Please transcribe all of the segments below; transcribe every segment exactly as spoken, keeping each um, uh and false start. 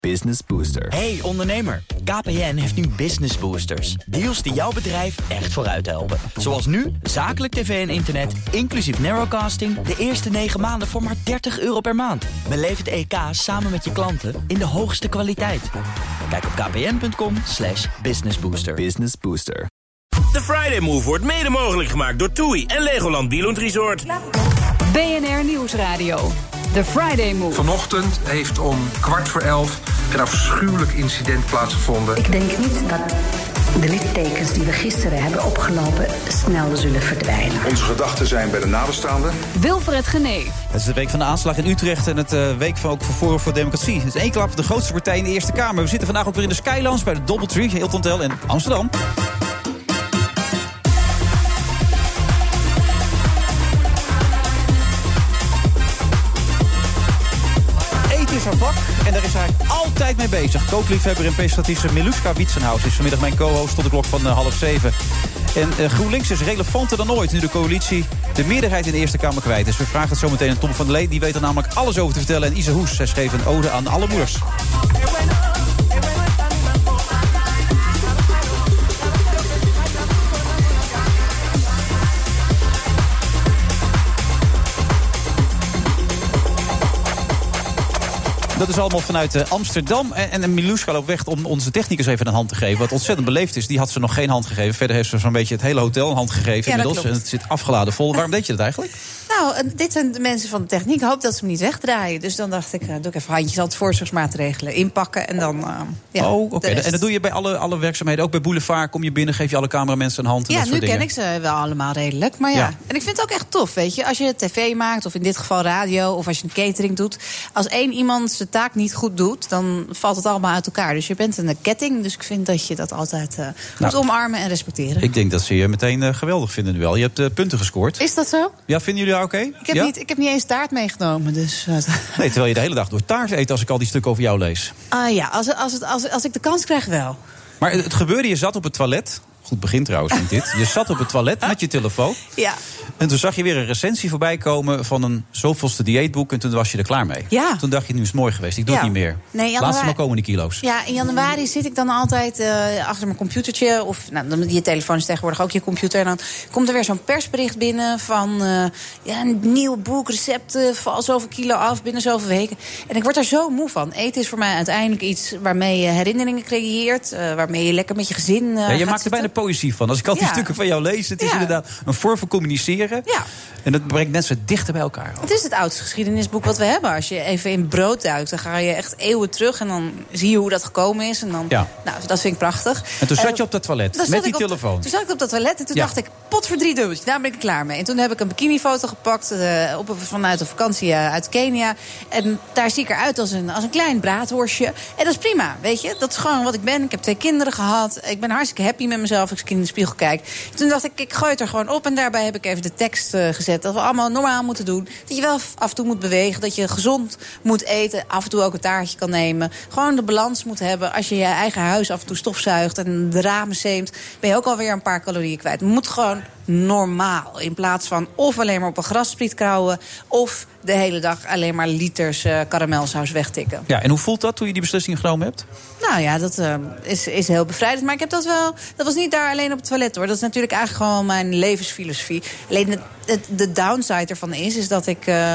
Business Booster. Hey ondernemer, K P N heeft nu Business Boosters. Deals die jouw bedrijf echt vooruit helpen. Zoals nu, zakelijk tv en internet, inclusief narrowcasting... de eerste negen maanden voor maar dertig euro per maand. Beleef het E K samen met je klanten in de hoogste kwaliteit. Kijk op kpn.com slash businessbooster. Business Booster. De Friday Move wordt mede mogelijk gemaakt door TUI en Legoland Billund Resort. B N R Nieuwsradio. De Friday Move. Vanochtend heeft om kwart voor elf een afschuwelijk incident plaatsgevonden. Ik denk niet dat de littekens die we gisteren hebben opgelopen snel zullen verdwijnen. Onze gedachten zijn bij de nabestaanden. Wilfred Genee. Het is de week van de aanslag in Utrecht en het uh, week van ook voor Forum voor Democratie. Het is één klap de grootste partij in de Eerste Kamer. We zitten vandaag ook weer in de Skylands bij de Doubletree, Hilton Hotel in Amsterdam. Is haar vak en daar is hij altijd mee bezig. Kookliefhebber en presentatrice Miluska Wietsenhuis is vanmiddag mijn co-host tot de klok van uh, half zeven. En uh, GroenLinks is relevanter dan ooit nu de coalitie de meerderheid in de Eerste Kamer kwijt is. We vragen het zo meteen aan Tom van der Lee. Die weet er namelijk alles over te vertellen. En Isa Hoes, zij schreef een ode aan alle moeders. Dat is allemaal vanuit uh, Amsterdam. En, en Miluska loopt weg om onze technicus even een hand te geven. Wat ontzettend beleefd is, die had ze nog geen hand gegeven. Verder heeft ze zo'n beetje het hele hotel een hand gegeven. Ja, inmiddels. En het zit afgeladen vol. Waarom deed je dat eigenlijk? Nou, dit zijn de mensen van de techniek. Ik hoop dat ze me niet wegdraaien. Dus dan dacht ik, uh, doe ik even handjes aan het voorzorgsmaatregelen inpakken. En dan, uh, ja. Oh, oké. Okay. En dat doe je bij alle, alle werkzaamheden. Ook bij Boulevard kom je binnen, geef je alle cameramensen een hand. En ja, dat soort nu ken dingen. ik ze wel allemaal redelijk. Maar ja. ja, en ik vind het ook echt tof, weet je. Als je tv maakt, of in dit geval radio, of als je een catering doet. Als één iemand zijn taak niet goed doet, dan valt het allemaal uit elkaar. Dus je bent een ketting. Dus ik vind dat je dat altijd uh, moet nou, omarmen en respecteren. Ik denk dat ze je meteen uh, geweldig vinden nu wel. Je hebt uh, punten gescoord. Is dat zo? Ja, vinden jullie dat oké? Ik heb ja? niet... Ik heb niet eens taart meegenomen. Dus, uh, nee, terwijl je de hele dag door taart eet als ik al die stukken over jou lees. Ah uh, ja, als, als, het, als, als ik de kans krijg wel. Maar het gebeurde, je zat op het toilet. Goed begin trouwens met dit. Je zat op het toilet met je telefoon. Ja. En toen zag je weer een recensie voorbij komen van een zoveelste dieetboek. En toen was je er klaar mee. Ja. Toen dacht je, nu is het mooi geweest. Ik doe ja. het niet meer. Nee, januari... Laat ze maar komen, die kilo's. Ja, in januari zit ik dan altijd uh, achter mijn computertje. Of nou, je telefoon is tegenwoordig ook je computer. En dan komt er weer zo'n persbericht binnen van uh, ja, een nieuw boek, recepten, val zoveel kilo af binnen zoveel weken. En ik word daar zo moe van. Eten is voor mij uiteindelijk iets waarmee je herinneringen creëert. Uh, waarmee je lekker met je gezin uh, ja, je maakt er zitten. bijna poëzie van. Als ik al die ja. stukken van jou lees, het is ja. inderdaad een vorm van communiceren. Ja. En dat brengt mensen dichter bij elkaar. Het is het oudste geschiedenisboek wat we hebben. Als je even in brood duikt, dan ga je echt eeuwen terug. En dan zie je hoe dat gekomen is. En dan, ja. nou, dat vind ik prachtig. En toen zat uh, je op dat toilet, met die telefoon. De, toen zat ik op dat toilet en toen ja. dacht ik, pot voor drie dubbeltjes, daar ben ik klaar mee. En toen heb ik een bikinifoto gepakt uh, op, vanuit een vakantie uh, uit Kenia. En daar zie ik eruit als een, als een klein braadworstje. En dat is prima, weet je. Dat is gewoon wat ik ben. Ik heb twee kinderen gehad. Ik ben hartstikke happy met mezelf als ik in de spiegel kijk. Toen dacht ik, ik gooi het er gewoon op. En daarbij heb ik even de tekst uh, gezet. Dat we allemaal normaal moeten doen. Dat je wel af en toe moet bewegen. Dat je gezond moet eten. Af en toe ook een taartje kan nemen. Gewoon de balans moet hebben. Als je je eigen huis af en toe stofzuigt en de ramen zeemt, ben je ook alweer een paar calorieën kwijt. Het moet gewoon normaal. In plaats van of alleen maar op een grasspriet kauwen, of de hele dag alleen maar liters uh, karamelsaus wegtikken. Ja, en hoe voelt dat toen je die beslissing genomen hebt? Nou ja, dat uh, is, is heel bevrijdend. Maar ik heb dat wel... Dat was niet daar alleen op het toilet, hoor. Dat is natuurlijk eigenlijk gewoon mijn levensfilosofie. Alleen het, het, de downside ervan is, is dat ik... Uh,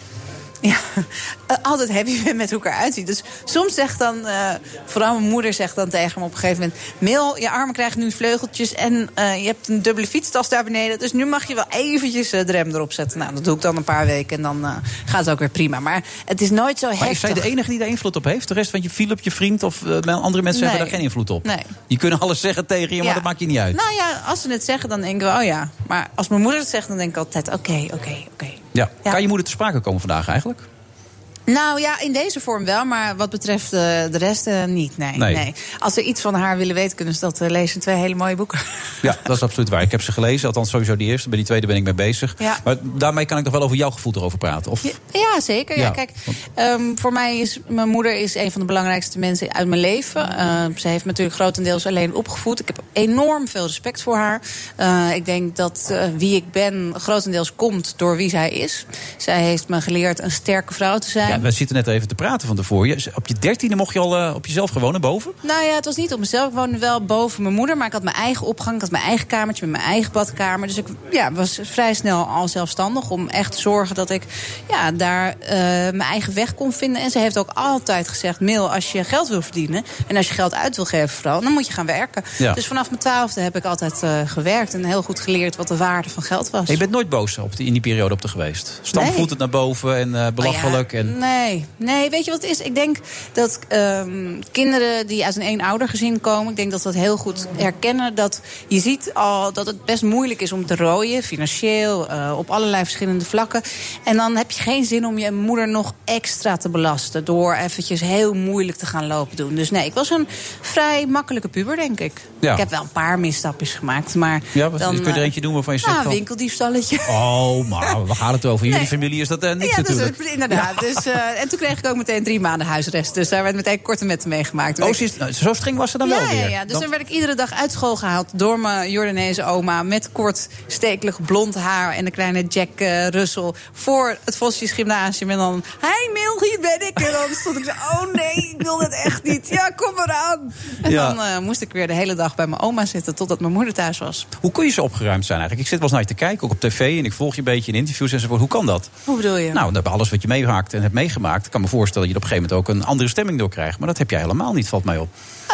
Ja, altijd happy ben met hoe ik eruit zie. Dus soms zegt dan, uh, vooral mijn moeder zegt dan tegen me op een gegeven moment, Mil, je armen krijgen nu vleugeltjes en uh, je hebt een dubbele fietstas daar beneden. Dus nu mag je wel eventjes uh, de rem erop zetten. Nou, dat doe ik dan een paar weken en dan uh, gaat het ook weer prima. Maar het is nooit zo heftig. Maar is zij de enige die daar invloed op heeft? De rest van je Philip, je vriend of uh, andere mensen nee. hebben daar geen invloed op? Nee. Die kunnen alles zeggen tegen je, maar ja. dat maakt je niet uit. Nou ja, als ze het zeggen, dan denken we, oh ja. Maar als mijn moeder het zegt, dan denk ik altijd, oké, okay, oké, okay, oké. Okay. Ja. Ja. Kan je moeder te sprake komen vandaag eigenlijk? Nou ja, in deze vorm wel, maar wat betreft uh, de rest uh, niet. Nee, nee. nee. Als ze iets van haar willen weten, kunnen ze dat uh, lezen. Twee hele mooie boeken. Ja, dat is absoluut waar. Ik heb ze gelezen, althans sowieso die eerste. Bij die tweede ben ik mee bezig. Ja. Maar daarmee kan ik nog wel over jouw gevoel erover praten. Of... Ja, ja, zeker. Ja. Ja, kijk, um, voor mij is mijn moeder is een van de belangrijkste mensen uit mijn leven. Uh, ze heeft me natuurlijk grotendeels alleen opgevoed. Ik heb enorm veel respect voor haar. Uh, ik denk dat uh, wie ik ben grotendeels komt door wie zij is. Zij heeft me geleerd een sterke vrouw te zijn. Ja, Ja, we zitten net even te praten van tevoren. Op je dertiende mocht je al uh, op jezelf gewoon naar boven? Nou ja, het was niet op mezelf. Ik woonde wel boven mijn moeder. Maar ik had mijn eigen opgang. Ik had mijn eigen kamertje met mijn eigen badkamer. Dus ik ja, was vrij snel al zelfstandig. Om echt te zorgen dat ik ja, daar uh, mijn eigen weg kon vinden. En ze heeft ook altijd gezegd, Mil, als je geld wil verdienen... en als je geld uit wil geven vooral, dan moet je gaan werken. Ja. Dus vanaf mijn twaalfde heb ik altijd uh, gewerkt. En heel goed geleerd wat de waarde van geld was. En je bent nooit boos op die, in die periode op de geweest? Stam nee. voelt het naar boven en uh, belachelijk. Oh ja, en... Nee, nee, weet je wat het is? Ik denk dat um, kinderen die uit een eenoudergezin komen... ik denk dat ze dat heel goed herkennen. Dat je ziet al dat het best moeilijk is om te rooien. Financieel, uh, op allerlei verschillende vlakken. En dan heb je geen zin om je moeder nog extra te belasten... door eventjes heel moeilijk te gaan lopen doen. Dus nee, ik was een vrij makkelijke puber, denk ik. Ja. Ik heb wel een paar misstapjes gemaakt, maar... Ja, wat, dan, kun je er eentje doen waarvan je zegt... Nou, van... een winkeldiefstalletje. Oh, maar waar gaat het over? In jullie nee. familie is dat uh, niks ja, natuurlijk. Dus, inderdaad. Ja. Dus, uh, en toen kreeg ik ook meteen drie maanden huisarrest. Dus daar werd meteen korte metten meegemaakt. Oh, is, nou, zo streng was ze dan ja, wel weer? Ja, ja. Dus dan... dan werd ik iedere dag uit school gehaald door mijn Jordaanese oma... met kort, stekelig blond haar en een kleine Jack uh, Russell... voor het Vosjes Gymnasium. En dan, hi Mil, hier ben ik. En dan stond ik zo, oh nee, ik wil dat echt niet. Ja, kom maar aan. En ja. dan uh, moest ik weer de hele dag bij mijn oma zitten... totdat mijn moeder thuis was. Hoe kun je zo opgeruimd zijn eigenlijk? Ik zit wel eens naar je te kijken, ook op tv... en ik volg je een beetje in interviews enzovoort. Hoe kan dat? Hoe bedoel je? Nou, dat alles wat je meemaakt en hebt meegemaakt... ik kan me voorstellen dat je op een gegeven moment ook een andere stemming door krijgt. Maar dat heb jij helemaal niet, valt mij op.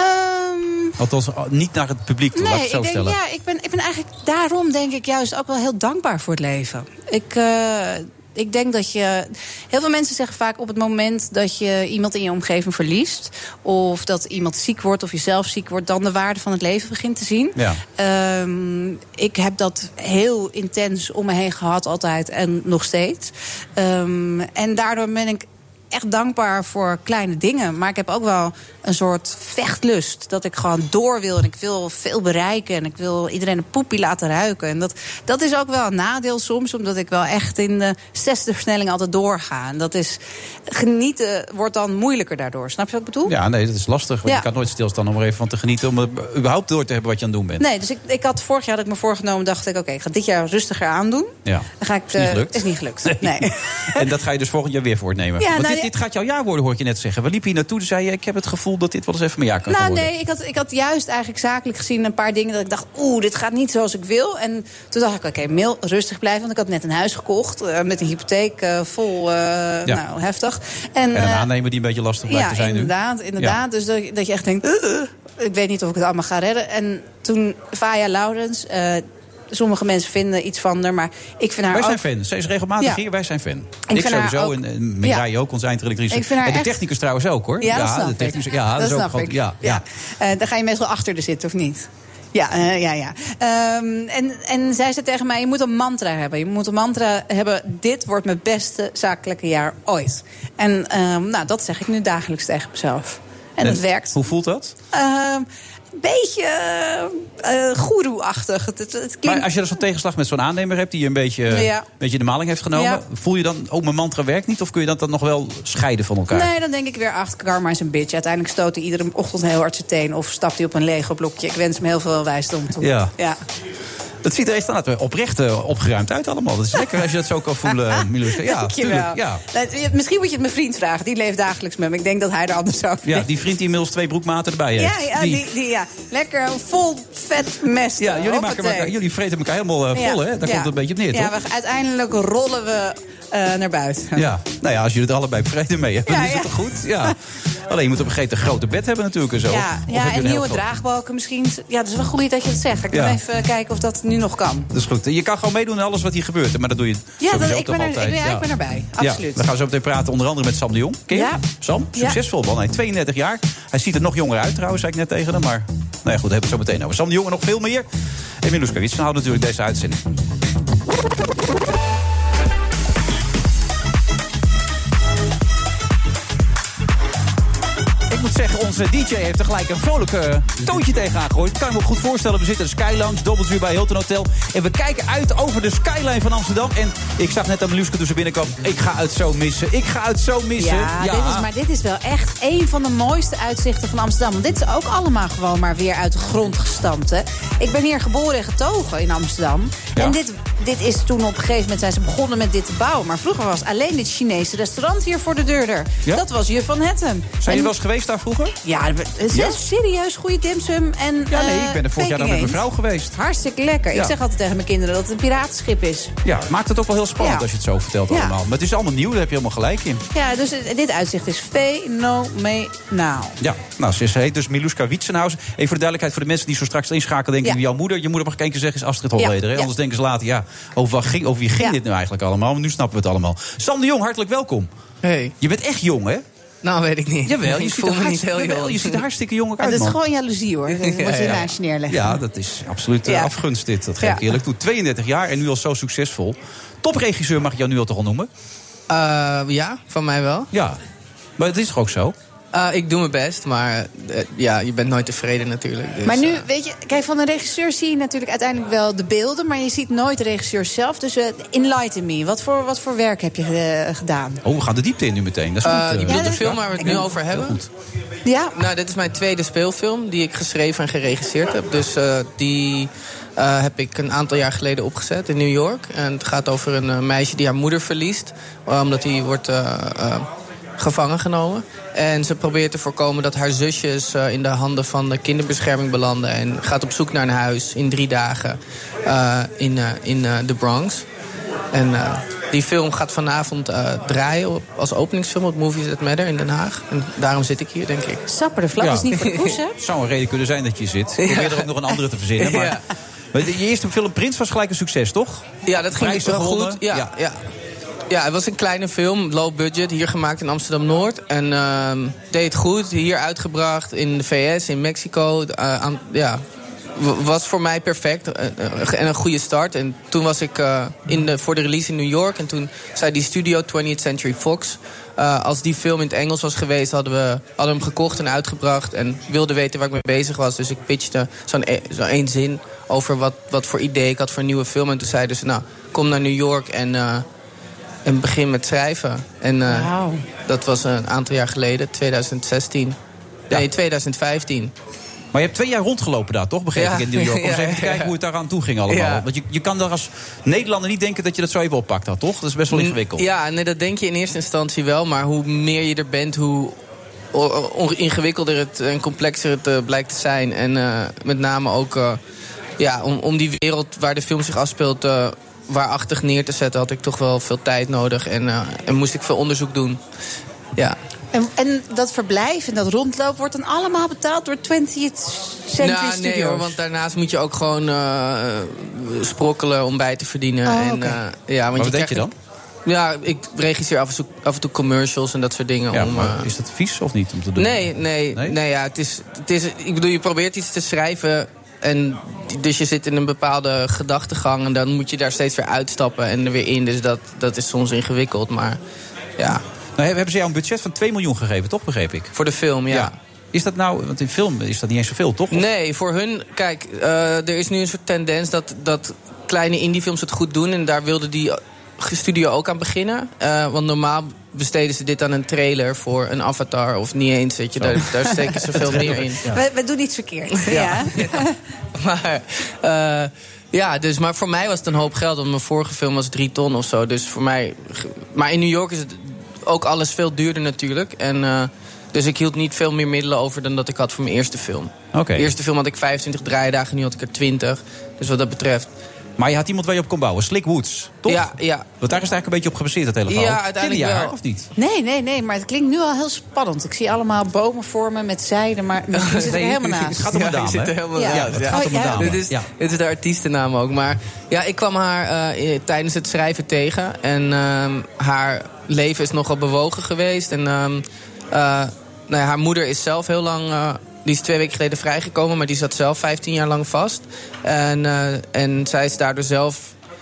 Um, Althans, niet naar het publiek toe, nee, laat ik het zo ik denk, stellen. Ja, ik ben, ik ben eigenlijk daarom, denk ik, juist ook wel heel dankbaar voor het leven. Ik... Uh, Ik denk dat je... Heel veel mensen zeggen vaak op het moment dat je iemand in je omgeving verliest... of dat iemand ziek wordt of je zelf ziek wordt... dan de waarde van het leven begint te zien. Ja. Um, ik heb dat heel intens om me heen gehad altijd en nog steeds. Um, en daardoor ben ik echt dankbaar voor kleine dingen. Maar ik heb ook wel een soort vechtlust. Dat ik gewoon door wil en ik wil veel bereiken. En ik wil iedereen een poepie laten ruiken. En dat, dat is ook wel een nadeel soms. Omdat ik wel echt in de zesde versnelling altijd doorga. En dat is... Genieten wordt dan moeilijker daardoor. Snap je wat ik bedoel? Ja, nee, dat is lastig. Want ja. je kan nooit stilstaan om er even van te genieten. Om er überhaupt door te hebben wat je aan het doen bent. Nee, dus ik, ik had vorig jaar dat ik me voorgenomen. Dacht ik, oké, okay, ik ga dit jaar rustiger aandoen. Ja. Dan ga ik, is niet gelukt. Uh, is niet gelukt. Nee. Nee. En dat ga je dus volgend jaar weer voortnemen. Ja, want nou, dit, dit gaat jouw jaar worden, hoor ik je net zeggen. We liepen hier naartoe, toen zei je... ik heb het gevoel dat dit wel eens even mijn jaar kan nou, worden. Nee, ik had, ik had juist eigenlijk zakelijk gezien een paar dingen... dat ik dacht, oeh, dit gaat niet zoals ik wil. En toen dacht ik, oké, okay, Mil, rustig blijven. Want ik had net een huis gekocht uh, met een hypotheek uh, vol, uh, ja. nou, heftig. En, en een uh, aannemer die een beetje lastig blijft ja, te zijn inderdaad, nu. inderdaad. Ja. Dus dat, dat je echt denkt, uh, uh, ik weet niet of ik het allemaal ga redden. En toen Vaya Laurens... Uh, sommige mensen vinden iets van haar, maar ik vind haar Wij zijn ook... fan. Zij is regelmatig ja. hier, wij zijn fan. Ik, ik sowieso, ook... en, en Mirai ja. ook, onze eindredactrice. En de technicus echt... trouwens ook, hoor. Ja, dat ja, snap de technicus, ik. Ja, dat, dat is snap ook groot, ik. Ja, ja. Ja. Uh, dan ga je meestal achter de zitten, of niet? Ja, uh, ja, ja. Um, en, en zij zei tegen mij, je moet een mantra hebben. Je moet een mantra hebben, dit wordt mijn beste zakelijke jaar ooit. En um, nou, dat zeg ik nu dagelijks tegen mezelf. En, en dat werkt. Hoe voelt dat? Um, Een beetje uh, goeroe-achtig. Het, het, het klinkt... Maar als je dus zo'n tegenslag met zo'n aannemer hebt... die je een beetje, ja. een beetje de maling heeft genomen... Ja. voel je dan, ook mijn mantra werkt niet? Of kun je dat dan nog wel scheiden van elkaar? Nee, dan denk ik weer, ach, karma is een bitch. Uiteindelijk stoot hij iedere ochtend heel hard zijn teen... of stapt hij op een Lego-blokje. Ik wens hem heel veel wijsdom toe. Ja. ja. Dat ziet er echt aan oprecht uh, opgeruimd uit allemaal. Dat is lekker als je dat zo kan voelen, Miluska. Ja, tuurlijk. Ja. Misschien moet je het mijn vriend vragen. Die leeft dagelijks met me. Ik denk dat hij er anders over Ja, die vriend die inmiddels twee broekmaten erbij heeft. Ja, ja, die. Die, die, ja. Lekker vol vet mest. Ja, jullie, maken elkaar, jullie vreten elkaar helemaal uh, vol, ja. hè? Daar ja. komt het een beetje op neer, ja, toch? We, uiteindelijk rollen we uh, naar buiten. Ja, nou ja, als jullie het allebei vrede mee hebben, ja, dan is ja. het toch goed? Ja. Alleen, je moet op een gegeven moment een grote bed hebben natuurlijk en zo. Ja, of, ja of en nieuwe draagbalken misschien. Ja, dat is wel goed dat je het zegt. Ik ga ja. even kijken of dat nu nog kan. Dat is goed. Je kan gewoon meedoen aan alles wat hier gebeurt. Maar dat doe je ja, sowieso dat, ik toch ben er, altijd. Ik ben, ja. ik ben erbij, absoluut. Ja, we gaan zo meteen praten onder andere met Sam de Jong. Ken je? Ja. Sam, succesvol man. Hij is tweeëndertig jaar. Hij ziet er nog jonger uit trouwens, zei ik net tegen hem. Maar nou ja, goed, daar hebben we het zo meteen over. Sam de Jong en nog veel meer. En Miluska Witsen houdt natuurlijk deze uitzending. Ik moet zeggen, onze D J heeft er gelijk een vrolijk uh, toontje tegenaan gegooid. Ik kan me ook goed voorstellen. We zitten in de Sky Lounge, Doubletree bij Hilton Hotel. En we kijken uit over de skyline van Amsterdam. En ik zag net aan Miluska toen ze binnenkwam. Ik ga het zo missen. Ik ga het zo missen. Ja, ja. Dit is, maar dit is wel echt een van de mooiste uitzichten van Amsterdam. Want dit is ook allemaal gewoon maar weer uit de grond gestampt. Hè. Ik ben hier geboren en getogen in Amsterdam. Ja. En dit dit is toen op een gegeven moment zijn ze begonnen met dit te bouwen. Maar vroeger was alleen dit Chinese restaurant hier voor de deur er. Ja? Dat was Juf van Hattem. Zijn jullie wel eens geweest daar vroeger? Ja, het is Ja? serieus goede dimsum en Ja, nee, uh, ik ben er vorig jaar nog met mijn vrouw geweest. Hartstikke lekker. Ja. Ik zeg altijd tegen mijn kinderen dat het een piratenschip is. Ja, het maakt het ook wel heel spannend Ja. als je het zo vertelt Ja. allemaal. Maar het is allemaal nieuw, daar heb je helemaal gelijk in. Ja, dus dit uitzicht is fenomenaal. Ja, nou, ze heet dus Miluska Wietsenhuizen. Even voor de duidelijkheid, voor de mensen die zo straks inschakelen... denken, Ja. jouw moeder, je moeder mag ik één keer zeggen... is Astrid Holleder, Ja. hè? Ja. Anders denken ze later, ja, over, wat ging, over wie ging Ja. dit nu eigenlijk allemaal? Maar nu snappen we het allemaal. Sam de Jong, hartelijk welkom. Hey. Je bent echt jong, hè? Nou, weet ik niet. Jawel, je ik ziet voel er me niet heel hartstikke- jong. jawel, je ziet er hartstikke jong ook En uit, dat is man. gewoon jaloezie, hoor. Dat moet je Ja, ja. naast je neerleggen. Ja, dat is absoluut uh, Ja. afgunst dit. Dat geef ik Ja. eerlijk toe. tweeëndertig jaar en nu al zo succesvol. Topregisseur mag ik jou nu al toch al noemen? Uh, ja, van mij wel. Ja, maar het is toch ook zo? Uh, ik doe mijn best, maar uh, ja, je bent nooit tevreden natuurlijk. Dus, Maar nu, uh, weet je, kijk, van een regisseur zie je natuurlijk uiteindelijk wel de beelden, maar je ziet nooit de regisseur zelf. Dus uh, enlighten me. Wat voor, wat voor werk heb je uh, gedaan? Oh, we gaan de diepte in nu meteen. Dat is uh, goed. je uh, bedoelt de dat- film waar we het nu over hebben? Goed. Ja, Nou, dit is mijn tweede speelfilm die ik geschreven en geregisseerd heb. Dus uh, die uh, heb ik een aantal jaar geleden opgezet in New York. En het gaat over een uh, meisje die haar moeder verliest. Uh, omdat die wordt uh, uh, gevangen genomen. En ze probeert te voorkomen dat haar zusjes uh, in de handen van de kinderbescherming belanden. En gaat op zoek naar een huis in drie dagen uh, in, uh, in uh, de Bronx. En uh, die film gaat vanavond uh, draaien op, als openingsfilm op Movies That Matter in Den Haag. En daarom zit ik hier, denk ik. sapper de vlag Ja. is niet voor de poes, hè? Het zou een reden kunnen zijn dat je zit. Ik probeer er ook nog een andere te verzinnen. Maar, Ja. maar je eerste film Prins was gelijk een succes, toch? Ja, dat ging Prijzen wel gewonnen. goed. Ja, Ja. ja. Ja, het was een kleine film, low budget, hier gemaakt in Amsterdam-Noord. En uh, deed het goed, hier uitgebracht in de V S, in Mexico. Uh, aan, ja, w- was voor mij perfect uh, uh, en een goede start. En toen was ik uh, in de, voor de release in New York. En toen zei die studio, twentieth Century Fox... Uh, als die film in het Engels was geweest, hadden we hadden hem gekocht en uitgebracht. En wilde weten waar ik mee bezig was. Dus ik pitchte zo'n e- zo één zin over wat, wat voor idee ik had voor een nieuwe film. En toen zeiden ze, nou, kom naar New York en... Uh, En begin met schrijven. En uh, Wauw. dat was een aantal jaar geleden, twintig zestien. Nee, Ja. twintig vijftien. Maar je hebt twee jaar rondgelopen daar, toch? Begreep Ja. ik in New York. Om eens Ja, even te kijken ja. hoe het daaraan toe ging allemaal. Ja. Want je, je kan daar als Nederlander niet denken dat je dat zo even oppakt had, toch? Dat is best wel ingewikkeld. Ja, nee, dat denk je in eerste instantie wel. Maar hoe meer je er bent, hoe o- o- ingewikkelder het en complexer het uh, blijkt te zijn. En uh, met name ook uh, ja, om, om die wereld waar de film zich afspeelt... Uh, waarachtig neer te zetten, had ik toch wel veel tijd nodig. En, uh, en moest ik veel onderzoek doen. Ja. En, en dat verblijf en dat rondloop wordt dan allemaal betaald door twentieth Century Nou, Studios? nee hoor, want daarnaast moet je ook gewoon uh, sprokkelen om bij te verdienen. Oh, en, oké. uh, ja, want Maar wat je deed je krijgt- dan? Ja, ik regisseer af en, toe, af en toe commercials en dat soort dingen. Ja, om, maar uh, is dat vies of niet om te doen? nee, nee, Nee? nee, ja, het is, het is, ik bedoel, je probeert iets te schrijven... En dus je zit in een bepaalde gedachtegang... en dan moet je daar steeds weer uitstappen en er weer in. Dus dat, dat is soms ingewikkeld, maar ja. Nou, hebben ze jou een budget van twee miljoen gegeven, toch? Begreep ik. Voor de film, ja. Is dat nou, want in film is dat niet eens zoveel, toch? Of- Nee, voor hun... Kijk, uh, er is nu een soort tendens dat, dat kleine indiefilms het goed doen... en daar wilde die studio ook aan beginnen. Uh, want normaal besteden ze dit aan een trailer voor een Avatar... of niet eens, weet je, daar, daar steken ze veel meer in. Ja. We, we doen iets verkeerd. Ja. Maar, uh, ja, dus, maar voor mij was het een hoop geld... want mijn vorige film was drie ton of zo. Dus voor mij... Maar in New York is het ook alles veel duurder natuurlijk. En... Uh, Dus ik hield niet veel meer middelen over dan dat ik had voor mijn eerste film. Oké. De eerste film had ik vijfentwintig draaidagen, nu had ik er twintig. Dus wat dat betreft... Maar je had iemand waar je op kon bouwen, Slick Woods, toch? Ja, ja. Want daar is het eigenlijk een beetje op gebaseerd, dat hele verhaal. Ja, uiteindelijk Ken je haar, wel. of niet? Nee, nee, nee, maar het klinkt nu al heel spannend. Ik zie allemaal bomen vormen met zijde, maar misschien zit ik er Nee, helemaal Het naast. gaat om een Ja, dame, ik zit hè? er helemaal Ja. naast, Ja, het ja. gaat om een Oh, ja. dame. Dit is, Ja. dit is de artiestennaam ook. Maar ja, ik kwam haar uh, tijdens het schrijven tegen. En um, haar leven is nogal bewogen geweest. En um, uh, nou ja, haar moeder is zelf heel lang... Uh, die is twee weken geleden vrijgekomen, maar die zat zelf vijftien jaar lang vast. En, uh, en zij is daardoor zelf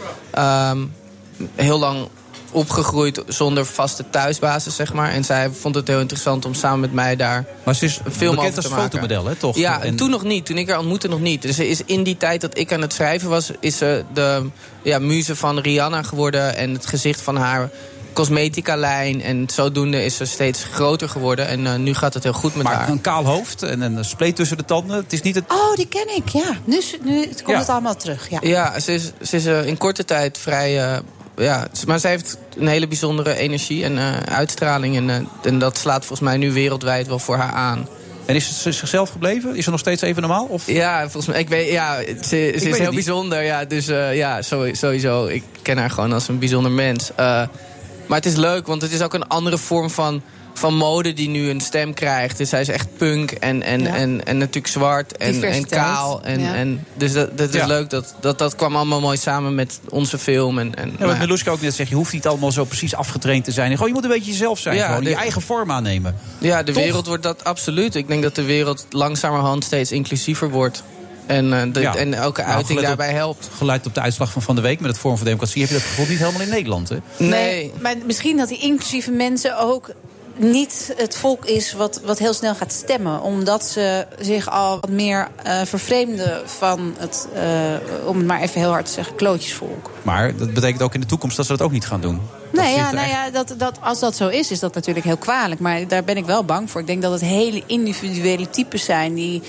um, heel lang opgegroeid zonder vaste thuisbasis, zeg maar. En zij vond het heel interessant om samen met mij daar Maar ze is een film bekend over als te maken. fotomodel, hè, toch? Ja, En- toen nog niet. Toen ik haar ontmoette nog niet. Dus ze is in die tijd dat ik aan het schrijven was... is ze de ja, muze van Rihanna geworden... en het gezicht van haar cosmetica-lijn. En zodoende is ze steeds groter geworden. En uh, nu gaat het heel goed met maar haar. Een kaal hoofd en een spleet tussen de tanden. Het is niet het... Oh, die ken ik, ja. Nu, nu komt ja. het allemaal terug. Ja, ja ze is, ze is uh, in korte tijd vrij... Uh, ja, maar zij heeft een hele bijzondere energie en uh, uitstraling. En, uh, en dat slaat volgens mij nu wereldwijd wel voor haar aan. En is ze zichzelf gebleven? Is ze nog steeds even normaal? Of? Ja, volgens mij. Ik weet, ja, ze, ze ik is heel bijzonder. Ja, dus uh, ja, sowieso. Ik ken haar gewoon als een bijzonder mens. Uh, maar het is leuk, want het is ook een andere vorm van, van mode die nu een stem krijgt. Dus zij is echt punk en, en, ja. en, en natuurlijk zwart en, en kaal. En, ja. en, dus dat, dat is ja. leuk. Dat, dat, dat kwam allemaal mooi samen met onze film. En, en, ja, wat Miluska ook net zegt, je hoeft niet allemaal zo precies afgetraind te zijn. Gewoon, je moet een beetje jezelf zijn. Ja, gewoon, de, je eigen vorm aannemen. Ja, de Toch? wereld wordt dat absoluut. Ik denk dat de wereld langzamerhand steeds inclusiever wordt. En, uh, de, ja. en elke nou, uiting daarbij op, helpt. Geluid op de uitslag van Van de Week met het Forum voor Democratie... heb je dat gevoel niet helemaal in Nederland, hè? Nee. nee. Maar misschien dat die inclusieve mensen ook niet het volk is wat, wat heel snel gaat stemmen. Omdat ze zich al wat meer uh, vervreemden van het, uh, om het maar even heel hard te zeggen, klootjesvolk. Maar dat betekent ook in de toekomst dat ze dat ook niet gaan doen. Nee, ja, nou ja, dat, dat, als dat zo is, is dat natuurlijk heel kwalijk. Maar daar ben ik wel bang voor. Ik denk dat het hele individuele types zijn. Die,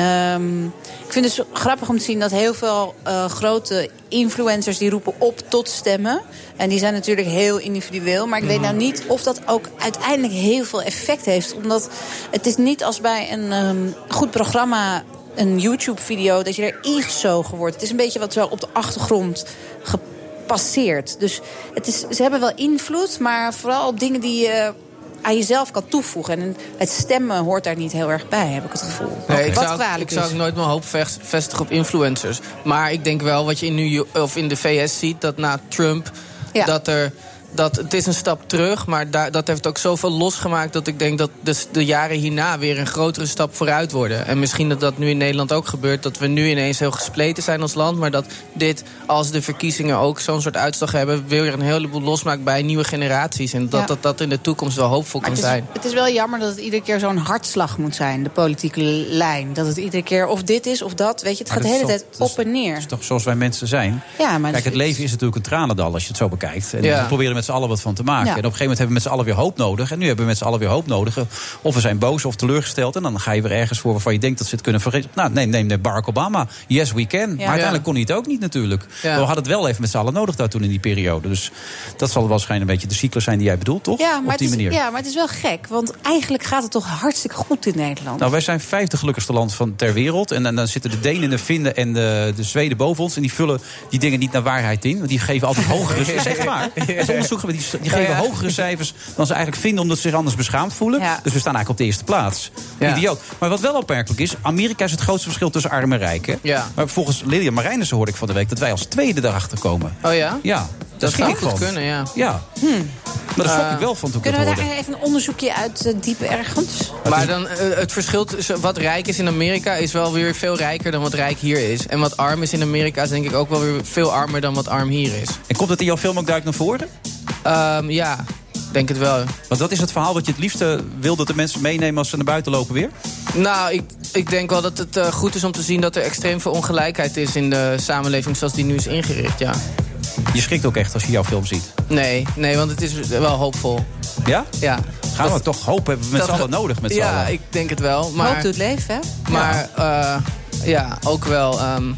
um, ik vind het zo grappig om te zien dat heel veel uh, grote influencers die roepen op tot stemmen. En die zijn natuurlijk heel individueel. Maar ik weet nou niet of dat ook uiteindelijk heel veel effect heeft. Omdat het is niet als bij een um, goed programma, een YouTube-video, dat je er ingezogen wordt. Het is een beetje wat zo op de achtergrond gepakt. Passeert. Dus het is, ze hebben wel invloed, maar vooral op dingen die je aan jezelf kan toevoegen. En het stemmen hoort daar niet heel erg bij, heb ik het gevoel. Nee, ik wat zou, kwalijk ik is. zou ook nooit mijn hoop vestigen op influencers. Maar ik denk wel wat je in, New York, of in de V S ziet, dat na Trump, ja. dat er... Dat, het is een stap terug, maar daar, dat heeft ook zoveel losgemaakt dat ik denk dat de, de jaren hierna weer een grotere stap vooruit worden. En misschien dat dat nu in Nederland ook gebeurt, dat we nu ineens heel gespleten zijn als land, maar dat dit, als de verkiezingen ook zo'n soort uitslag hebben, weer een heleboel losmaakt bij nieuwe generaties. En dat, ja. dat dat in de toekomst wel hoopvol kan het is, zijn. Het is wel jammer dat het iedere keer zo'n hartslag moet zijn, de politieke lijn. Dat het iedere keer of dit is of dat, weet je, het maar gaat de hele toch, tijd op en neer. Dat is toch zoals wij mensen zijn? Ja, maar kijk, het leven is natuurlijk een tranendal als je het zo bekijkt. En ja. we proberen met z'n allen wat van te maken. Ja. En op een gegeven moment hebben we met z'n allen weer hoop nodig. En nu hebben we met z'n allen weer hoop nodig. Of we zijn boos of teleurgesteld. En dan ga je weer ergens voor waarvan je denkt dat ze het kunnen vergeten. Nou, neem, neem Barack Obama. Yes, we can. Ja. Maar uiteindelijk kon hij het ook niet natuurlijk. Ja. Maar we hadden het wel even met z'n allen nodig daar toen in die periode. Dus dat zal waarschijnlijk een beetje de cyclus zijn die jij bedoelt, toch? Ja, maar, op die het is, manier. ja, maar het is wel gek. Want eigenlijk gaat het toch hartstikke goed in Nederland. Nou, wij zijn vijfde gelukkigste land van ter wereld. En, en dan zitten de Denen, de Finnen en de, de Zweden boven ons. En die vullen die dingen niet naar waarheid in. Want die geven altijd hogere cijfers. Zeg maar. Dat is onderzoek. Die, die geven ja, ja. hogere cijfers dan ze eigenlijk vinden, omdat ze zich anders beschaamd voelen. Ja. Dus we staan eigenlijk op de eerste plaats. Ja. Idioot. Maar wat wel opmerkelijk is, Amerika is het grootste verschil tussen arm en rijk. Hè? Ja. Maar volgens Lilian Marijnissen hoorde ik van de week dat wij als tweede daarachter komen. Oh ja? Ja. Dat, dat zou goed kunnen, ja. Ja. Hm. Maar daar schrok ik wel van toen ik Kunnen het we daar even een onderzoekje uit uh, diepen ergens? Maar dan, uh, het verschil tussen wat rijk is in Amerika is wel weer veel rijker dan wat rijk hier is. En wat arm is in Amerika is denk ik ook wel weer veel armer dan wat arm hier is. En komt het in jouw film ook duidelijk naar voren? Um, ja, denk het wel. Want dat is het verhaal wat je het liefste wil dat de mensen meenemen als ze naar buiten lopen weer? Nou, ik, ik denk wel dat het uh, goed is om te zien dat er extreem veel ongelijkheid is in de samenleving zoals die nu is ingericht, ja. Je schrikt ook echt als je jouw film ziet? Nee, nee, want het is wel hoopvol. Ja? Ja. Gaan we toch hoop hebben we met z'n allen nodig met z'n ja, allen? Ja, ik denk het wel. Maar, hoop doet leven, hè? Maar ja, uh, ja ook wel... Um,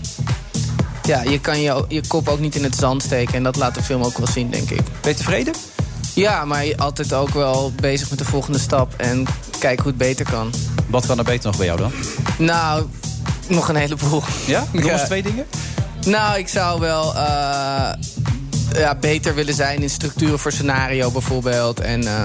ja, je kan je, je kop ook niet in het zand steken. En dat laat de film ook wel zien, denk ik. Ben je tevreden? Ja, maar altijd ook wel bezig met de volgende stap. En kijken hoe het beter kan. Wat kan er beter nog bij jou dan? Nou, nog een heleboel. Ja? Nog ja. eens twee dingen? Nou, ik zou wel uh, ja, beter willen zijn in structuren voor scenario bijvoorbeeld. En uh,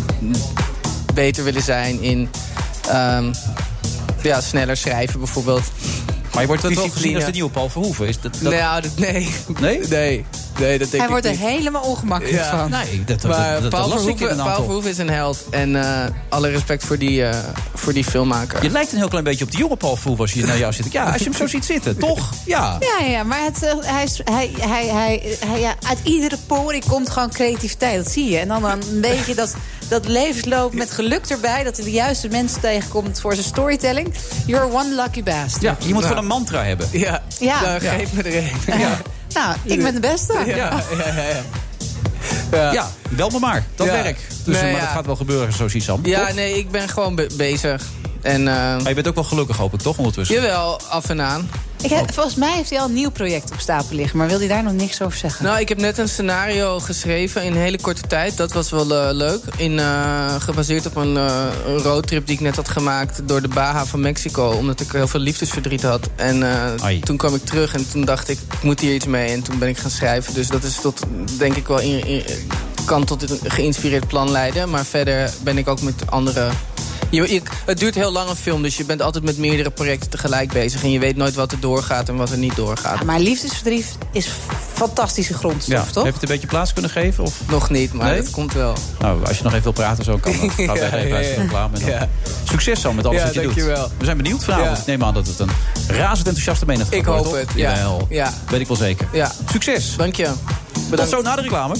beter willen zijn in um, ja, sneller schrijven bijvoorbeeld. Maar je wordt dat toch gezien als de nieuwe Paul Verhoeven? Is dat, dat... Nou, dat, nee. Nee? Nee. Nee, dat denk Hij ik wordt er niet. helemaal ongemakkelijk ja. van. Nee, dat, dat, maar dat, dat, Paul, dat Verhoeven, Paul Verhoeven is een held. En uh, alle respect voor die, uh, voor die filmmaker. Je lijkt een heel klein beetje op de jonge Paul Verhoeven als je naar jou zit. Ja, als je hem zo ziet zitten, toch? Ja, ja, ja maar het, uh, hij, is, hij, hij, hij, hij, ja, uit iedere porie komt gewoon creativiteit. Dat zie je. En dan, dan een beetje dat, dat levensloop met geluk erbij. Dat hij de juiste mensen tegenkomt voor zijn storytelling. You're one lucky bastard. Ja, je moet nou. gewoon een mantra hebben. Ja, ja. Nou, geef ja. me er een. Ja. Nou, ik ben de beste. Ja, ja, ja, ja, ja. Ja. ja, bel me maar. Dat ja. werk. Dus, nee, maar ja. dat gaat wel gebeuren, zo zie Sam. Ja, toch? nee, ik ben gewoon be- bezig. En, uh, maar je bent ook wel gelukkig, hoop ik, toch, ondertussen? Jawel, af en aan. Ik heb, volgens mij heeft hij al een nieuw project op stapel liggen. Maar wil hij daar nog niks over zeggen? Nou, ik heb net een scenario geschreven in een hele korte tijd. Dat was wel uh, leuk. In, uh, gebaseerd op een, uh, een roadtrip die ik net had gemaakt door de Baja van Mexico. Omdat ik heel veel liefdesverdriet had. En uh, toen kwam ik terug en toen dacht ik, ik moet hier iets mee. En toen ben ik gaan schrijven. Dus dat is tot, denk ik wel, in, in, kan tot een geïnspireerd plan leiden. Maar verder ben ik ook met andere... Je, je, het duurt heel lang een film, dus je bent altijd met meerdere projecten tegelijk bezig. En je weet nooit wat er doorgaat en wat er niet doorgaat. Ja, maar liefdesverdriet is fantastische grondstof, ja. toch? Heb je het een beetje plaats kunnen geven? Of? Nog niet, maar nee? Het komt wel. Nou, als je nog even wil praten, zo kan dat. Gaan we ja, even ja, ja. klaar met ja. Succes zo met alles ja, wat je dankjewel. doet. We zijn benieuwd vanavond. Ja. Ik neem aan dat het een razend enthousiaste menigte Ik wordt. hoop toch? het, ja. Jawel. ja. Weet ik wel zeker. Ja. Succes. Dank je. Tot zo na de reclame.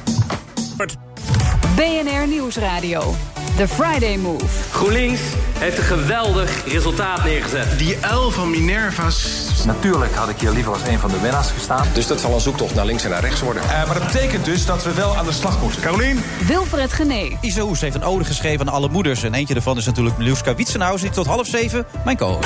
B N R Nieuwsradio. The Friday Move. GroenLinks heeft een geweldig resultaat neergezet. Die uil van Minerva's. Natuurlijk had ik hier liever als een van de winnaars gestaan. Dus dat zal een zoektocht naar links en naar rechts worden. Uh, maar dat betekent dus dat we wel aan de slag moeten. Carolien? Wilfred Genee. Isa Hoes heeft een ode geschreven aan alle moeders. En eentje daarvan is natuurlijk Miluska Witsenhuis. Die tot half zeven mijn co-host.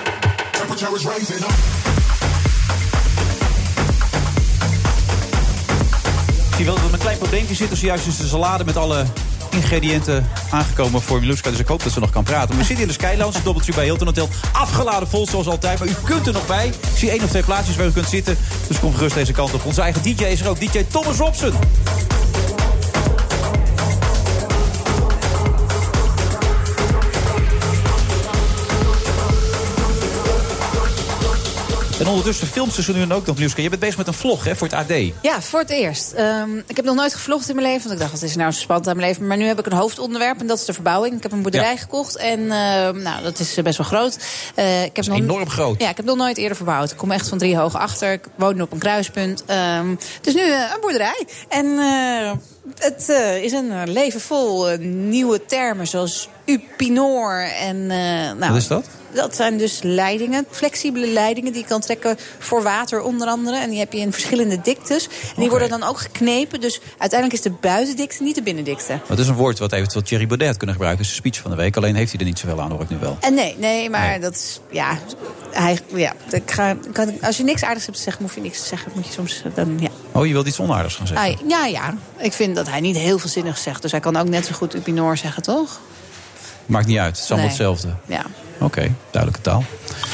Ik zie wel dat er een klein probleempje zit. Dus juist is de salade met alle ingrediënten aangekomen voor Miluska. Dus ik hoop dat ze nog kan praten. Maar we zitten in de Sky Lounge, dobbeltje bij Hilton Hotel. Afgeladen vol zoals altijd. Maar u kunt er nog bij. Ik zie één of twee plaatsjes waar u kunt zitten. Dus kom gerust deze kant op. Onze eigen D J is er ook. D J Thomas Robson. En ondertussen filmt ze nu ook nog, Miluska. Je bent bezig met een vlog, hè, voor het A D. Ja, voor het eerst. Um, ik heb nog nooit gevlogd in mijn leven. Want ik dacht, wat is er nou zo spannend aan mijn leven? Maar nu heb ik een hoofdonderwerp en dat is de verbouwing. Ik heb een boerderij ja. gekocht en uh, nou, dat is best wel groot. Uh, ik heb dat is nog, enorm groot. Ja, ik heb nog nooit eerder verbouwd. Ik kom echt van drie hoog achter. Ik woon op een kruispunt. Um, het is nu uh, een boerderij. En uh, het uh, is een leven vol uh, nieuwe termen zoals Upinor en... Uh, nou, wat is dat? Dat zijn dus leidingen, flexibele leidingen die je kan trekken voor water onder andere. En die heb je in verschillende diktes. En die okay. worden dan ook geknepen. Dus uiteindelijk is de buitendikte niet de binnendikte. Dat is een woord wat eventueel Thierry Baudet had kunnen gebruiken. Dat is de speech van de week. Alleen heeft hij er niet zoveel aan, hoor ik nu wel. En nee, nee, maar nee. dat is... Ja, hij, ja ik ga, kan, als je niks aardigs hebt te zeggen, hoef je niks te zeggen. Moet je soms dan, ja. Oh, je wilt iets onaardigs gaan zeggen? Hij, ja, ja. Ik vind dat hij niet heel veel zinnigs zegt. Dus hij kan ook net zo goed Upinor zeggen, toch? Maakt niet uit. Het is allemaal nee. hetzelfde. Ja. Oké, okay, duidelijke taal.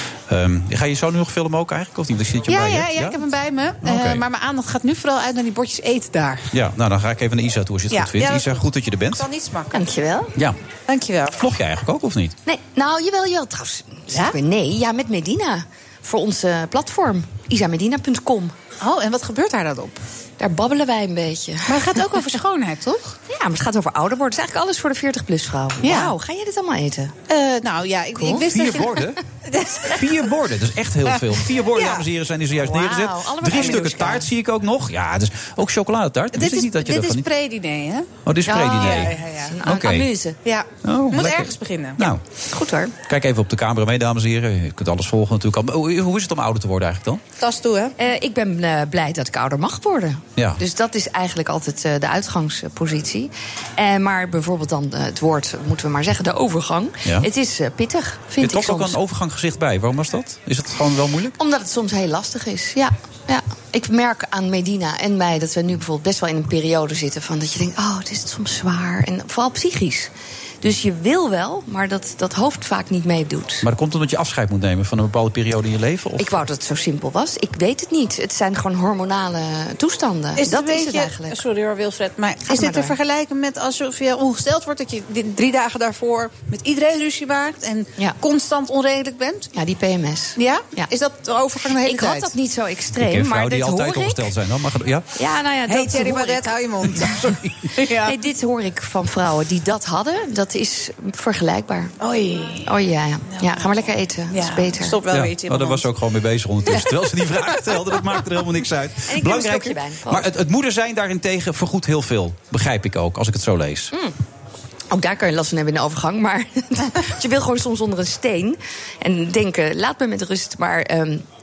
Um, ga je zo nu nog filmen ook eigenlijk? Of niet? Zit je ja, bij ja, je? ja, ik heb hem bij me. Okay. Uh, maar mijn aandacht gaat nu vooral uit naar die bordjes eten daar. Ja, nou dan ga ik even naar Isa toe als je het ja, goed vindt. ja, Isa, goed dat je er bent. Ik zal niet smakken. Dankjewel. Ja. Dankjewel. Vlog je eigenlijk ook of niet? Nee, nou jawel, jawel trouwens. Ja? Nee, ja, met Medina. Voor onze platform. isa medina punt com. Oh, en wat gebeurt daar dan op? Daar babbelen wij een beetje. Maar het gaat ook over schoonheid, toch? Ja, maar het gaat over ouder worden. Het is eigenlijk alles voor de veertig-plus vrouw. Ja. Wauw, ga jij dit allemaal eten? Uh, nou ja, ik, cool. ik wist Vier dat je... borden? Vier borden, dat is echt heel veel. Vier borden, ja. dames en heren, zijn die zojuist wow, neergezet. Drie stukken taart zie ik ook nog. Ja, het is ook chocoladetaart. Dit is, niet dat je dit is niet... pre-diner, hè? Oh, dit is pre-diner. Ja, ja, ja. Een okay. amuse. Ja, oh, moet lekker. ergens beginnen. Nou, goed hoor. Kijk even op de camera mee, dames en heren. Je kunt alles volgen natuurlijk. Hoe is het om ouder te worden eigenlijk dan? Tas toe, hè? Uh, ik ben uh, blij dat ik ouder mag worden. Ja. Dus dat is eigenlijk altijd uh, de uitgangspositie. Uh, maar bijvoorbeeld dan uh, het woord, moeten we maar zeggen, de overgang. Ja. Het is uh, pittig, vind je ik soms. ook een overganggezicht bij. Waarom was dat? Is het gewoon wel moeilijk? Omdat het soms heel lastig is, ja. ja. Ik merk aan Medina en mij dat we nu bijvoorbeeld best wel in een periode zitten van dat je denkt, oh, het is soms zwaar. En vooral psychisch. Dus je wil wel, maar dat, dat hoofd vaak niet meedoet. Maar dat komt omdat je afscheid moet nemen van een bepaalde periode in je leven? Of? Ik wou dat het zo simpel was. Ik weet het niet. Het zijn gewoon hormonale toestanden. Is dat beetje, is het eigenlijk. Sorry hoor, Wilfred. Maar Ga is dit maar te vergelijken met alsof je ongesteld wordt? Dat je drie dagen daarvoor met iedereen ruzie maakt en ja. constant onredelijk bent? Ja, die P M S. Ja? ja. Is dat de overgang de hele ik tijd? Ik had dat niet zo extreem. Ik ken maar die dit altijd hoor ongesteld ik. zijn. Dan mag het, ja? Ja, nou ja, hey, dat Thierry Baudet, hou je mond. Sorry. ja. Nee, dit hoor ik van vrouwen die dat hadden. Dat is vergelijkbaar. Oei. Oh ja, ja. ja, ga maar lekker eten. Ja. Dat is beter. Stop wel ja. weer iets in oh, daar was ze ook gewoon mee bezig ondertussen. Terwijl ze die vraag stelde, dat maakte er helemaal niks uit. En ik Belangrijk, bij. maar het, het moeder zijn daarentegen vergoedt heel veel. Begrijp ik ook, als ik het zo lees. Mm. Ook daar kan je last van hebben in de overgang. Maar je wil gewoon soms onder een steen. En denken, laat me met rust. Maar um,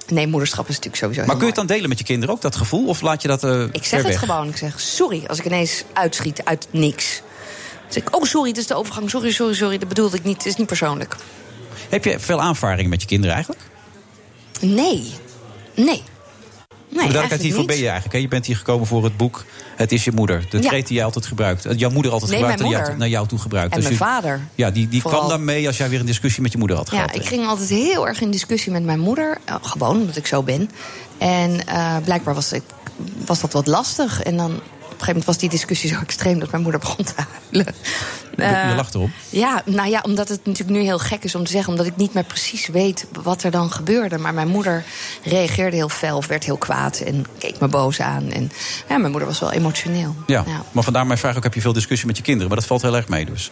Nee, moederschap is natuurlijk sowieso. Maar kun je het dan delen met je kinderen ook, dat gevoel? Of laat je dat uh, Ik zeg het gewoon. Ik zeg sorry als ik ineens uitschiet uit niks. Dan zeg ik, oh sorry, dit is de overgang. Sorry, sorry, sorry. Dat bedoelde ik niet. Het is niet persoonlijk. Heb je veel aanvaringen met je kinderen eigenlijk? Nee. Nee. Nee, voor de duidelijkheid, hiervoor ben je eigenlijk. Hè? Je bent hier gekomen voor het boek Het is je moeder. De ja. kreet die jij altijd gebruikt. Jouw moeder altijd nee, gebruikt en moeder. jou, naar jou toe gebruikt. En dus mijn je, vader. Ja, die, die Vooral. kwam dan mee als jij weer een discussie met je moeder had gehad. Ja, ik ging altijd heel erg in discussie met mijn moeder. Gewoon omdat ik zo ben. En uh, blijkbaar was, ik, was dat wat lastig. En dan... Op een gegeven moment was die discussie zo extreem dat mijn moeder begon te huilen. Uh, je lacht erop? Ja, nou ja, omdat het natuurlijk nu heel gek is om te zeggen. Omdat ik niet meer precies weet wat er dan gebeurde. Maar mijn moeder reageerde heel fel of werd heel kwaad. En keek me boos aan. En ja, mijn moeder was wel emotioneel. Ja, ja. Maar vandaar mijn vraag ook, heb je veel discussie met je kinderen? Maar dat valt heel erg mee dus.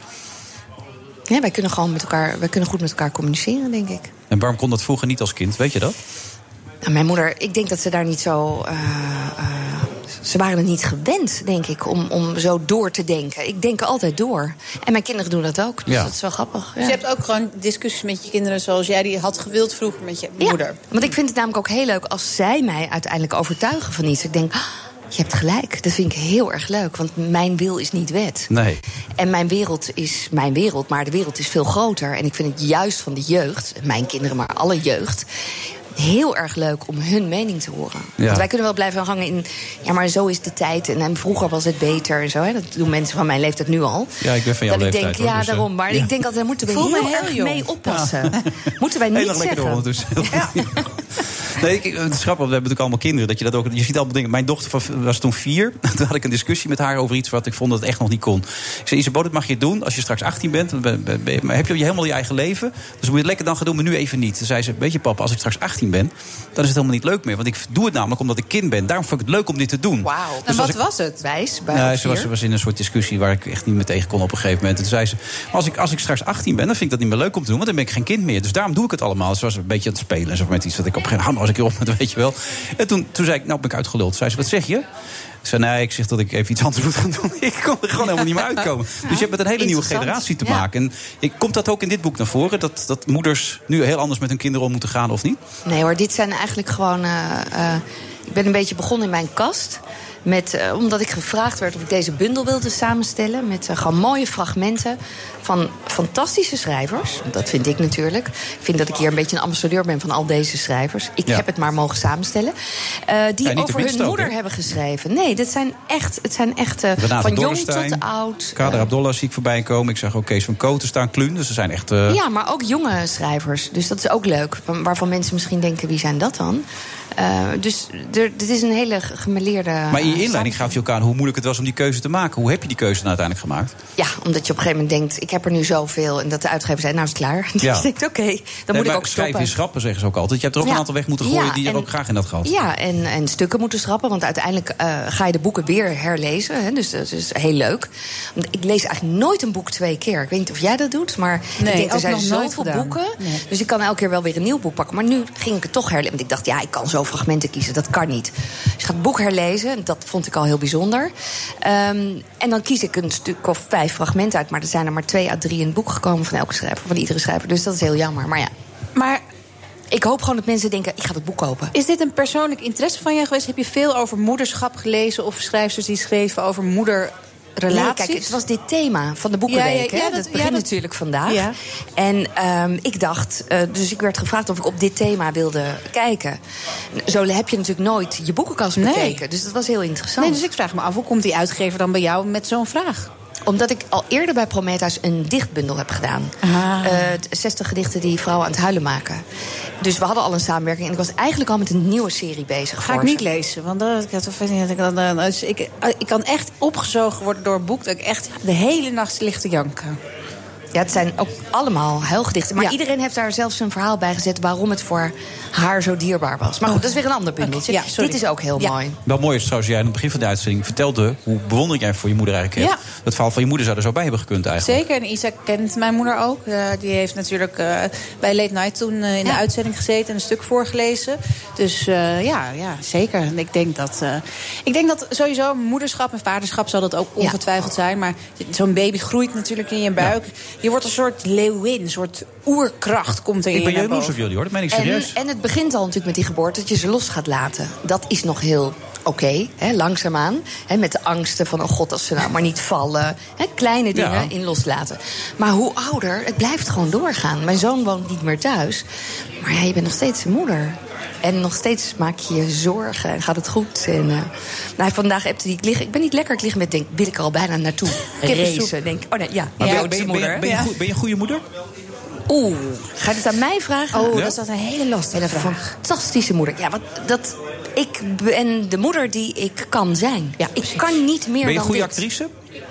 Ja, wij kunnen gewoon met elkaar, wij kunnen goed met elkaar communiceren, denk ik. En waarom kon dat vroeger niet als kind? Weet je dat? Nou, mijn moeder, ik denk dat ze daar niet zo... Uh, uh, Ze waren het niet gewend, denk ik, om, om zo door te denken. Ik denk altijd door. En mijn kinderen doen dat ook, dus ja. dat is wel grappig. Ja. Dus je hebt ook gewoon discussies met je kinderen zoals jij die had gewild vroeger met je moeder. Ja, want ik vind het namelijk ook heel leuk als zij mij uiteindelijk overtuigen van iets. Ik denk, oh, je hebt gelijk. Dat vind ik heel erg leuk, want mijn wil is niet wet. Nee. En mijn wereld is mijn wereld, maar de wereld is veel groter. En ik vind het juist van de jeugd, mijn kinderen, maar alle jeugd... heel erg leuk om hun mening te horen. Ja. Want wij kunnen wel blijven hangen in... ja, maar zo is de tijd en, en vroeger was het beter en zo. Hè. Dat doen mensen van mijn leeftijd nu al. Ja, ik ben van jouw dat leeftijd. Ik denk, ja, dus, daarom. Maar ja. ik denk altijd, daar moeten we heel, heel erg heel mee oppassen. Ja. Moeten wij niet heel zeggen. Lekker ondertussen. Ja. Nee, ik, het is grappig, we hebben natuurlijk allemaal kinderen. Dat je, dat ook, je ziet allemaal dingen. Mijn dochter was toen vier. Toen had ik een discussie met haar over iets wat ik vond dat het echt nog niet kon. Ik zei, Isabel, dat mag je doen als je straks achttien bent. Dan ben, ben, ben, heb je helemaal je eigen leven. Dus moet je het lekker dan gaan doen, maar nu even niet. Toen zei ze, weet je papa, als ik straks achttien ben... dan is het helemaal niet leuk meer. Want ik doe het namelijk omdat ik kind ben. Daarom vond ik het leuk om dit te doen. Wauw. Dus en wat ik, was het? Wijs? Bij nou, ze was, was in een soort discussie waar ik echt niet meer tegen kon op een gegeven moment. En toen zei ze, als ik, als ik straks achttien ben, dan vind ik dat niet meer leuk om te doen. Want dan ben ik geen kind meer. Dus daarom doe ik het allemaal. Ze was een beetje aan het spelen. En zo met iets dat ik op een gegeven moment, als ik erop met, weet je wel. En toen, toen zei ik, nou ben ik uitgeluld. Zei ze, wat zeg je? Ik zei, nee, ik zeg dat ik even iets anders moet gaan doen. Ik kon er gewoon helemaal niet meer uitkomen. Dus je hebt met een hele nieuwe generatie te maken. En ik, komt dat ook in dit boek naar voren? Dat, dat moeders nu heel anders met hun kinderen om moeten gaan, of niet? Nee hoor, dit zijn eigenlijk gewoon... Uh, uh, ik ben een beetje begonnen in mijn kast... Met, uh, omdat ik gevraagd werd of ik deze bundel wilde samenstellen... met uh, gewoon mooie fragmenten van fantastische schrijvers. Dat vind ik natuurlijk. Ik vind dat ik hier een beetje een ambassadeur ben van al deze schrijvers. Ik ja. heb het maar mogen samenstellen. Uh, die ja, over hun moeder ook, hebben geschreven. Nee, dat zijn echt, het zijn echt uh, van jong tot oud. Kader Abdollah zie ik voorbij komen. Ik zag ook Kees van Kooten staan, Kluun. Dus ze zijn echt... Uh... Ja, maar ook jonge schrijvers. Dus dat is ook leuk. Waarvan mensen misschien denken, wie zijn dat dan? Uh, dus er, dit is een hele gemêleerde... Maar in je inleiding gaf je elkaar aan hoe moeilijk het was om die keuze te maken. Hoe heb je die keuze dan uiteindelijk gemaakt? Ja, omdat je op een gegeven moment denkt, ik heb er nu zoveel. En dat de uitgever zei, nou is het klaar. Dus ja. je denkt, oké, okay, dan nee, moet ik ook stoppen. Schrijven is schrappen, zeggen ze ook altijd. Je hebt er ook ja. een aantal weg moeten gooien ja, die er en, ook graag in had gehad. Ja, en, en stukken moeten schrappen. Want uiteindelijk uh, ga je de boeken weer herlezen. Hè, dus dat is heel leuk. Want ik lees eigenlijk nooit een boek twee keer. Ik weet niet of jij dat doet, maar nee, ik denk, er zijn zoveel boeken. Nee. Dus ik kan elke keer wel weer een nieuw boek pakken. Maar nu ging ik het toch herlezen. Want ik dacht, ja, ik kan zo fragmenten kiezen. Dat kan niet. Dus ik ga het boek herlezen. Dat vond ik al heel bijzonder. Um, en dan kies ik een stuk of vijf fragmenten uit. Maar er zijn er maar twee à drie in het boek gekomen van elke schrijver, van iedere schrijver. Dus dat is heel jammer. Maar ja. Maar ik hoop gewoon dat mensen denken, ik ga het boek kopen. Is dit een persoonlijk interesse van jou geweest? Heb je veel over moederschap gelezen of schrijvers die schreven over moeder? Relaties? Nee, kijk, het was dit thema van de Boekenweek. Ja, ja, ja, dat, dat begint ja, dat... natuurlijk vandaag. Ja. En um, ik dacht, uh, dus ik werd gevraagd of ik op dit thema wilde kijken. Zo heb je natuurlijk nooit je boekenkast nee. bekeken. Dus dat was heel interessant. Nee, dus ik vraag me af, hoe komt die uitgever dan bij jou met zo'n vraag? Omdat ik al eerder bij Prometheus een dichtbundel heb gedaan. Ah. Uh, zestig gedichten die vrouwen aan het huilen maken. Dus we hadden al een samenwerking. En ik was eigenlijk al met een nieuwe serie bezig. Ga ik niet lezen. Want dat, ik, dus ik, ik kan echt opgezogen worden door een boek dat ik echt de hele nacht lig te janken. Ja, het zijn ook allemaal huilgedichten. Maar ja. iedereen heeft daar zelfs een verhaal bij gezet waarom het voor haar zo dierbaar was. Maar goed, dat is weer een ander bundeltje. Okay, ja, dit is ook heel ja. mooi. Wel mooi is trouwens, jij aan het begin van de uitzending vertelde hoe bewondering jij voor je moeder eigenlijk hebt. Ja. Het verhaal van je moeder zou er zo bij hebben gekund eigenlijk. Zeker, en Isa kent mijn moeder ook. Uh, die heeft natuurlijk uh, bij Late Night toen uh, in ja. de uitzending gezeten en een stuk voorgelezen. Dus uh, ja, ja, zeker. Ik denk dat, uh, ik denk dat sowieso moederschap en vaderschap zal dat ook ongetwijfeld ja. zijn. Maar zo'n baby groeit natuurlijk in je buik. Ja. je wordt een soort leeuwin, een soort oerkracht komt er in. Ik ben je naar jaloers boven. op jullie, hoor. Dat meen ik En, serieus. en het begint al natuurlijk met die geboorte, dat je ze los gaat laten. Dat is nog heel oké, okay, langzaamaan. Hè, met de angsten van, oh god, als ze nou maar niet vallen. Hè, kleine dingen Ja. in loslaten. Maar hoe ouder, het blijft gewoon doorgaan. Mijn zoon woont niet meer thuis. Maar ja, je bent nog steeds zijn moeder. En nog steeds maak je je zorgen en gaat het goed. En, uh, nou, vandaag appte die, ik lig, ik ben niet lekker, ik lig met, denk, wil ik er al bijna naartoe racen. Denk, oh nee, ja, Maar ja, ben, ben, je- ben, je- ben, je Ja. goed- ben je een goede moeder? Oeh, ga je het aan mij vragen? Oh, Ja? dat is dat een hele lastige Een vraag. fantastische moeder. Ja, wat, dat, ik ben de moeder die ik kan zijn. Ja, ik kan niet meer Ben je dan een goede dit. actrice?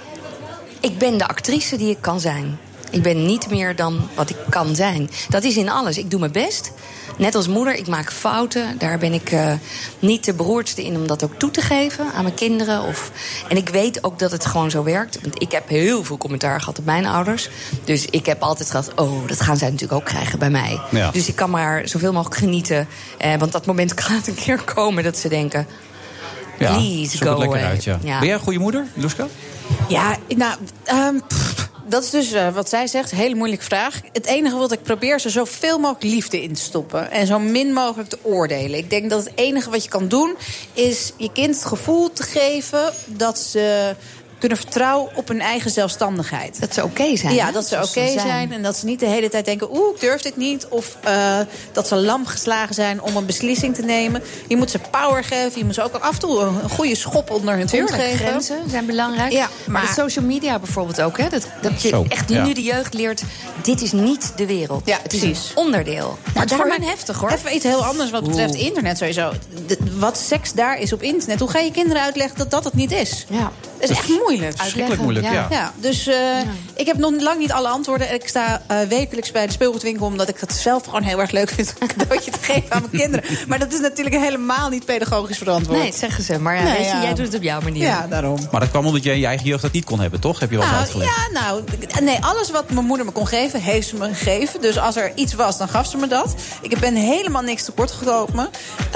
Ik ben de actrice die ik kan zijn. Ik ben niet meer dan wat ik kan zijn. Dat is in alles. Ik doe mijn best. Net als moeder, ik maak fouten. Daar ben ik uh, niet de beroerdste in om dat ook toe te geven aan mijn kinderen. Of, en ik weet ook dat het gewoon zo werkt. Want ik heb heel veel commentaar gehad op mijn ouders. Dus ik heb altijd gedacht, oh, dat gaan zij natuurlijk ook krijgen bij mij. Ja. Dus ik kan maar zoveel mogelijk genieten. Eh, want dat moment gaat een keer komen dat ze denken, Ja, please zoek go het lekker away. uit, ja. Ja. Ben jij een goede moeder, Miluska? Ja, nou, um, pff, dat is dus uh, wat zij zegt, een hele moeilijke vraag. Het enige wat ik probeer, ze zoveel mogelijk liefde in te stoppen. En zo min mogelijk te oordelen. Ik denk dat het enige wat je kan doen, is je kind het gevoel te geven dat ze kunnen vertrouwen op hun eigen zelfstandigheid. Dat ze oké okay zijn. Ja, hè? dat ze Zoals oké ze zijn. En dat ze niet de hele tijd denken, oeh, ik durf dit niet. Of uh, dat ze lam geslagen zijn om een beslissing te nemen. Je moet ze power geven. Je moet ze ook af en toe een goede schop onder hun kont geven. Grenzen zijn belangrijk. Ja, maar, maar maar social media bijvoorbeeld ook. Hè? Dat, dat je Zo, echt ja. nu de jeugd leert, dit is niet de wereld. Ja, het is precies. een onderdeel. Maar het is voor hen heftig, hoor. Even iets heel anders wat betreft Oeh. internet sowieso. De, wat seks daar is op internet. Hoe ga je kinderen uitleggen dat dat het niet is? Ja. Dat is echt moeilijk. Verschrikkelijk moeilijk, ja. Ja, dus uh, ja. ik heb nog lang niet alle antwoorden. Ik sta uh, wekelijks bij de speelgoedwinkel, omdat ik het zelf gewoon heel erg leuk vind om een cadeautje te geven aan mijn kinderen. Maar dat is natuurlijk helemaal niet pedagogisch verantwoord. Nee, dat zeggen ze. Maar ja, Nee, weet je, ja. jij doet het op jouw manier. Ja, daarom. Maar dat kwam omdat jij in je eigen jeugd dat niet kon hebben, toch? Heb je wel eens Nou, uitgelegd. ja, nou, nee, alles wat mijn moeder me kon geven, heeft ze me gegeven. Dus als er iets was, dan gaf ze me dat. Ik ben helemaal niks tekort gekomen.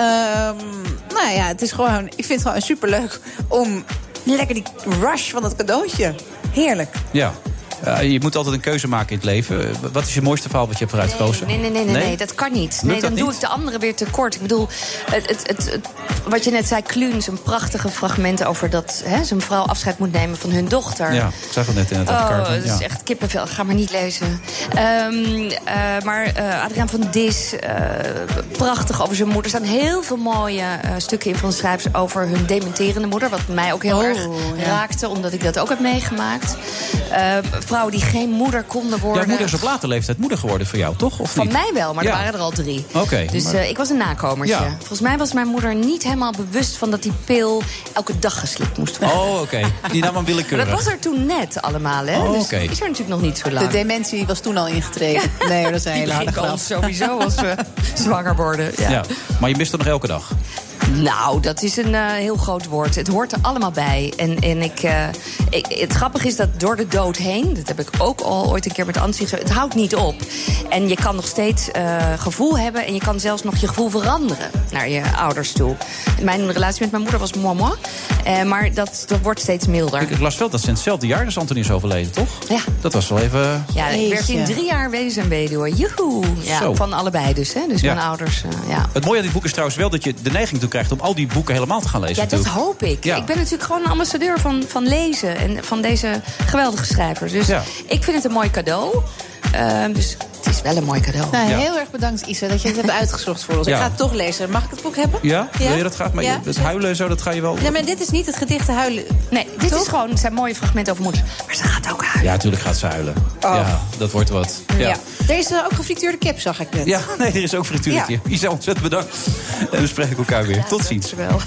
Um, nou ja, het is gewoon, ik vind het gewoon superleuk om lekker die rush van dat cadeautje. Heerlijk. Ja. Uh, je moet altijd een keuze maken in het leven. Wat is je mooiste verhaal wat je hebt vooruit gekozen? Nee, nee, nee, nee, nee, nee, dat kan niet. Nee, dan doe niet? ik de anderen weer tekort. Ik bedoel, het, het, het, het, wat je net zei, Kluun, een prachtige fragment over dat hè, zijn vrouw afscheid moet nemen van hun dochter. Ja, ik zag het net in het Oh, Cartoon, dat is ja. echt kippenvel. Ga maar niet lezen. Um, uh, maar uh, Adriaan van Dis, uh, prachtig over zijn moeder. Er staan heel veel mooie uh, stukken in van de schrijvers over hun dementerende moeder. Wat mij ook heel Oh, erg ja. raakte, omdat ik dat ook heb meegemaakt. Uh, vrouwen die geen moeder konden worden. Jouw moeder is op latere leeftijd moeder geworden voor jou, toch? Of Van niet? mij wel, maar Ja. er waren er al drie. Oké, dus maar- uh, ik was een nakomertje. Ja. Volgens mij was mijn moeder niet helemaal bewust van dat die pil elke dag geslikt moest worden. Oh, oké. Die nam hem Maar willekeurig. dat was er toen net allemaal, hè? Oh, dus oké. is er natuurlijk nog niet zo lang. De dementie was toen al ingetreden. Nee, dat is een Die hele harde begint grap. al sowieso als we zwanger worden. Ja. Ja. Maar je mist er nog elke dag. Nou, dat is een uh, heel groot woord. Het hoort er allemaal bij. En, en ik, uh, ik, het grappige is dat door de dood heen, dat heb ik ook al ooit een keer met Antie gezegd, het houdt niet op. En je kan nog steeds uh, gevoel hebben en je kan zelfs nog je gevoel veranderen naar je ouders toe. Mijn relatie met mijn moeder was moi moi, uh, maar dat, dat wordt steeds milder. Ik, ik las wel dat ze in hetzelfde jaar dus Antonie is overleden, toch? Ja. Dat was wel even... Ja, ik werd in drie jaar wezen en weduwe. Joehoe. Ja, Zo. van allebei dus. Hè? Dus Ja. mijn ouders, uh, ja. Het mooie aan dit boek is trouwens wel dat je de neiging toe krijgt om al die boeken helemaal te gaan lezen. Ja, dat natuurlijk. hoop ik. Ja. Ik ben natuurlijk gewoon een ambassadeur van, van lezen. En van deze geweldige schrijvers. Dus Ja. ik vind het een mooi cadeau. Uh, dus het is wel een mooi cadeau. Nou, Ja. heel erg bedankt, Isa, dat je het hebt uitgezocht voor ons. Ja. Ik ga het toch lezen. Mag ik het boek hebben? Ja? Wil je dat graag? Maar Ja. je- het huilen en zo, dat ga je wel... Ja, maar dit is niet het gedicht te huilen. Nee, dit is gewoon, het zijn mooie fragmenten over moeders. Maar ze gaat ook huilen. Ja, natuurlijk gaat ze huilen. Oh. Ja, dat wordt wat. Ja. Ja. Er is uh, ook gefrituurde kip, zag ik net. Ja, nee, er is ook frituurtje. Ja. Isa, ontzettend bedankt. En we spreken elkaar weer. Tot ziens. Wel.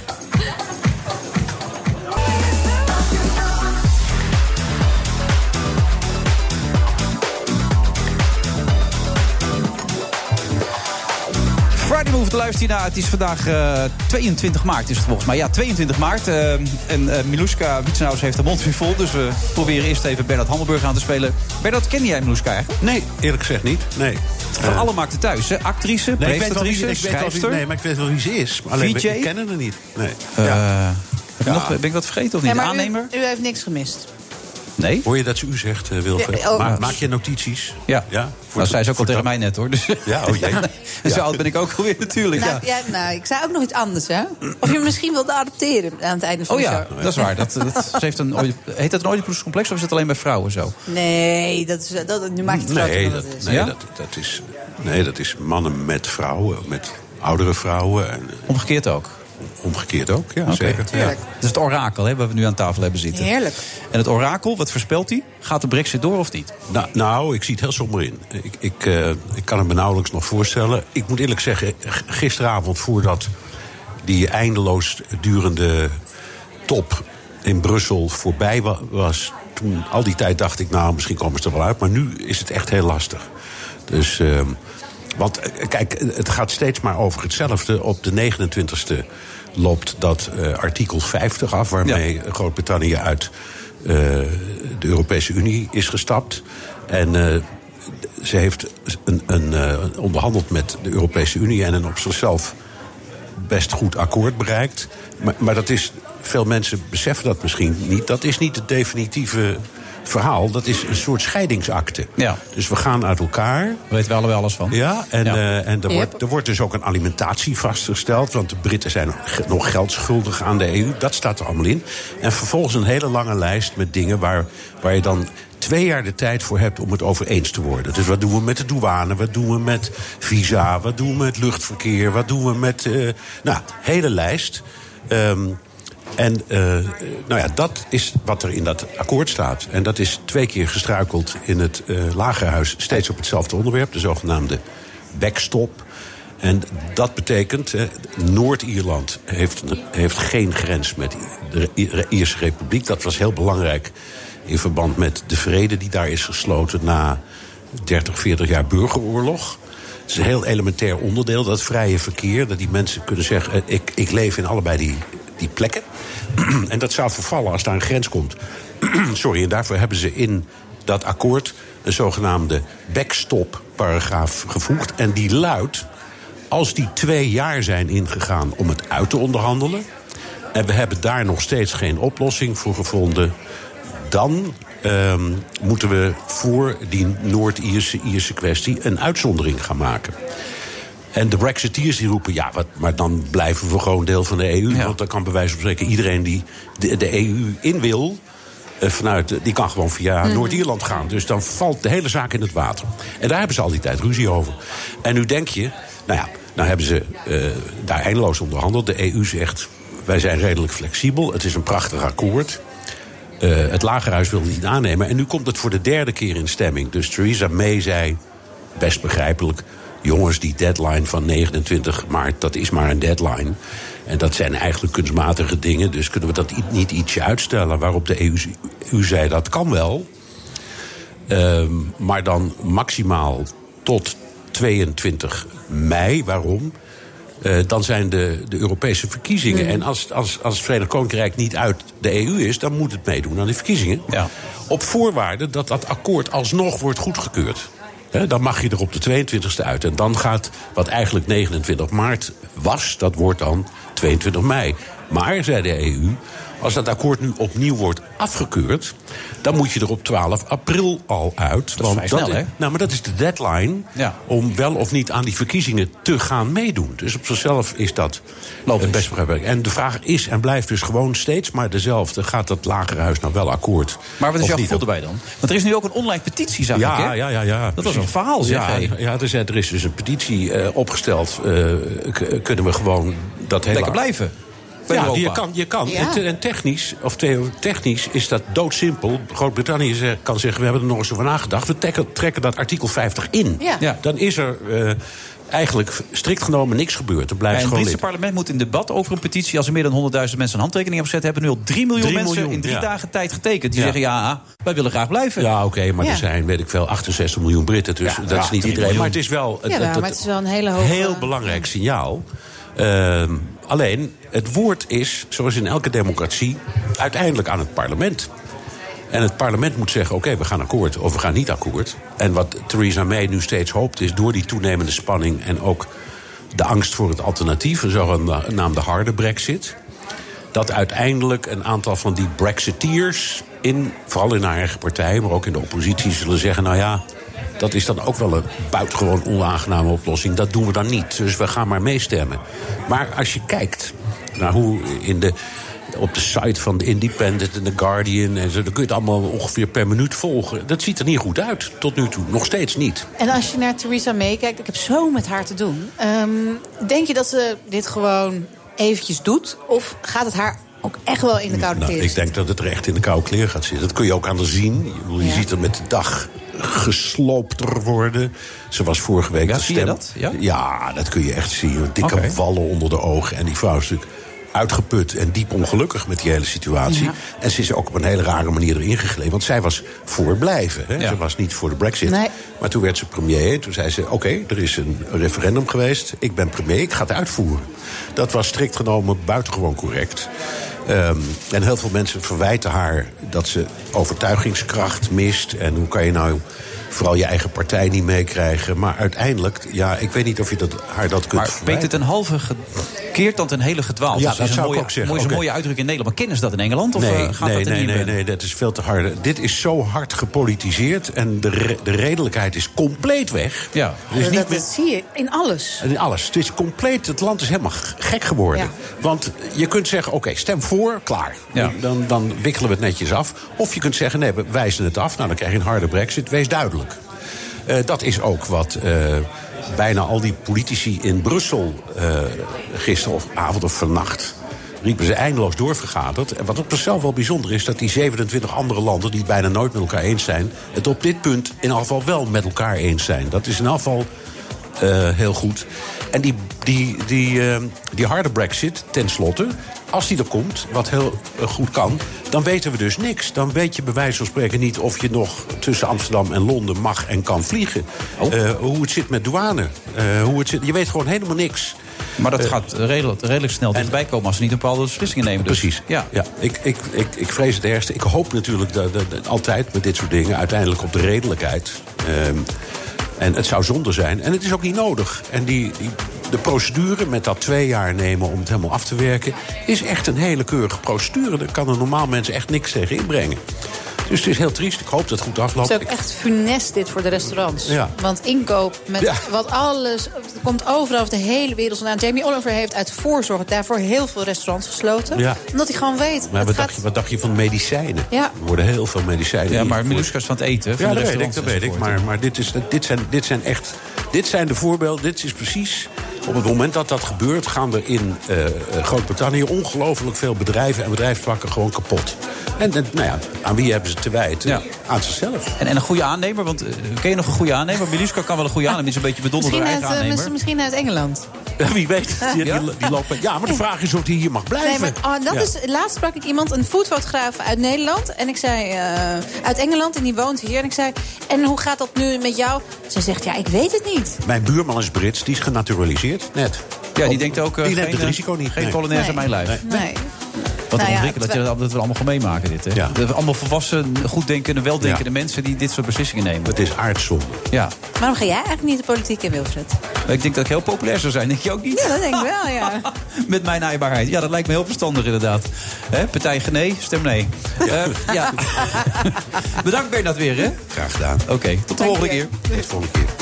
Friday Move, de luistert naar. Het is vandaag uh, tweeëntwintig maart, is het volgens mij. Ja, tweeëntwintig maart. Uh, en uh, Miluska Witsenhaus heeft de mond weer vol. Dus we proberen eerst even Bernard Hammelburg aan te spelen. Bernard, ken jij Miluska eigenlijk? Nee, eerlijk gezegd niet. Nee. Van uh, alle markten thuis, hè? Actrice, nee, presentatrice, ik schrijfster. Nee, maar ik weet wel wie ze is. Alleen, V J? ik ken haar niet. Nee. Uh, ja. heb ik nog, ben ik dat vergeten of niet? Ja, maar Aannemer? U, u heeft niks gemist. Nee? Hoor je dat ze u zegt, uh, Wilfred? Ja, oh. Ma- maak je notities? Ja, ja dat zei ze ook al tegen mij net, hoor. Dus ja, oh jee. En zo oud ben ik ook alweer natuurlijk. Nou, ja. ja, nou, ik zei ook nog iets anders, hè? Of je misschien wilde adopteren aan het einde van Oh de ja, show. dat is waar. Dat, dat, ze heeft een, heet dat een Oedipuscomplex of is het alleen bij vrouwen zo? Nee, dat is, dat, nu maak je het groter Nee, dan dat, het is. nee, Ja? dat, dat is, nee, dat is mannen met vrouwen, met oudere vrouwen. En, Omgekeerd ook? Omgekeerd ook, ja, Okay. zeker. Ja. Dat is het orakel, hè, waar we nu aan tafel hebben zitten. Heerlijk. En het orakel, wat voorspelt hij? Gaat de brexit door of niet? Nou, nou, ik zie het heel somber in. Ik, ik, uh, ik kan het me nauwelijks nog voorstellen. Ik moet eerlijk zeggen, g- gisteravond voordat die eindeloos durende top in Brussel voorbij wa- was... toen al die tijd dacht ik, nou, misschien komen ze er wel uit. Maar nu is het echt heel lastig. Dus, uh, want kijk, het gaat steeds maar over hetzelfde. Op de negenentwintigste loopt dat uh, artikel vijftig af... waarmee ja. Groot-Brittannië uit uh, de Europese Unie is gestapt. En uh, ze heeft een, een, uh, onderhandeld met de Europese Unie... en een op zichzelf best goed akkoord bereikt. Maar, maar dat is, veel mensen beseffen dat misschien niet. Dat is niet het definitieve verhaal. Dat is een soort scheidingsakte. Ja. Dus we gaan uit elkaar. Daar weten we allebei alles van. Ja, en, ja. Uh, en er, Yep. wordt, er wordt dus ook een alimentatie vastgesteld. Want de Britten zijn nog, nog geld schuldig aan de E U. Dat staat er allemaal in. En vervolgens een hele lange lijst met dingen waar, waar je dan twee jaar de tijd voor hebt om het over eens te worden. Dus wat doen we met de douane? Wat doen we met visa? Wat doen we met luchtverkeer? Wat doen we met... Uh, nou, hele lijst. Um, En uh, nou ja, dat is wat er in dat akkoord staat. En dat is twee keer gestruikeld in het uh, Lagerhuis, steeds op hetzelfde onderwerp, de zogenaamde backstop. En dat betekent, uh, Noord-Ierland heeft, heeft geen grens met de Ierse Republiek. Dat was heel belangrijk in verband met de vrede die daar is gesloten na dertig, veertig jaar burgeroorlog. Het is een heel elementair onderdeel, dat vrije verkeer. Dat die mensen kunnen zeggen, uh, ik, ik leef in allebei die... die plekken. En dat zou vervallen als daar een grens komt. Sorry, en daarvoor hebben ze in dat akkoord een zogenaamde backstop-paragraaf gevoegd. En die luidt, als die twee jaar zijn ingegaan om het uit te onderhandelen... en we hebben daar nog steeds geen oplossing voor gevonden... dan um, moeten we voor die Noord-Ierse Ierse kwestie een uitzondering gaan maken. En de Brexiteers die roepen, ja, wat, maar dan blijven we gewoon deel van de E U. Ja. Want dan kan bij wijze van spreken iedereen die de, de E U in wil... Uh, vanuit, die kan gewoon via mm. Noord-Ierland gaan. Dus dan valt de hele zaak in het water. En daar hebben ze al die tijd ruzie over. En nu denk je, nou ja, nou hebben ze uh, daar eindeloos onderhandeld. De E U zegt, wij zijn redelijk flexibel. Het is een prachtig akkoord. Uh, het Lagerhuis wil het niet aannemen. En nu komt het voor de derde keer in stemming. Dus Theresa May zei, best begrijpelijk... jongens, die deadline van negenentwintig maart, dat is maar een deadline. En dat zijn eigenlijk kunstmatige dingen, dus kunnen we dat niet ietsje uitstellen? Waarop de E U, E U zei, dat kan wel. Um, maar dan maximaal tot tweeëntwintig mei. Waarom? Uh, dan zijn de, de Europese verkiezingen. Mm. En als, als, als het Verenigd Koninkrijk niet uit de E U is, dan moet het meedoen aan de verkiezingen. Ja. Op voorwaarde dat dat akkoord alsnog wordt goedgekeurd. He, dan mag je er op de tweeëntwintigste uit. En dan gaat wat eigenlijk negenentwintig maart was, dat wordt dan tweeëntwintig mei. Maar, zei de E U, als dat akkoord nu opnieuw wordt afgekeurd... dan moet je er op twaalf april al uit. Dat is want vrij snel, dat, hè? Nou, maar dat is de deadline ja. om wel of niet aan die verkiezingen te gaan meedoen. Dus op zichzelf is dat Logisch. best begrijpelijk. En de vraag is en blijft dus gewoon steeds maar dezelfde. Gaat dat Lagerhuis nou wel akkoord? Maar wat is jouw gevoel erbij dan? Want er is nu ook een online petitie, zag ja, ik, hè? Ja, ja, ja. Dat was een verhaal, zeg. Ja, ja er, is, er is dus een petitie uh, opgesteld. Uh, k- kunnen we gewoon dat hele... Lekker blijven. Ja, je kan. Je kan. Ja. En technisch, of technisch is dat doodsimpel. Groot-Brittannië kan zeggen, we hebben er nog eens over nagedacht. We trekken, trekken dat artikel vijftig in. Ja. Ja. Dan is er uh, eigenlijk strikt genomen niks gebeurd. Er blijft ja, gewoon het Britse parlement moet in debat over een petitie... als er meer dan honderdduizend mensen een handtekening hebben gezet... hebben nu al drie miljoen mensen miljoen, in drie ja. dagen tijd getekend. Die ja. zeggen, ja, wij willen graag blijven. Ja, oké, okay, maar ja. er zijn, weet ik veel, achtenzestig miljoen Britten. Dus ja, dat ja, is niet iedereen. Maar het is wel... Ja, het, het, maar het is wel een hele hoge... heel belangrijk signaal. Uh, alleen, het woord is, zoals in elke democratie... uiteindelijk aan het parlement. En het parlement moet zeggen, oké, okay, we gaan akkoord of we gaan niet akkoord. En wat Theresa May nu steeds hoopt is, door die toenemende spanning... en ook de angst voor het alternatief, een zogenaamde harde brexit... dat uiteindelijk een aantal van die Brexiteers, in, vooral in haar eigen partij, maar ook in de oppositie, zullen zeggen, nou ja, dat is dan ook wel een buitengewoon onaangename oplossing. Dat doen we dan niet. Dus we gaan maar meestemmen. Maar als je kijkt naar hoe in de, op de site van The Independent en The Guardian en zo, dan kun je het allemaal ongeveer per minuut volgen. Dat ziet er niet goed uit, tot nu toe. Nog steeds niet. En als je naar Theresa May kijkt, ik heb zo met haar te doen. Um, denk je dat ze dit gewoon eventjes doet? Of gaat het haar ook echt wel in de koude nou, kleren? Ik denk dat het er echt in de koude kleren gaat zitten. Dat kun je ook aan haar zien. Je, je Ja. ziet er met de dag gesloopter worden. Ze was vorige week Ja, de zie je stem. dat? Ja? Ja, dat kun je echt zien. Dikke Oké. wallen onder de ogen. En die vrouw is natuurlijk uitgeput en diep ongelukkig met die hele situatie. Ja. En ze is ook op een hele rare manier erin gegleden. Want zij was voor blijven. Hè? Ja. Ze was niet voor de Brexit. Nee. Maar toen werd ze premier. Toen zei ze, oké, er is een referendum geweest. Ik ben premier, ik ga het uitvoeren. Dat was strikt genomen buitengewoon correct. Um, en heel veel mensen verwijten haar dat ze overtuigingskracht mist. En hoe kan je nou vooral je eigen partij niet meekrijgen. Maar uiteindelijk, ja, ik weet niet of je dat, haar dat kunt Maar verwijten. weet het een halve keert dan ten hele gedwaald? Ja, Dus dat is een zou ik mooie, ook zeggen. Mooi, is een Oké. mooie uitdrukking in Nederland. Maar kennen ze dat in Engeland? Of nee, uh, gaat nee, dat er nee, niet nee, in? nee, dat is veel te hard. Dit is zo hard gepolitiseerd en de, re- de redelijkheid is compleet weg. Ja. Er is dat, niet dat meer- zie je in alles. En alles. Het is compleet, het land is helemaal g- gek geworden. Ja. Want je kunt zeggen, oké, stem voor, klaar. Ja. Dan, dan wikkelen we het netjes af. Of je kunt zeggen, nee, we wijzen het af. Nou, dan krijg je een harde brexit. Wees duidelijk. Uh, dat is ook wat uh, bijna al die politici in Brussel uh, gisteravond of vannacht riepen ze eindeloos doorvergaderd. En wat ook zelf wel bijzonder is, dat die zevenentwintig andere landen die het bijna nooit met elkaar eens zijn, het op dit punt in elk geval wel met elkaar eens zijn. Dat is in elk geval uh, heel goed. En die, die, die, uh, die harde brexit, tenslotte, als die er komt, wat heel uh, goed kan, dan weten we dus niks. Dan weet je bij wijze van spreken niet of je nog tussen Amsterdam en Londen mag en kan vliegen. Oh. Uh, hoe het zit met douane. Uh, hoe het zit, je weet gewoon helemaal niks. Maar dat Uh, gaat redelijk, redelijk snel dichtbij komen als ze niet een bepaalde beslissingen nemen. Dus. Precies. Ja. Ja, ik, ik, ik, ik vrees het ergste. Ik hoop natuurlijk dat, dat, dat altijd met dit soort dingen uiteindelijk op de redelijkheid. Um, en het zou zonde zijn. En het is ook niet nodig. En die, die, de procedure met dat twee jaar nemen om het helemaal af te werken is echt een hele keurige procedure. Daar kan een normaal mens echt niks tegen inbrengen. Dus het is heel triest. Ik hoop dat het goed afloopt. Het is ook echt funest dit voor de restaurants. Ja. Want inkoop met Ja. wat alles... Het komt overal over de hele wereld vandaan. Jamie Oliver heeft uit voorzorg daarvoor heel veel restaurants gesloten. Ja. Omdat hij gewoon weet... Maar het wat, gaat... dacht je, wat dacht je van medicijnen? Ja. Er worden heel veel medicijnen Ja, maar ingevoerd. Miluska is van het eten. Van Ja, de dat weet ik, restaurants dat weet ik. enzovoort. Maar, maar dit, is, dit, zijn, dit zijn echt... Dit zijn de voorbeelden. Dit is precies... Op het moment dat dat gebeurt, gaan er in uh, Groot-Brittannië ongelooflijk veel bedrijven en bedrijfstakken gewoon kapot. En, en nou ja, aan wie hebben ze te wijten? Ja. Aan zichzelf. En, en een goede aannemer, want uh, ken je nog een goede aannemer? Miluska kan wel een goede aannemer, die is een beetje bedonderd door Misschien eigen uit, uh, aannemer. misschien uit Engeland. Ja, wie weet. Die, Ja? die, die lopen. Ja, maar de vraag is of die hier mag blijven. Nee, maar oh, dat Ja. is, laatst sprak ik iemand, een foodfotograaf uit Nederland. En ik zei, uh, uit Engeland, en die woont hier. En ik zei, en hoe gaat dat nu met jou? Ze zegt, ja, ik weet het niet. Mijn buurman is Brits, die is genaturaliseerd, net. Ja, die denkt ook uh, die geen, neemt het risico niet. geen Nee. Polonaise Nee. aan mijn lijf. Nee. Nee. Wat Nou een ja, ontwikkelen, dat, je, dat we allemaal gewoon meemaken dit. Hè? Ja. Dat we allemaal volwassen, goeddenkende, weldenkende Ja. mensen die dit soort beslissingen nemen. Het is aardzonde. Ja. Waarom ga jij eigenlijk niet de politiek in, Wilfred? Ik denk dat ik heel populair zou zijn, denk je ook niet? Ja, dat denk ik wel, ja. Met mijn naaibaarheid. Ja, dat lijkt me heel verstandig inderdaad. Hè? Partij nee, stem nee. Ja. Uh, ja. Bedankt Bernard weer, hè? Graag gedaan. Oké, okay, tot de volgende keer. Tot de volgende keer.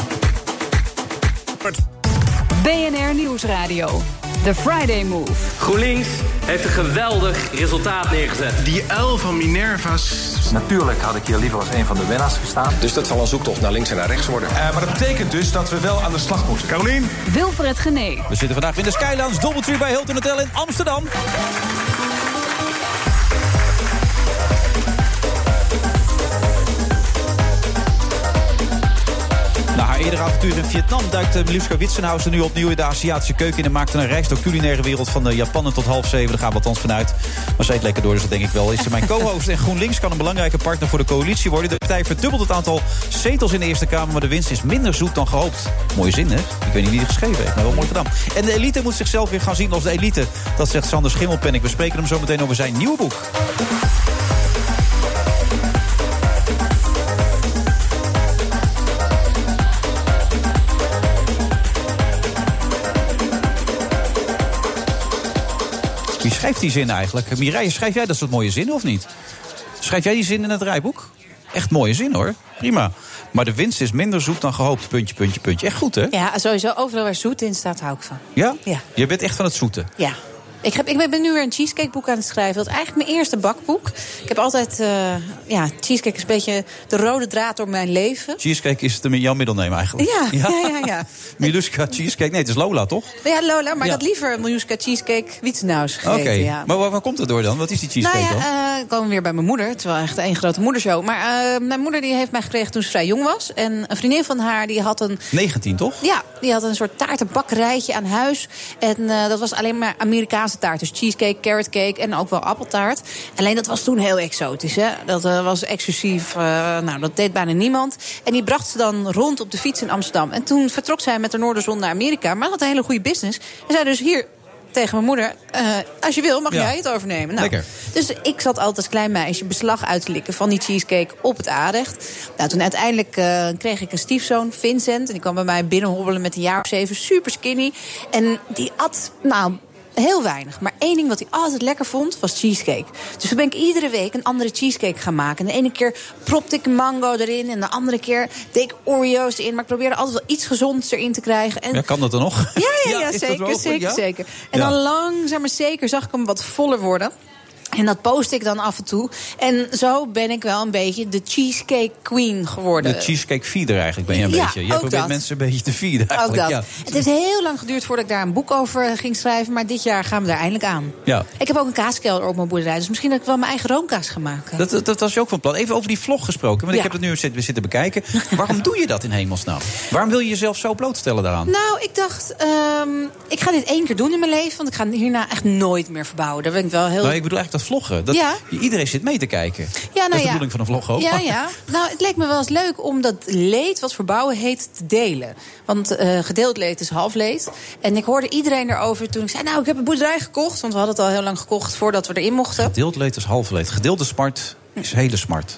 B N R Nieuwsradio. The Friday Move. GroenLinks heeft een geweldig resultaat neergezet. Die uil van Minerva's. Natuurlijk had ik hier liever als een van de winnaars gestaan. Dus dat zal een zoektocht naar links en naar rechts worden. Uh, maar dat betekent dus dat we wel aan de slag moeten. Carolien? Wilfred Genee. We zitten vandaag in de Skylands Doubletree bij Hilton Hotel in Amsterdam. Na haar eerdere avontuur in Vietnam duikt Miluska Witsenhausen nu opnieuw in de Aziatische keuken in en maakt een reis door de culinaire wereld van de Japanen tot half zeven. Daar gaan we althans vanuit. Maar ze eet lekker door, dus dat denk ik wel. Is ze mijn co-host en GroenLinks kan een belangrijke partner voor de coalitie worden. De partij verdubbelt het aantal zetels in de Eerste Kamer, maar de winst is minder zoet dan gehoopt. Mooie zin, hè? Ik weet niet wie die geschreven heeft, maar wel mooi gedaan. En de elite moet zichzelf weer gaan zien als de elite. Dat zegt Sander Schimmelpenninck. We spreken hem zo meteen over zijn nieuwe boek. schrijft die zin eigenlijk? Mireille, schrijf jij dat soort mooie zinnen of niet? Schrijf jij die zin in het draaiboek? Echt mooie zin hoor. Prima. Maar de winst is minder zoet dan gehoopt. Puntje, puntje, puntje. Echt goed hè? Ja, sowieso. Overal waar zoet in staat, hou ik van. Ja? Ja. Je bent echt van het zoete? Ja. Ik, heb, ik ben nu weer een cheesecakeboek aan het schrijven. Dat is eigenlijk mijn eerste bakboek. Ik heb altijd... Uh, ja, cheesecake is een beetje de rode draad door mijn leven. Cheesecake is de, jouw middelneem eigenlijk. Ja, ja, ja. ja, ja. Miluska cheesecake. Nee, het is Lola, toch? Ja, Lola. Maar ja. dat liever Miluska cheesecake Witzenhaus gegeten. Oké. Okay. Ja. Maar waar, waar komt het door dan? Wat is die cheesecake nou ja, dan? Uh, komen we weer bij mijn moeder. Het is wel echt een grote moedershow. Maar uh, mijn moeder die heeft mij gekregen toen ze vrij jong was. En een vriendin van haar die had een... negentien, toch? Ja, die had een soort taartenbakkerijtje aan huis. En uh, dat was alleen maar Amerikaanse taart. Dus cheesecake, carrot cake en ook wel appeltaart. Alleen dat was toen heel exotisch. Hè? Dat uh, was exclusief. Uh, nou, dat deed bijna niemand. En die bracht ze dan rond op de fiets in Amsterdam. En toen vertrok zij met de Noorderzon naar Amerika. Maar had een hele goede business. En zei dus hier tegen mijn moeder, uh, als je wil mag ja. jij het overnemen. Nou, lekker. Dus ik zat altijd als klein meisje beslag uit te likken van die cheesecake op het aanrecht. Nou, toen uiteindelijk uh, kreeg ik een stiefzoon, Vincent. En die kwam bij mij binnenhobbelen met een jaar of zeven. Super skinny. En die at, nou... heel weinig. Maar één ding wat hij altijd lekker vond, was cheesecake. Dus toen ben ik iedere week een andere cheesecake gaan maken. En de ene keer propte ik mango erin. En de andere keer deed ik Oreo's erin. Maar ik probeerde altijd wel iets gezonds erin te krijgen. En... Ja, kan dat dan nog? Ja, ja, ja, ja zeker, zeker, ja? zeker. En ja. dan langzaam maar zeker zag ik hem wat voller worden. En dat post ik dan af en toe. En zo ben ik wel een beetje de cheesecake queen geworden. De cheesecake feeder eigenlijk ben je een ja, beetje. Je probeert dat. mensen een beetje te feeden eigenlijk. Ook dat. Ja. Het heeft heel lang geduurd voordat ik daar een boek over ging schrijven. Maar dit jaar gaan we daar eindelijk aan. Ja. Ik heb ook een kaaskelder op mijn boerderij. Dus misschien dat ik wel mijn eigen roomkaas ga maken. Dat, dat, dat was je ook van plan. Even over die vlog gesproken. Want ja. ik heb het nu zitten, zitten bekijken. Waarom doe je dat in hemelsnaam? Waarom wil je jezelf zo blootstellen daaraan? Nou, ik dacht, um, ik ga dit één keer doen in mijn leven. Want ik ga hierna echt nooit meer verbouwen. Daar ben ik wel heel... Nou, ik bedoel eigenlijk dat vloggen. Dat... Ja. Iedereen zit mee te kijken. Ja, nou dat is de ja. bedoeling van een vlog ook. Ja, ja. Nou, het leek me wel eens leuk om dat leed wat verbouwen heet te delen. Want uh, gedeeld leed is half leed. En ik hoorde iedereen erover toen ik zei... nou, ik heb een boerderij gekocht. Want we hadden het al heel lang gekocht voordat we erin mochten. Gedeeld leed is half leed. Gedeelde smart is hele smart.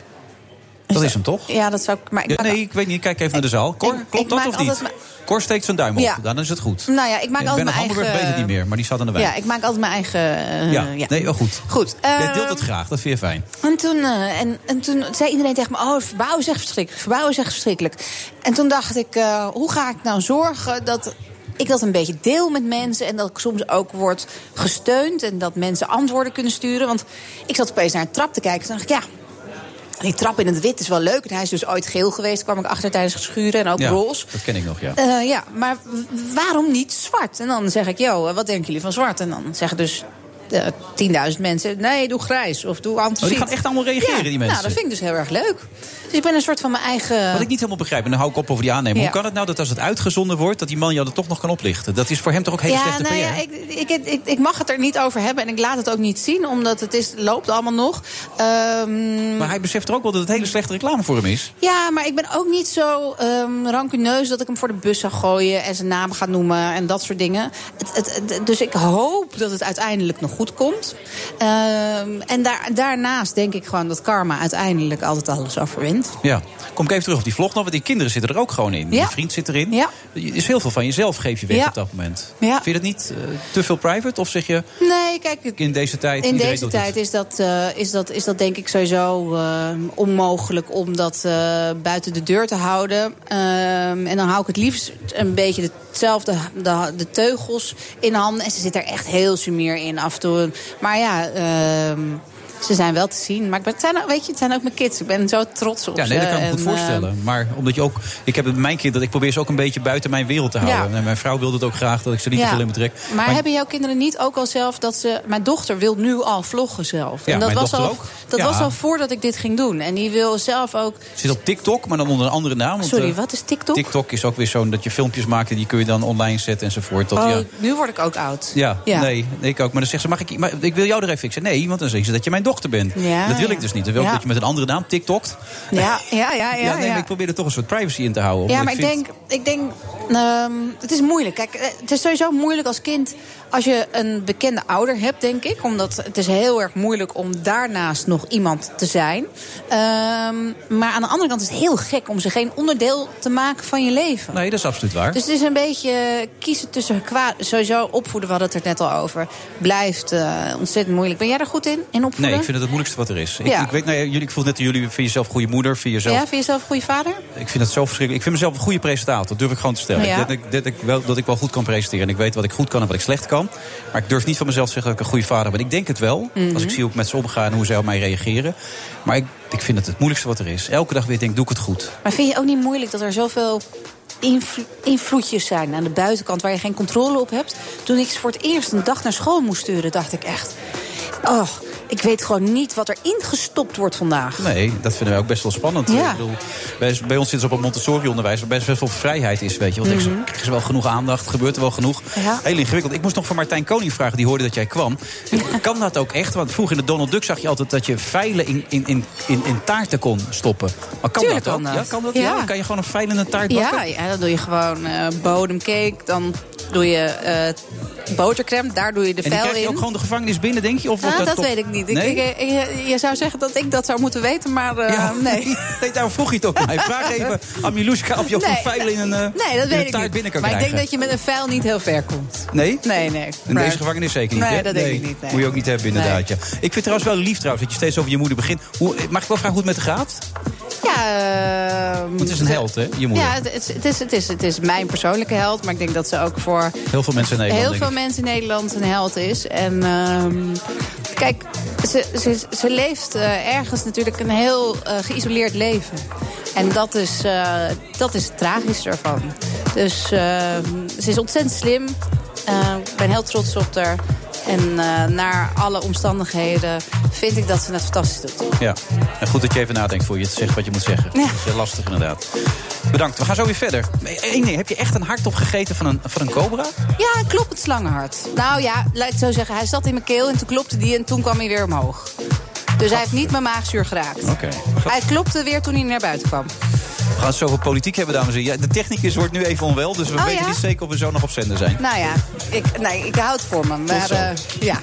Dat is hem toch? Ja, dat zou ik... Maar ik ja, maak... nee, ik weet niet. Kijk even naar de zaal. Cor, ik, klopt ik dat of niet? Ma... Cor steekt zijn duim op. Ja. Dan is het goed. Nou ja, ik maak ja, altijd Ben mijn Hamburg eigen... weet het niet meer, maar die staat aan de wijn. Ja, ik maak altijd mijn eigen... Uh, ja. ja, nee, wel goed. Goed. Uh, uh, Jij deelt het graag, dat vind je fijn. En toen, uh, en, en toen zei iedereen tegen me... oh, verbouwen is echt verschrikkelijk. Verbouwen is echt verschrikkelijk. En toen dacht ik, uh, hoe ga ik nou zorgen dat... ik dat een beetje deel met mensen en dat ik soms ook word gesteund... en dat mensen antwoorden kunnen sturen. Want ik zat opeens naar een trap te kijken en toen dacht ik... ja, die trap in het wit is wel leuk. En hij is dus ooit geel geweest, kwam ik achter tijdens het schuren. En ook ja, roze. Dat ken ik nog, ja. Uh, ja, maar waarom niet zwart? En dan zeg ik, yo, wat denken jullie van zwart? En dan zeggen dus uh, tienduizend mensen... nee, doe grijs of doe antraciet. Oh, die gaan echt allemaal reageren, ja, die mensen? Nou, dat vind ik dus heel erg leuk. Dus ik ben een soort van mijn eigen... Wat ik niet helemaal begrijp, en dan hou ik op over die aannemer. Ja. Hoe kan het nou dat als het uitgezonden wordt... dat die man jou er toch nog kan oplichten? Dat is voor hem toch ook hele ja, slechte nou P R? Ja, ik, ik, ik, ik mag het er niet over hebben en ik laat het ook niet zien... omdat het is, loopt allemaal nog. Um, maar hij beseft er ook wel dat het hele slechte reclame voor hem is. Ja, maar ik ben ook niet zo um, rancuneus... dat ik hem voor de bus ga gooien en zijn naam ga noemen en dat soort dingen. Het, het, het, dus ik hoop dat het uiteindelijk nog goed komt. Um, en daar, daarnaast denk ik gewoon dat karma uiteindelijk altijd alles overwint. Ja. Kom ik even terug op die vlog nog, want die kinderen zitten er ook gewoon in. Ja. Je vriend zit erin. Ja. Is heel veel van jezelf geef je weg ja. op dat moment. Ja. Vind je dat niet uh, te veel private? Of zeg je, nee, kijk, in deze tijd... In deze tijd is dat, uh, is, dat, is dat denk ik sowieso uh, onmogelijk om dat uh, buiten de deur te houden. Uh, en dan hou ik het liefst een beetje hetzelfde, de, de teugels in handen. En ze zit er echt heel sumier in af en toe. Maar ja... Uh, Ze zijn wel te zien. Maar het zijn, weet je, het zijn ook mijn kids. Ik ben zo trots op ja, nee, dat kan ik me en, goed voorstellen. Uh, maar omdat je ook... Ik heb het met mijn kinderen... Ik probeer ze ook een beetje buiten mijn wereld te houden. Ja. En mijn vrouw wilde het ook graag dat ik ze niet ja. te veel in betrek. Maar, maar hebben jouw kinderen niet ook al zelf dat ze... Mijn dochter wil nu al vloggen zelf. Ja, en dat mijn was dochter al, ook. Dat ja. was al voordat ik dit ging doen. En die wil zelf ook... Ze zit op TikTok, maar dan onder een andere naam. Want, Sorry, uh, wat is TikTok? TikTok is ook weer zo'n dat je filmpjes maakt... en die kun je dan online zetten enzovoort. Dat, oh, ja. nu word ik ook oud. Ja, ja. nee, ik ook. Maar dan zegt ze, mag ik, maar ik wil jou er even... Ik zeg, nee, want dan zeggen ze dat je mijn dochter dochter bent. Ja, dat wil ja. ik dus niet. Dan wil ik Ja. dat je met een andere naam TikTokt. Ja, ja, ja. ja, ja, nee, ja. maar ik probeer er toch een soort privacy in te houden. Ja, omdat maar ik vind- denk, ik denk um, het is moeilijk. Kijk, het is sowieso moeilijk als kind als je een bekende ouder hebt, denk ik. Omdat het is heel erg moeilijk om daarnaast nog iemand te zijn. Um, maar aan de andere kant is het heel gek om ze geen onderdeel te maken van je leven. Nee, dat is absoluut waar. Dus het is een beetje kiezen tussen kwaad. Sowieso opvoeden, we hadden het er net al over. Blijft uh, ontzettend moeilijk. Ben jij er goed in, in opvoeden? Nee, ik vind het het moeilijkste wat er is. Ik, Ja. ik weet, nou ja, jullie, ik voel net dat jullie, vind jezelf een goede moeder, vind jezelf... Ja, vind je jezelf een goede vader? Ik vind het zo verschrikkelijk. Ik vind mezelf een goede presentator, dat durf ik gewoon te stellen. Ja. Dat, ik, dat, ik wel, dat ik wel goed kan presenteren. En ik weet wat ik goed kan en wat ik slecht kan. Maar ik durf niet van mezelf te zeggen dat ik een goede vader ben. Ik denk het wel, Mhm. als ik zie hoe ik met ze omga en hoe zij op mij reageren. Maar ik, ik vind het het moeilijkste wat er is. Elke dag weer denk ik, doe ik het goed. Maar vind je ook niet moeilijk dat er zoveel invlo- invloedjes zijn aan de buitenkant waar je geen controle op hebt? Toen ik voor het eerst een dag naar school moest sturen, dacht ik echt, oh, ik weet gewoon niet wat er ingestopt wordt vandaag. Nee, dat vinden wij ook best wel spannend. Ja. Ik bedoel, bij, bij ons zitten ze op een Montessori-onderwijs waar best veel vrijheid is, weet je. Want Mhm. ik krijg ze wel genoeg aandacht, gebeurt er wel genoeg. Ja. Heel ingewikkeld. Ik moest nog van Martijn Koning vragen, die hoorde dat jij kwam. Kan dat ook echt? Want vroeger in de Donald Duck zag je altijd dat je vijlen in, in, in, in, in taarten kon stoppen. Maar kan Tuurlijk dat ook? kan dat. Ja, kan dat? Ja. Ja. Kan je gewoon een vijl in een taart bakken? Ja, ja, dan doe je gewoon uh, bodemcake, dan doe je uh, botercrème, daar doe je de En die vel krijg je in. ook gewoon de gevangenis binnen, denk je? Of wordt Ah, dat toch- weet ik niet. Ik, Nee? ik, ik- je zou zeggen dat ik dat zou moeten weten, maar uh, Ja. nee. Nee, daarom vroeg je het ook aan mij. Vraag even aan Miluska of je ook Nee, een vijl in een, uh, Nee, dat in een weet ik taart niet. binnen kan Maar ik krijgen. denk dat je met een vijl niet heel ver komt. Nee? Nee, nee. In Maar- deze gevangenis zeker niet, Nee, hè? dat denk ik niet, nee. Moet je ook niet hebben, inderdaad. Nee. Ja. Ik vind het trouwens wel lief trouwens dat je steeds over je moeder begint. Hoe, mag ik wel vragen hoe het met haar gaat? Ja, uh, Want het is een held, hè, je moeder. Ja, het, is- het, is, het, is, het is mijn persoonlijke held. Maar ik denk dat ze ook voor Heel veel mensen in Nederland, heel denk veel ik. mensen in Nederland een held is. En ehm, kijk, ze, ze, ze leeft uh, ergens natuurlijk een heel uh, geïsoleerd leven. En dat is, uh, dat is het tragisch ervan. Dus uh, ze is ontzettend slim. Uh, ik ben heel trots op haar. En uh, naar alle omstandigheden vind ik dat ze het fantastisch doet. Ja, en goed dat je even nadenkt voor je te zeggen wat je moet zeggen. Ja. Dat is heel lastig inderdaad. Bedankt, we gaan zo weer verder. Eén ding, heb je echt een hart opgegeten van een, van een cobra? Ja, een kloppend slangenhart. Nou ja, laat ik het zo zeggen. Hij zat in mijn keel en toen klopte die en toen kwam hij weer omhoog. Dus hij heeft niet mijn maagzuur geraakt. Oké. Hij klopte weer toen hij naar buiten kwam. We gaan het zo over politiek hebben, dames en heren. Ja, de technicus wordt nu even onwel, dus we Oh, weten ja? niet zeker of we zo nog op zender zijn. Nou ja, ik, nee, ik hou het voor me. Maar zo. uh, ja.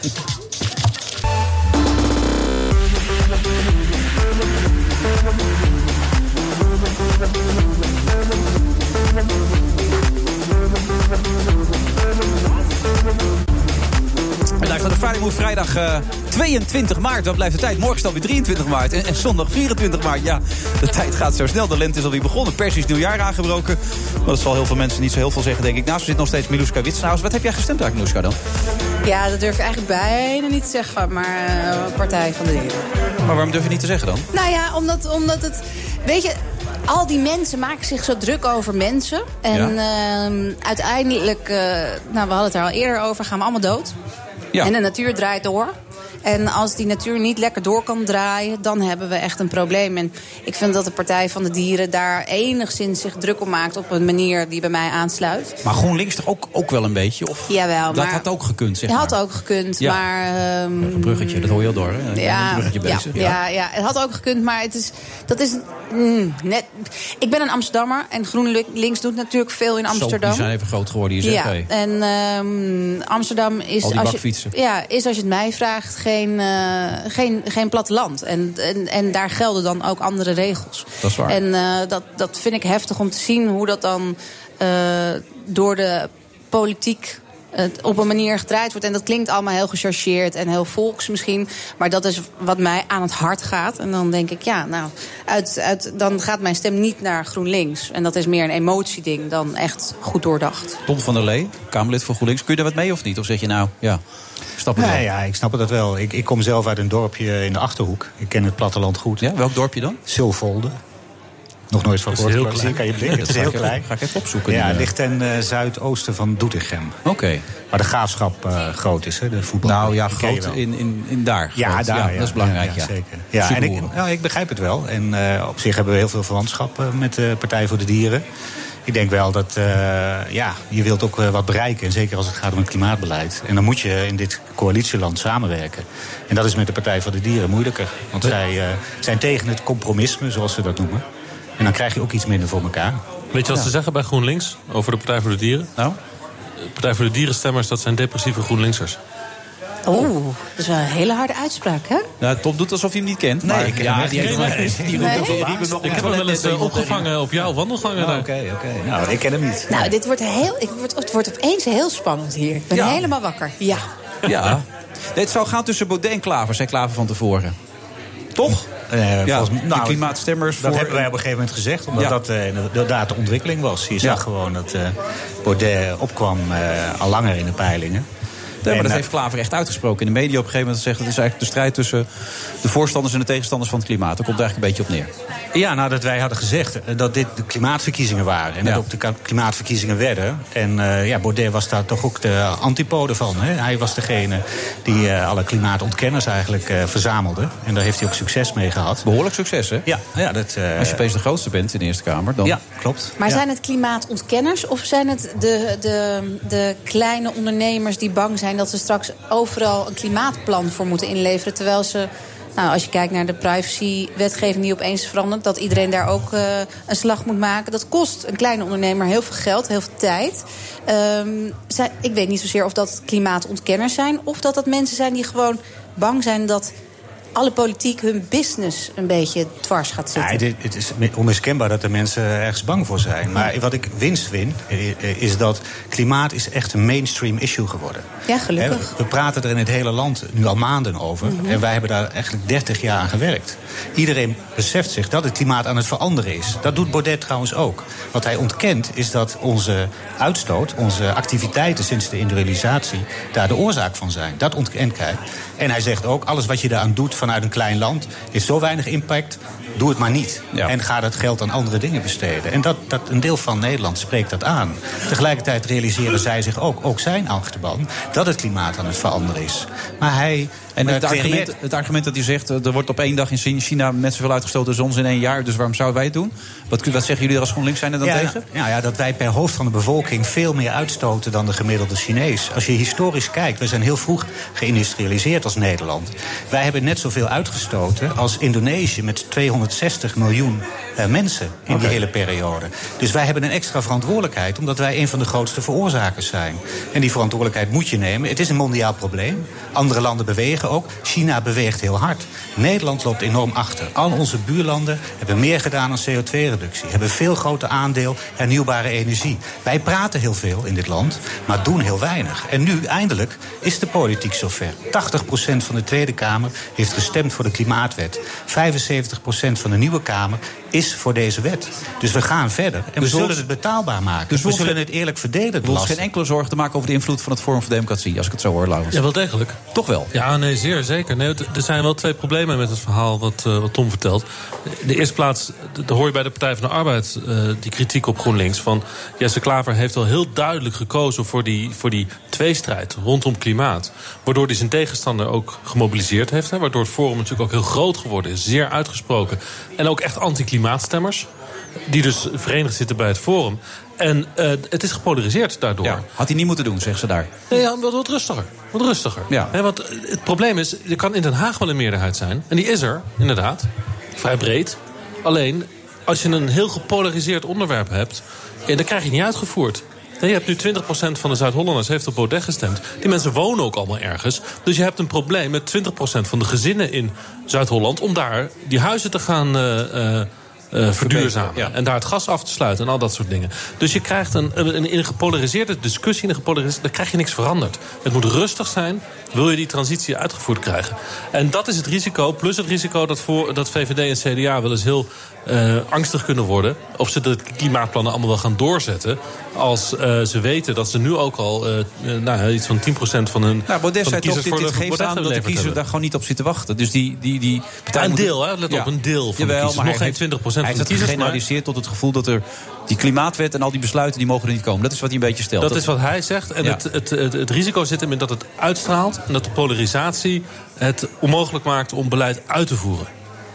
Vandaag van de Friday Move, vrijdag uh, tweeëntwintig maart. Wat blijft de tijd? Morgen is het alweer drieëntwintig maart. En, en zondag vierentwintig maart. Ja, de tijd gaat zo snel. De lente is alweer begonnen. Persisch nieuwjaar aangebroken. Maar dat zal heel veel mensen niet zo heel veel zeggen, denk ik. Naast me zit nog steeds Miluska Witsenhuis. Wat heb jij gestemd eigenlijk, Miluska, dan? Ja, dat durf ik eigenlijk bijna niet te zeggen. Maar uh, Partij van de Dieren. Maar waarom durf je niet te zeggen dan? Nou ja, omdat, omdat het... Weet je, al die mensen maken zich zo druk over mensen. En Ja. uh, uiteindelijk, uh, nou, we hadden het er al eerder over, gaan we allemaal dood. Ja. En de natuur draait door. En als die natuur niet lekker door kan draaien, dan hebben we echt een probleem. En ik vind dat de Partij van de Dieren daar enigszins zich druk om maakt op een manier die bij mij aansluit. Maar GroenLinks toch ook, ook wel een beetje? Of Jawel, dat maar had ook gekund, zeg Het maar. had ook gekund, Ja. maar... Um, Een bruggetje, dat hoor je al door, hè? Ja, Een bruggetje ja, bezig. ja, ja, het had ook gekund, maar het is, dat is mm, net... Ik ben een Amsterdammer en GroenLinks doet natuurlijk veel in Amsterdam. Zo, die zijn even groot geworden hier, zeg. Ja, Hey. en um, Amsterdam is Al die als, bakfietsen. je, ja, is, als je het mij vraagt, geen, uh, geen, geen platteland. En, en, en daar gelden dan ook andere regels. Dat is waar. En uh, dat, dat vind ik heftig om te zien hoe dat dan uh, door de politiek het op een manier gedraaid wordt. En dat klinkt allemaal heel gechargeerd en heel volks misschien. Maar dat is wat mij aan het hart gaat. En dan denk ik, ja, nou, uit, uit, dan gaat mijn stem niet naar GroenLinks. En dat is meer een emotieding dan echt goed doordacht. Tom van der Lee, Kamerlid voor GroenLinks. Kun je daar wat mee of niet? Of zeg je nou, ja, stap het Nee, wel? ja, ik snap dat wel. Ik, ik kom zelf uit een dorpje in de Achterhoek. Ik ken het platteland goed. Ja, welk dorpje dan? Zulvolde. Nog nooit van Dat is gehoord. heel Zie klein. Kan je Ja, blikken? dat Het is ga heel ik klein. even- ga ik even opzoeken. Ja, Die, het uh, ligt ten uh, zuidoosten van Doetinchem. Oké. Okay. Waar de Graafschap uh, groot is, hè, de voetbal. Nou ja, Die ken je groot wel. in, in, in daar. Ja, groot. daar. Ja, dat is belangrijk, ja. ja, zeker. Ja, en ik, Superboeren. nou, ik begrijp het wel. En uh, op zich hebben we heel veel verwantschap uh, met de Partij voor de Dieren. Ik denk wel dat uh, ja, je wilt ook uh, wat bereiken. En zeker als het gaat om het klimaatbeleid. En dan moet je in dit coalitieland samenwerken. En dat is met de Partij voor de Dieren moeilijker. Want zij uh, zijn tegen het compromisme, zoals ze dat noemen. En dan krijg je ook iets minder voor elkaar. Weet je wat ja. ze zeggen bij GroenLinks over de Partij voor de Dieren? Nou? De Partij voor de Dierenstemmers, dat zijn depressieve GroenLinksers. Oeh, dat is wel een hele harde uitspraak, hè? Nou, Tom doet alsof hij hem niet kent. Nee, maar ik ken ja, hem echt die niet. heeft Nee. die die Nee. roept ook- die roept nog Ik heb hem wel eens uh, opgevangen op jouw wandelgangen. Oké, oké. Okay, okay. Nou, ik ken hem niet. Nou, dit wordt heel, het, wordt, het wordt opeens heel spannend hier. Ik ben Ja. helemaal wakker. Ja. Ja. Het zou gaan tussen Baudet en Klaver, zei Klaver van tevoren. Toch? Uh, ja, volgens, nou, de klimaatstemmers. Dat voor... hebben wij op een gegeven moment gezegd, omdat ja. dat uh, inderdaad de ontwikkeling was. Je zag ja. gewoon dat uh, Baudet opkwam uh, al langer in de peilingen. Nee, maar en, dat uh, heeft Klaver echt uitgesproken in de media op een gegeven moment. Zeggen, het is eigenlijk de strijd tussen de voorstanders en de tegenstanders van het klimaat. Daar komt het eigenlijk een beetje op neer. Ja, nadat wij hadden gezegd dat dit de klimaatverkiezingen waren. En ja. dat ook de klimaatverkiezingen werden. En uh, ja, Baudet was daar toch ook de antipode van. Hè? Hij was degene die uh, alle klimaatontkenners eigenlijk uh, verzamelde. En daar heeft hij ook succes mee gehad. Behoorlijk succes, hè? Ja. ja dat, uh, Als je opeens de grootste bent in de Eerste Kamer, dan... Ja, klopt. Maar ja. zijn het klimaatontkenners of zijn het de, de, de kleine ondernemers die bang zijn dat ze straks overal een klimaatplan voor moeten inleveren, terwijl ze, nou, als je kijkt naar de privacywetgeving die opeens verandert, dat iedereen daar ook uh, een slag moet maken. Dat kost een kleine ondernemer heel veel geld, heel veel tijd. Um, zij, ik weet niet zozeer of dat klimaatontkenners zijn of dat dat mensen zijn die gewoon bang zijn dat alle politiek hun business een beetje dwars gaat zitten. Ja, dit, het is onmiskenbaar dat de mensen ergens bang voor zijn. Maar wat ik winst vind, is dat klimaat is echt een mainstream issue geworden. Ja, gelukkig. We praten er in het hele land nu al maanden over. Mm-hmm. En wij hebben daar eigenlijk dertig jaar aan gewerkt. Iedereen beseft zich dat het klimaat aan het veranderen is. Dat doet Baudet trouwens ook. Wat hij ontkent is dat onze uitstoot, onze activiteiten sinds de industrialisatie daar de oorzaak van zijn. Dat ontkent hij. En hij zegt ook, alles wat je daaraan doet vanuit een klein land heeft zo weinig impact, doe het maar niet. Ja. En ga dat geld aan andere dingen besteden. En dat, dat een deel van Nederland spreekt dat aan. Tegelijkertijd realiseren zij zich ook, ook zijn achterban, dat het klimaat aan het veranderen is. Maar hij... En het argument, het argument dat hij zegt, er wordt op één dag in China net zoveel uitgestoten als ons in één jaar, dus waarom zouden wij het doen? Wat, wat zeggen jullie er als GroenLinks zijn er dan ja, tegen? Ja, ja, dat wij per hoofd van de bevolking veel meer uitstoten dan de gemiddelde Chinees. Als je historisch kijkt, we zijn heel vroeg geïndustrialiseerd als Nederland. Wij hebben net zoveel uitgestoten als Indonesië met tweehonderdzestig miljoen uh, mensen in okay. die hele periode. Dus wij hebben een extra verantwoordelijkheid, omdat wij een van de grootste veroorzakers zijn. En die verantwoordelijkheid moet je nemen. Het is een mondiaal probleem. Andere landen bewegen ook. China beweegt heel hard. Nederland loopt enorm achter. Al onze buurlanden hebben meer gedaan aan C O twee reductie. Hebben veel groter aandeel hernieuwbare energie. Wij praten heel veel in dit land, maar doen heel weinig. En nu, eindelijk, is de politiek zover. tachtig procent van de Tweede Kamer heeft gestemd voor de klimaatwet. vijfenzeventig procent van de Nieuwe Kamer is voor deze wet. Dus we gaan verder. En dus we zullen het betaalbaar maken. Dus we zullen het eerlijk verdelen. Er is geen enkele zorg te maken over de invloed van het Forum voor Democratie, als ik het zo hoor, Laurens. Ja, wel degelijk. Toch wel? Ja, nee, zeer zeker. Nee, er zijn wel twee problemen met het verhaal wat, uh, wat Tom vertelt. In de eerste plaats, daar hoor je bij de Partij van de Arbeid uh, die kritiek op GroenLinks. Van Jesse Klaver heeft al heel duidelijk gekozen voor die, voor die tweestrijd rondom klimaat. Waardoor hij zijn tegenstander ook gemobiliseerd heeft. Hè, waardoor het Forum natuurlijk ook heel groot geworden is. Zeer uitgesproken. En ook echt anti-klimaatstemmers. Die dus verenigd zitten bij het Forum. En uh, het is gepolariseerd daardoor. Ja, had hij niet moeten doen, zeggen ze daar. Nee, ja, wat, wat rustiger. Wat rustiger. Ja. He, want het probleem is, er kan in Den Haag wel een meerderheid zijn. En die is er, inderdaad. Vrij breed. Alleen, als je een heel gepolariseerd onderwerp hebt, ja, dan krijg je niet uitgevoerd. Je hebt nu twintig procent van de Zuid-Hollanders heeft op Baudet gestemd. Die mensen wonen ook allemaal ergens. Dus je hebt een probleem met twintig procent van de gezinnen in Zuid-Holland om daar die huizen te gaan Uh, uh, Uh, verduurzamen. Ja. En daar het gas af te sluiten en al dat soort dingen. Dus je krijgt een, een, in een gepolariseerde discussie, in een gepolariseerde, daar krijg je niks veranderd. Het moet rustig zijn, wil je die transitie uitgevoerd krijgen. En dat is het risico, plus het risico dat, voor, dat V V D en C D A wel eens heel uh, angstig kunnen worden. Of ze de klimaatplannen allemaal wel gaan doorzetten. Als uh, ze weten dat ze nu ook al uh, nou, iets van tien procent van hun nou, Baudet zei toch, dit, dit geeft aan dat de kiezer hebben. daar gewoon niet op zit te wachten. Dus die, die, die ja, een deel, hè? Let ja. op, een deel van Jawel, de kiezers. Nog geen twintig procent. Hij heeft het gegeneraliseerd tot het gevoel dat er die klimaatwet en al die besluiten die mogen er niet komen. Dat is wat hij een beetje stelt. Dat, dat is wat hij zegt. En ja. het, het, het, het risico zit hem in dat het uitstraalt en dat de polarisatie het onmogelijk maakt om beleid uit te voeren.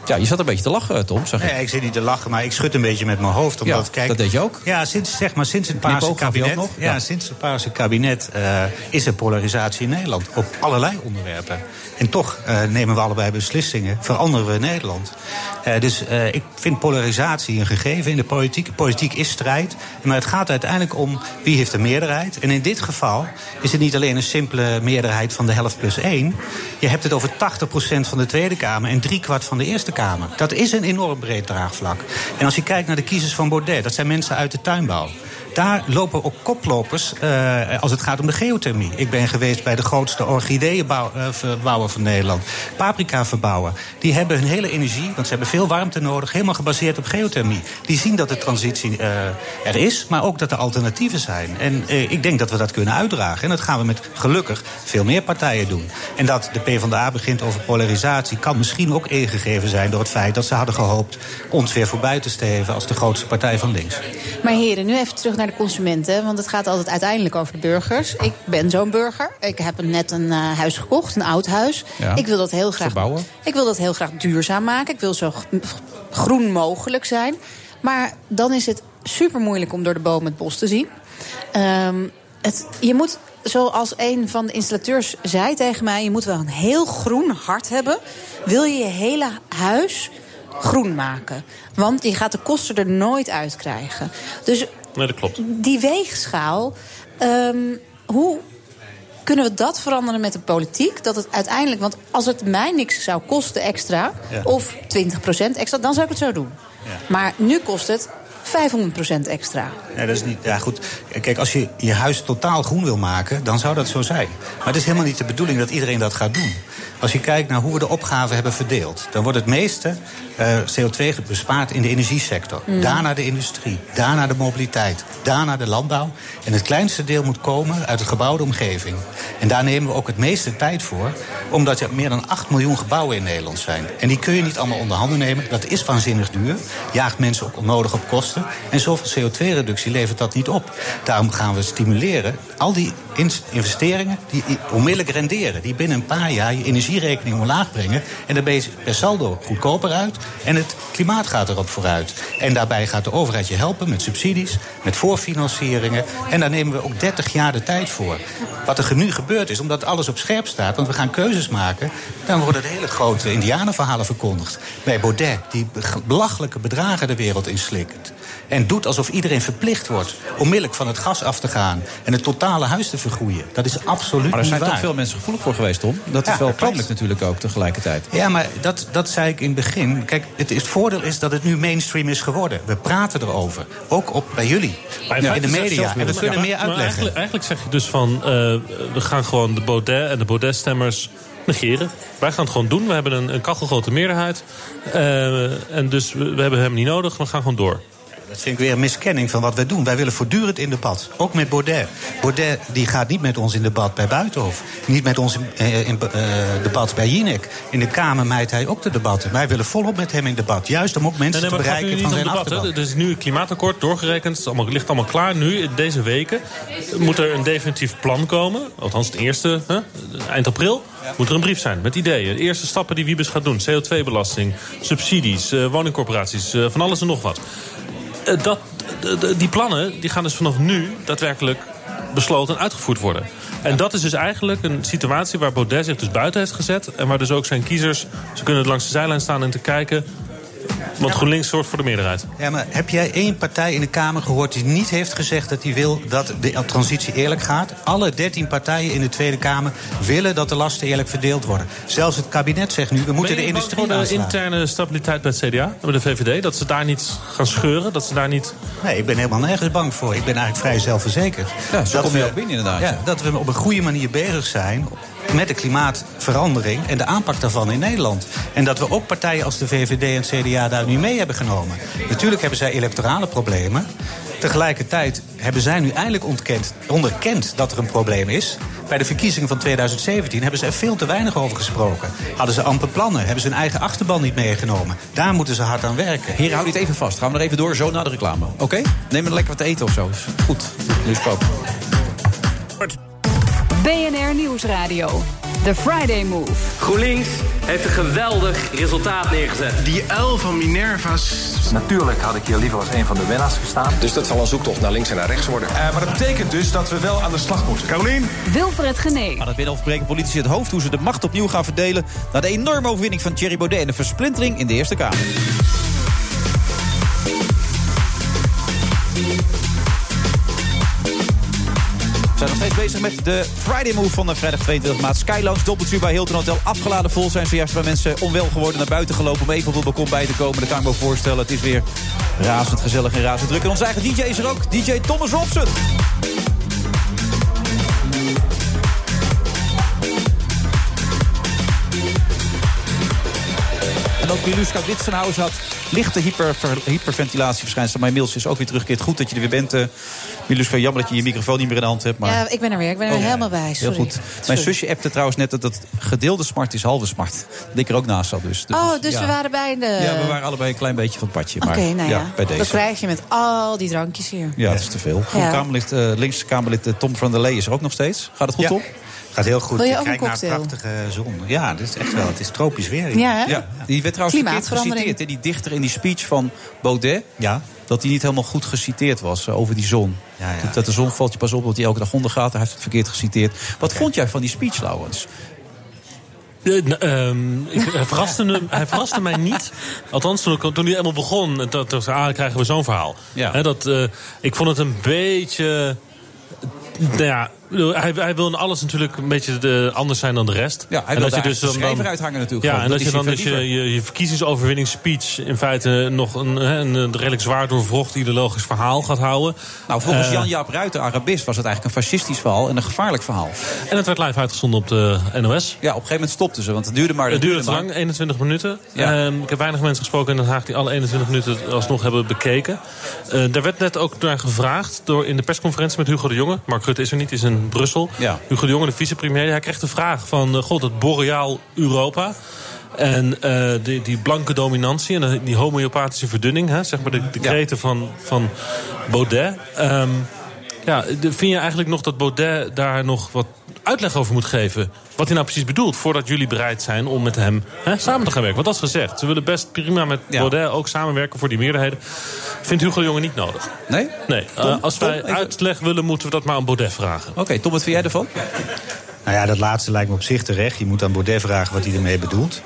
Ja, je zat een beetje te lachen, Tom, zag ik. Nee, ik zit niet te lachen, maar ik schud een beetje met mijn hoofd. Omdat, ja, kijk, dat deed je ook. Ja, sinds, zeg maar, sinds het Paarse kabinet, nog? Ja, ja. sinds het Paarse kabinet uh, is er polarisatie in Nederland. Op allerlei onderwerpen. En toch uh, nemen we allebei beslissingen, veranderen we Nederland. Uh, dus uh, ik vind polarisatie een gegeven in de politiek. Politiek is strijd, maar het gaat uiteindelijk om wie heeft de meerderheid. En in dit geval is het niet alleen een simpele meerderheid van de helft plus één. Je hebt het over tachtig procent van de Tweede Kamer en driekwart van de Eerste Kamer. Dat is een enorm breed draagvlak. En als je kijkt naar de kiezers van Baudet, dat zijn mensen uit de tuinbouw. Daar lopen ook koplopers uh, als het gaat om de geothermie. Ik ben geweest bij de grootste orchideeënbouwer van Nederland. Paprika verbouwen. Die hebben hun hele energie, want ze hebben veel warmte nodig, helemaal gebaseerd op geothermie. Die zien dat de transitie uh, er is, maar ook dat er alternatieven zijn. En uh, ik denk dat we dat kunnen uitdragen. En dat gaan we met gelukkig veel meer partijen doen. En dat de PvdA begint over polarisatie kan misschien ook ingegeven zijn door het feit dat ze hadden gehoopt ons weer voorbij te steven als de grootste partij van links. Maar heren, nu even terug naar de consumenten, want het gaat altijd uiteindelijk over de burgers. Ik ben zo'n burger. Ik heb net een uh, huis gekocht, een oud huis. Ja. Ik wil dat heel graag verbouwen. Ik wil dat heel graag duurzaam maken. Ik wil zo groen mogelijk zijn. Maar dan is het super moeilijk om door de boom het bos te zien. Um, het, je moet, zoals een van de installateurs zei tegen mij, je moet wel een heel groen hart hebben. Wil je je hele huis groen maken? Want je gaat de kosten er nooit uit krijgen. Dus nee, dat klopt. Die weegschaal, um, hoe kunnen we dat veranderen met de politiek? Dat het uiteindelijk, want als het mij niks zou kosten extra, ja. of twintig procent extra, dan zou ik het zo doen. Ja. Maar nu kost het vijfhonderd procent extra. Nee, dat is niet. Ja, goed. Kijk, als je je huis totaal groen wil maken, dan zou dat zo zijn. Maar het is helemaal niet de bedoeling dat iedereen dat gaat doen. Als je kijkt naar hoe we de opgave hebben verdeeld, dan wordt het meeste uh, C O twee bespaard in de energiesector. Mm. Daarna de industrie, daarna de mobiliteit, daarna de landbouw. En het kleinste deel moet komen uit de gebouwde omgeving. En daar nemen we ook het meeste tijd voor, omdat er meer dan acht miljoen gebouwen in Nederland zijn. En die kun je niet allemaal onder handen nemen. Dat is waanzinnig duur. Jaagt mensen ook onnodig op kosten. En zoveel C O twee reductie levert dat niet op. Daarom gaan we stimuleren al die investeringen die onmiddellijk renderen. Die binnen een paar jaar je energierekening omlaag brengen. En dan ben je per saldo goedkoper uit. En het klimaat gaat erop vooruit. En daarbij gaat de overheid je helpen met subsidies, met voorfinancieringen. En daar nemen we ook dertig jaar de tijd voor. Wat er nu gebeurd is, omdat alles op scherp staat, want we gaan keuzes maken, dan worden er hele grote indianenverhalen verkondigd. Bij Baudet, die belachelijke bedragen de wereld inslikt. En doet alsof iedereen verplicht wordt onmiddellijk van het gas af te gaan en het totale huis te vergroeien. Dat is absoluut niet waar. Maar er zijn toch veel mensen gevoelig voor geweest, Tom? Dat is ja, wel pijnlijk natuurlijk ook tegelijkertijd. Ja, maar dat, dat zei ik in het begin. Kijk, het, is, het voordeel is dat het nu mainstream is geworden. We praten erover. Ook op, bij jullie. Maar in, in de media. En we kunnen meer uitleggen. Eigenlijk, eigenlijk zeg je dus van, uh, we gaan gewoon de Baudet en de Baudet-stemmers negeren. Wij gaan het gewoon doen. We hebben een, een kachelgrote meerderheid. Uh, en dus we, we hebben hem niet nodig. We gaan gewoon door. Dat vind ik weer een miskenning van wat wij doen. Wij willen voortdurend in debat. Ook met Baudet. Baudet die gaat niet met ons in debat bij Buitenhof. Niet met ons in, uh, in uh, debat bij Jinek. In de Kamer meidt hij ook de debatten. Wij willen volop met hem in debat. Juist om ook mensen nee, nee, te bereiken van zijn achterban. Er is nu een klimaatakkoord doorgerekend. Het allemaal, ligt allemaal klaar. Nu, in deze weken, moet er een definitief plan komen. Althans, het eerste, hè, eind april. Ja. Moet er een brief zijn met ideeën. De eerste stappen die Wiebes gaat doen. C O twee belasting, subsidies, uh, woningcorporaties, uh, van alles en nog wat. Dat, die plannen die gaan dus vanaf nu daadwerkelijk besloten en uitgevoerd worden. En dat is dus eigenlijk een situatie waar Baudet zich dus buiten heeft gezet. En waar dus ook zijn kiezers, ze kunnen langs de zijlijn staan en te kijken. Want ja, GroenLinks zorgt voor de meerderheid. Ja, maar heb jij één partij in de Kamer gehoord die niet heeft gezegd dat hij wil dat de transitie eerlijk gaat? Alle dertien partijen in de Tweede Kamer willen dat de lasten eerlijk verdeeld worden. Zelfs het kabinet zegt nu, we moeten de industrie aanslaan. Ben je bang voor de interne stabiliteit bij het C D A, bij de V V D? Dat ze daar niet gaan scheuren? Dat ze daar niet... Nee, ik ben helemaal nergens bang voor. Ik ben eigenlijk vrij zelfverzekerd. Ja, zo kom je ook binnen inderdaad. Ja, dat we op een goede manier bezig zijn met de klimaatverandering en de aanpak daarvan in Nederland. En dat we ook partijen als de V V D en het C D A daar nu mee hebben genomen. Natuurlijk hebben zij electorale problemen. Tegelijkertijd hebben zij nu eindelijk ontkend, onderkend dat er een probleem is. Bij de verkiezingen van tweeduizend zeventien hebben ze er veel te weinig over gesproken. Hadden ze amper plannen, hebben ze hun eigen achterban niet meegenomen. Daar moeten ze hard aan werken. Heren, hou dit even vast. Gaan we nog even door, zo na de reclame. Oké? Okay? Neem er lekker wat te eten of zo. Goed, nu gesproken. B N R Nieuwsradio. The Friday Move. GroenLinks heeft een geweldig resultaat neergezet. Die uil van Minerva's. Natuurlijk had ik hier liever als een van de winnaars gestaan. Dus dat zal een zoektocht naar links en naar rechts worden. Uh, maar dat betekent dus dat we wel aan de slag moeten. Carolien? Wilfred Genee. Aan het binnenhof breken politici het hoofd hoe ze de macht opnieuw gaan verdelen na de enorme overwinning van Thierry Baudet en de versplintering in de Eerste Kamer. We zijn nog steeds bezig met de Friday Move van de vrijdag tweeëntwintig maart. Skylounge, doppeltje bij Hilton Hotel. Afgeladen vol zijn zojuist bij mensen onwel geworden. Naar buiten gelopen om even op het balkon bij te komen. Dat kan ik me voorstellen. Het is weer razend gezellig en razend druk. En onze eigen D J is er ook. D J Thomas Robson. En ook Miluska Witsenhuis had lichte hyper, hyperventilatieverschijnselen. Maar inmiddels is ook weer teruggekeerd. Goed dat je er weer bent. Uh, Miluska, jammer dat je je microfoon niet meer in de hand hebt. Maar... Ja, ik ben er weer. Ik ben er oh, weer helemaal bij. Sorry. Heel goed. Mijn zusje appte trouwens net dat het gedeelde smart is halve smart. Dat ik er ook naast zat. Dus, dus, oh, dus ja. we waren bij de... Ja, we waren allebei een klein beetje van het padje. Oké, okay, nou ja. ja bij deze. Dat krijg je met al die drankjes hier. Ja, dat is te veel. Ja. Kamerlid, uh, links Kamerlid uh, Tom van der Lee is er ook nog steeds. Gaat het goed, ja. Tom? Gaat heel goed. Wil je je ook kijkt een naar cocktail? prachtige zon. Ja, dit is echt wel. Het is tropisch weer. Ja, hè? Ja, die werd trouwens verkeerd geciteerd. Hè? Die dichter in die speech van Baudet. Ja. Dat hij niet helemaal goed geciteerd was uh, over die zon. Ja, ja. Dat, dat de zon valt je pas op dat hij elke dag ondergaat. Hij heeft het verkeerd geciteerd. Wat okay. vond jij van die speech, Laurens? Uh, um, ik, hij, verraste, hij verraste mij niet. Althans, toen, toen hij eenmaal begon, dat, dat, ah, dan krijgen we zo'n verhaal. Ja. He, dat, uh, ik vond het een beetje... Nou ja, hij, hij wil in alles natuurlijk een beetje de, anders zijn dan de rest. Ja, hij en wil dat je dus de schrijver dan, uithangen natuurlijk. Ja, en dat, dat je dan dus je, je, je verkiezingsoverwinningsspeech in feite nog een, een, een redelijk zwaar doorvrocht ideologisch verhaal gaat houden. Nou, volgens uh, Jan-Jaap Ruiter, Arabist, was het eigenlijk een fascistisch verhaal en een gevaarlijk verhaal. En het werd live uitgezonden op de N O S. Ja, op een gegeven moment stopten ze, want het duurde maar... Het duurde te lang, eenentwintig minuten. Ja. Um, ik heb weinig mensen gesproken in Den Haag die alle eenentwintig minuten alsnog hebben bekeken. Uh, daar werd net ook naar gevraagd door in de persconferentie met Hugo de Jonge. Mark Rutte is er niet, is in Brussel. Ja. Hugo de Jonge, de vicepremier, hij kreeg de vraag van... Uh, god, het boreaal Europa... En uh, die, die blanke dominantie en die homeopathische verdunning... Hè, zeg maar de, de kreten ja. van, van Baudet... Um, ja, vind je eigenlijk nog dat Baudet daar nog wat uitleg over moet geven? Wat hij nou precies bedoelt, voordat jullie bereid zijn om met hem hè, samen te gaan werken? Want dat is gezegd. Ze willen best prima met ja. Baudet ook samenwerken voor die meerderheden. Vindt Hugo de Jonge niet nodig? Nee? Nee. Tom, uh, als wij Tom, uitleg willen, moeten we dat maar aan Baudet vragen. Oké, okay, Tom, wat vind jij ervan? Nou ja, dat laatste lijkt me op zich terecht. Je moet aan Baudet vragen wat hij ermee bedoelt.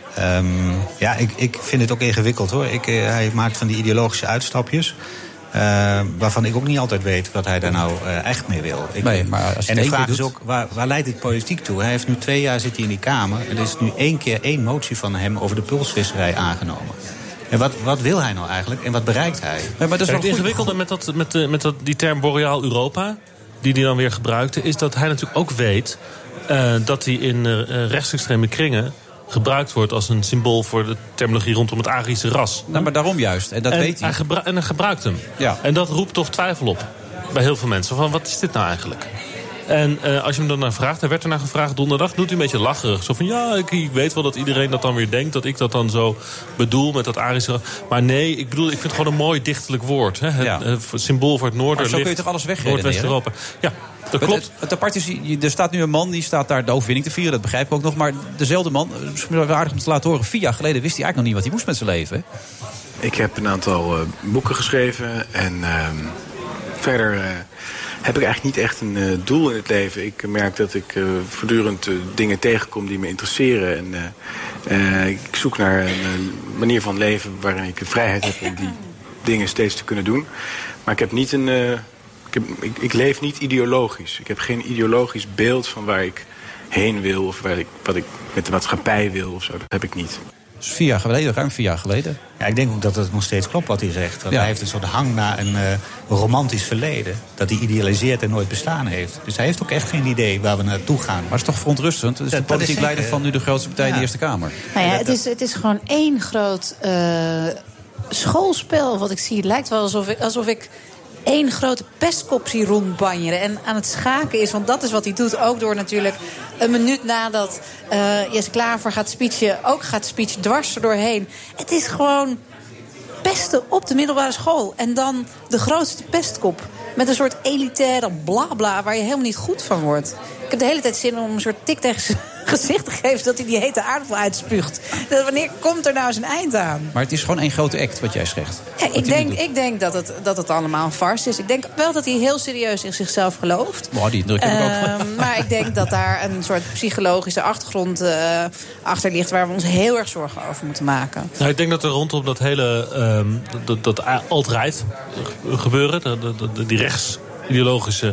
Um, ja, ik, ik vind het ook ingewikkeld, hoor. Ik, uh, hij maakt van die ideologische uitstapjes... Uh, waarvan ik ook niet altijd weet wat hij daar nou uh, echt mee wil. Ik, nee, maar als en de vraag is doet... ook, waar, waar leidt dit politiek toe? Hij heeft nu twee jaar zit hij in die Kamer. Er is nu één keer één motie van hem over de pulsvisserij aangenomen. En wat, wat wil hij nou eigenlijk en wat bereikt hij? Ja, maar dat is wel het ingewikkelde met, dat, met, de, met dat, die term boreaal Europa... die hij dan weer gebruikte, is dat hij natuurlijk ook weet... Uh, dat hij in uh, rechtsextreme kringen... gebruikt wordt als een symbool voor de terminologie rondom het Arische ras. Nou, maar daarom juist. En dat en weet hij. hij gebru- en hij gebruikt hem. Ja. En dat roept toch twijfel op bij heel veel mensen. Van, wat is dit nou eigenlijk? En uh, als je hem dan naar vraagt, hij werd ernaar gevraagd donderdag... doet hij een beetje lacherig. Zo van, ja, ik, ik weet wel dat iedereen dat dan weer denkt... dat ik dat dan zo bedoel met dat Arische ras. Maar nee, ik bedoel, ik vind het gewoon een mooi dichterlijk woord. Hè? Het ja. uh, symbool voor het Noorderlicht. Maar zo kun je toch alles wegredeneren? Noordwest-Europa. Ja, dat klopt. Het, het apart is, er staat nu een man, die staat daar de overwinning te vieren. Dat begrijp ik ook nog. Maar dezelfde man, misschien wel aardig om te laten horen... vier jaar geleden wist hij eigenlijk nog niet wat hij moest met zijn leven. Hè? Ik heb een aantal uh, boeken geschreven. En uh, verder... Uh, heb ik eigenlijk niet echt een uh, doel in het leven. Ik merk dat ik uh, voortdurend uh, dingen tegenkom die me interesseren. En uh, uh, ik zoek naar een uh, manier van leven waarin ik de vrijheid heb om die dingen steeds te kunnen doen. Maar ik heb niet een... Uh, ik, heb, ik, ik leef niet ideologisch. Ik heb geen ideologisch beeld van waar ik heen wil... of waar ik, wat ik met de maatschappij wil of zo. Dat heb ik niet. Dus vier jaar geleden, ruim vier jaar geleden. Ja, ik denk ook dat het nog steeds klopt wat hij zegt. Want ja. Hij heeft een soort hang naar een uh, romantisch verleden. Dat hij idealiseert en nooit bestaan heeft. Dus hij heeft ook echt geen idee waar we naartoe gaan. Maar het is toch verontrustend? Het is dat, de politiek is leider van nu de grootste partij ja. in de Eerste Kamer. Nou ja, het is, het is gewoon één groot uh, schoolspel wat ik zie. Het lijkt wel alsof ik... Alsof ik één grote pestkop zie rondbanjeren en aan het schaken is. Want dat is wat hij doet. Ook door natuurlijk een minuut nadat uh, Jesse Klaver gaat speechen... ook gaat speechen dwars er doorheen. Het is gewoon pesten op de middelbare school. En dan de grootste pestkop. met een soort elitaire blabla waar je helemaal niet goed van wordt. Ik heb de hele tijd zin om een soort tik tegen zijn gezicht te geven dat hij die hete aardappel uitspuugt. Dat, wanneer komt er nou eens een eind aan? Maar het is gewoon één grote act wat jij zegt. Ja, ik, denk, ik denk dat het, dat het allemaal een farce is. Ik denk wel dat hij heel serieus in zichzelf gelooft. Oh, die druk heb ik uh, ook. Maar ik denk dat daar een soort psychologische achtergrond uh, achter ligt waar we ons heel erg zorgen over moeten maken. Nou, ik denk dat er rondom dat hele um, dat, dat alt-right gebeuren, de, de, de, die rechts-ideologische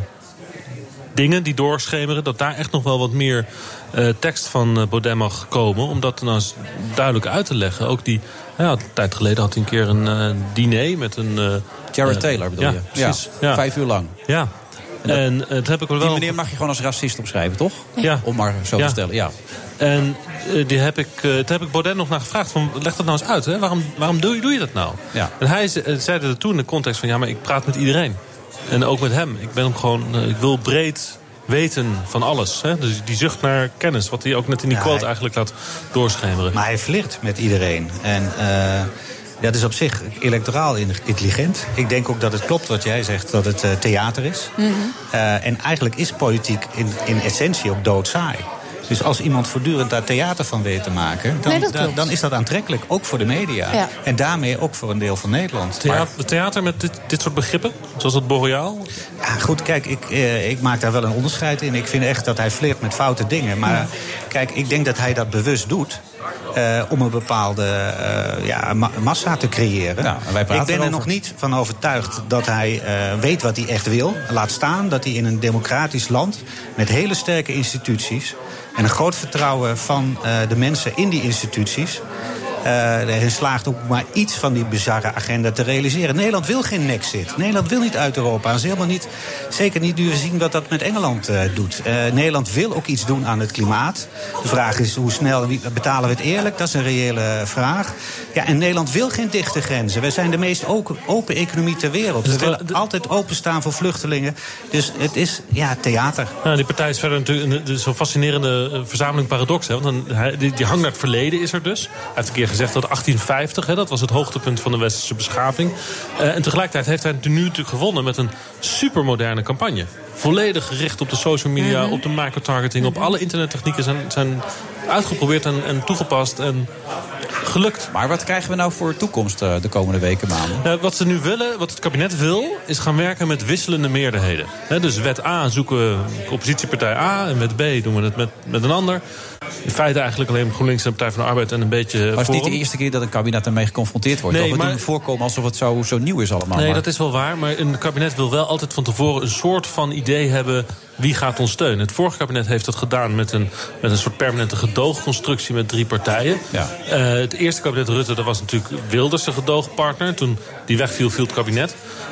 dingen die doorschemeren, dat daar echt nog wel wat meer uh, tekst van uh, Baudet mag komen. Om dat dan eens duidelijk uit te leggen. Ook die, ja, een tijd geleden had hij een keer een uh, diner met een... Uh, Jared uh, Taylor bedoel ja, je? Precies. Ja, ja. Vijf uur lang. Ja. En, dat, en het heb ik wel. Die meneer mag je gewoon als racist opschrijven, toch? Ja. Om maar zo ja. te stellen, ja. En uh, die heb ik, uh, toen heb ik Baudet nog naar gevraagd van, leg dat nou eens uit, hè? Waarom, waarom doe, je, doe je dat nou? Ja. En hij ze, zei dat toen in de context van, ja, maar ik praat met iedereen. En ook met hem. Ik ben hem gewoon, uh, ik wil breed weten van alles. Hè? Dus die zucht naar kennis, wat hij ook net in die ja, quote hij, eigenlijk laat doorschemeren. Maar hij flirt met iedereen. En uh, dat is op zich electoraal intelligent. Ik denk ook dat het klopt wat jij zegt, dat het uh, theater is. Mm-hmm. Uh, en eigenlijk is politiek in, in essentie ook doodsaai. Dus als iemand voortdurend daar theater van weet te maken, dan, nee, dan, dan is dat aantrekkelijk, ook voor de media. Ja. En daarmee ook voor een deel van Nederland. Theater, maar, theater met dit, dit soort begrippen, zoals het boreaal? Ja, goed, kijk, ik, eh, ik maak daar wel een onderscheid in. Ik vind echt dat hij flirt met foute dingen. Maar ja. kijk, ik denk dat hij dat bewust doet. Uh, om een bepaalde uh, ja, ma- massa te creëren. Ja, wij ik ben er erover. nog niet van overtuigd dat hij uh, weet wat hij echt wil. Laat staan dat hij in een democratisch land met hele sterke instituties en een groot vertrouwen van uh, de mensen in die instituties Uh, erin slaagt ook maar iets van die bizarre agenda te realiseren. Nederland wil geen nexit. Nederland wil niet uit Europa. Dat is helemaal niet, zeker niet nu we zien wat dat met Engeland uh, doet. Uh, Nederland wil ook iets doen aan het klimaat. De vraag is hoe snel en wie, betalen we het eerlijk? Dat is een reële vraag. Ja, en Nederland wil geen dichte grenzen. Wij zijn de meest open, open economie ter wereld. We willen altijd openstaan voor vluchtelingen. Dus het is ja, theater. Nou, die partij is verder natuurlijk een zo'n fascinerende verzameling paradox. Hè? Want dan, die, die hang naar het verleden is er dus. Hij heeft een keer gezegd dat achttien vijftig, hè, dat was het hoogtepunt van de westerse beschaving. Uh, en tegelijkertijd heeft hij nu natuurlijk gewonnen met een supermoderne campagne. Volledig gericht op de social media, mm-hmm. op de microtargeting, mm-hmm. op alle internettechnieken zijn, zijn uitgeprobeerd en, en toegepast en gelukt. Maar wat krijgen we nou voor toekomst uh, de komende weken, maanden? Uh, wat ze nu willen, wat het kabinet wil, is gaan werken met wisselende meerderheden. He, dus wet A zoeken we oppositiepartij A en wet B doen we het met, met een ander. In feite eigenlijk alleen GroenLinks en de Partij van de Arbeid en een beetje Maar het is Forum. niet de eerste keer dat een kabinet ermee geconfronteerd wordt. Nee, of het maar, doen voorkomen alsof het zo, zo nieuw is allemaal. Nee, maar. dat is wel waar. Maar een kabinet wil wel altijd van tevoren een soort van idee hebben wie gaat ons steunen. Het vorige kabinet heeft dat gedaan met een, met een soort permanente gedoogconstructie met drie partijen. Ja. Uh, het eerste kabinet Rutte, dat was natuurlijk Wilders de gedoogpartner. Toen die wegviel, viel het kabinet.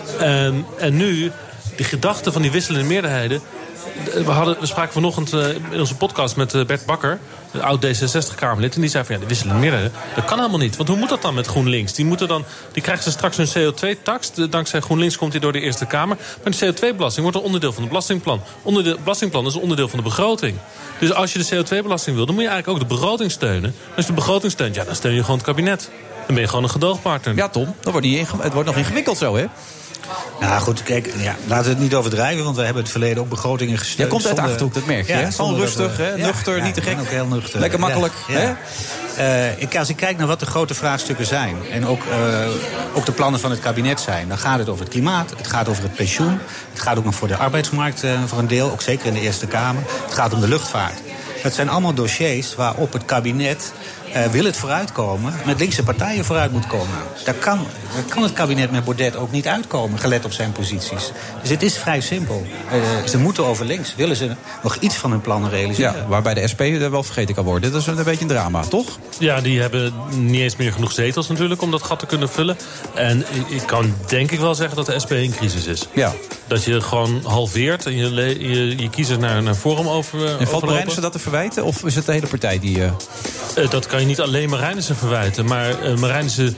Um, en nu, die gedachte van die wisselende meerderheden. We, hadden, we spraken vanochtend uh, in onze podcast met uh, Bert Bakker, een oud D zesenzestig-Kamerlid. En die zei van ja, de wisselende meerderheden, dat kan helemaal niet. Want hoe moet dat dan met GroenLinks? Die, moeten dan, die krijgen ze straks een C O twee tax. Dankzij GroenLinks komt die door de Eerste Kamer. Maar de C O twee belasting wordt een onderdeel van het belastingplan. Onderdeel, het belastingplan is een onderdeel van de begroting. Dus als je de C O twee belasting wil, dan moet je eigenlijk ook de begroting steunen. Als je de begroting steunt, ja, dan steun je gewoon het kabinet. Dan ben je gewoon een gedoogpartner. Ja, Tom, dat wordt niet inge- het wordt nog ingewikkeld zo, hè? Nou goed, kijk, ja, laten we het niet overdrijven, want we hebben het verleden ook begrotingen gesteund. Jij komt uit de zonder, Achterhoek, dat merk je. Ja, Gewoon rustig, hè? Ja, nuchter, ja, niet te gek. ook heel nuchter. Lekker makkelijk. Ja, ja. Hè? Uh, ik, als ik kijk naar wat de grote vraagstukken zijn, en ook, uh, ook de plannen van het kabinet zijn, dan gaat het over het klimaat, het gaat over het pensioen, het gaat ook nog voor de arbeidsmarkt uh, voor een deel, ook zeker in de Eerste Kamer. Het gaat om de luchtvaart. Dat zijn allemaal dossiers waarop het kabinet, uh, wil het vooruitkomen, met linkse partijen vooruit moet komen. Daar kan, daar kan het kabinet met Baudet ook niet uitkomen, gelet op zijn posities. Dus het is vrij simpel. Uh, ze moeten over links. Willen ze nog iets van hun plannen realiseren? Ja, waarbij de S P er wel vergeten kan worden. Dat is een beetje een drama, toch? Ja, die hebben niet eens meer genoeg zetels natuurlijk om dat gat te kunnen vullen. En ik kan denk ik wel zeggen dat de S P in crisis is. Ja. Dat je gewoon halveert en je, le- je, je kiezers naar, naar Forum over. En valt Marijnissen dat te verwijten? Of is het de hele partij die... Uh... Uh, dat kan je niet alleen Marijnissen verwijten. Maar uh, Marijnissen...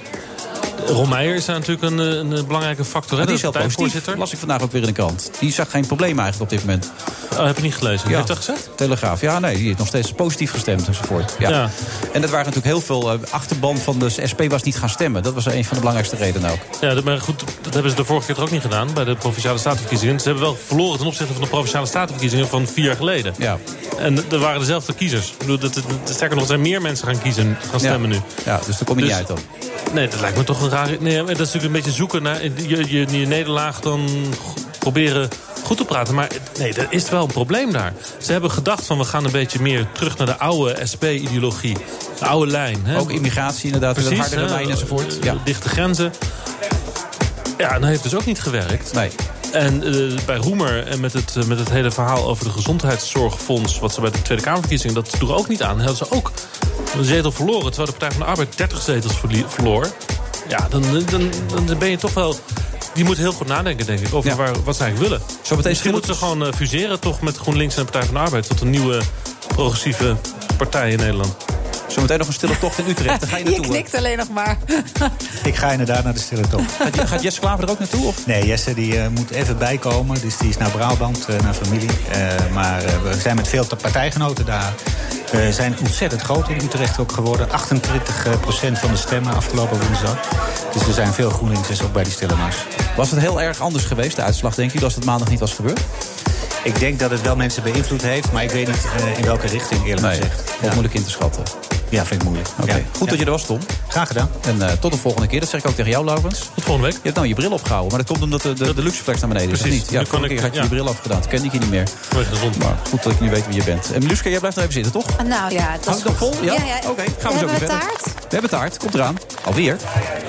Ron Meijer is daar natuurlijk een, een belangrijke factor. Maar die is heel positief, las ik vandaag ook weer in de krant. Die zag geen probleem eigenlijk op dit moment. Oh, heb je niet gelezen? Ja. Heeft dat gezegd? Telegraaf. Ja, nee, die heeft nog steeds positief gestemd enzovoort. Ja. Ja. En dat waren natuurlijk heel veel... Uh, achterban van de S P was niet gaan stemmen. Dat was een van de belangrijkste redenen ook. Ja, dat, maar goed, dat hebben ze de vorige keer toch ook niet gedaan... bij de Provinciale Statenverkiezingen. Ze hebben wel verloren ten opzichte van de Provinciale Statenverkiezingen... van vier jaar geleden. Ja. En er waren dezelfde kiezers. Ik bedoel, dat, dat, sterker nog, er zijn meer mensen gaan kiezen, gaan stemmen ja. nu. Ja, dus daar kom je dus, niet uit dan. Nee, dat lijkt me toch een raar... Nee, dat is natuurlijk een beetje zoeken naar je, je, je nederlaag dan proberen goed te praten. Maar nee, er is wel een probleem daar. Ze hebben gedacht van we gaan een beetje meer terug naar de oude S P-ideologie. De oude lijn. Hè? Ook immigratie inderdaad, precies, de hardere lijn enzovoort. Ja. Dichte grenzen. Ja, en dat heeft dus ook niet gewerkt. Nee. En uh, bij Roemer en met het, uh, met het hele verhaal over de gezondheidszorgfonds... wat ze bij de Tweede Kamerverkiezingen, dat droeg ook niet aan. Hadden ze ook een zetel verloren, terwijl de Partij van de Arbeid dertig zetels verloor. Ja, dan, dan, dan ben je toch wel... Die moet heel goed nadenken, denk ik, over ja. waar, wat ze eigenlijk willen. Zo meteen Misschien moeten ze gewoon uh, fuseren toch met GroenLinks en de Partij van de Arbeid... tot een nieuwe progressieve partij in Nederland. Zometeen nog een stille tocht in Utrecht. Daar ga je naartoe. Je knikt alleen nog maar. Ik ga inderdaad naar de stille tocht. Gaat, gaat Jesse Klaver er ook naartoe? Of? Nee, Jesse die, uh, moet even bijkomen. Dus die is naar Brabant, uh, naar familie. Uh, maar uh, we zijn met veel partijgenoten daar. We zijn ontzettend groot in Utrecht ook geworden. achtentwintig procent van de stemmen afgelopen woensdag. Dus er zijn veel GroenLinksers ook bij die stille mars. Was het heel erg anders geweest, de uitslag, denk je, als het maandag niet was gebeurd? Ik denk dat het wel mensen beïnvloed heeft, maar ik weet niet uh, in welke richting, eerlijk nee, gezegd. Vond Ja. moeilijk in te schatten. Ja, vind ik moeilijk. Okay. Ja. Goed ja. dat je er was, Tom. Graag gedaan. En uh, tot de volgende keer. Dat zeg ik ook tegen jou, Laurens. Tot volgende week. Je hebt nou je bril opgehouden, maar dat komt omdat de, de, de luxeflex naar beneden is. Precies. Niet? Ja, de vorige keer had je ja. je bril afgedaan. Dat ken ik je niet meer. Gezond. Maar goed dat ik nu weet wie je bent. En Miluska, jij blijft nog even zitten, toch? Nou ja, dat Houdt is het nog vol? Ja? Ja, ja. Oké, okay. gaan we, we zo weer verder. taart? We hebben taart. Komt eraan. Alweer.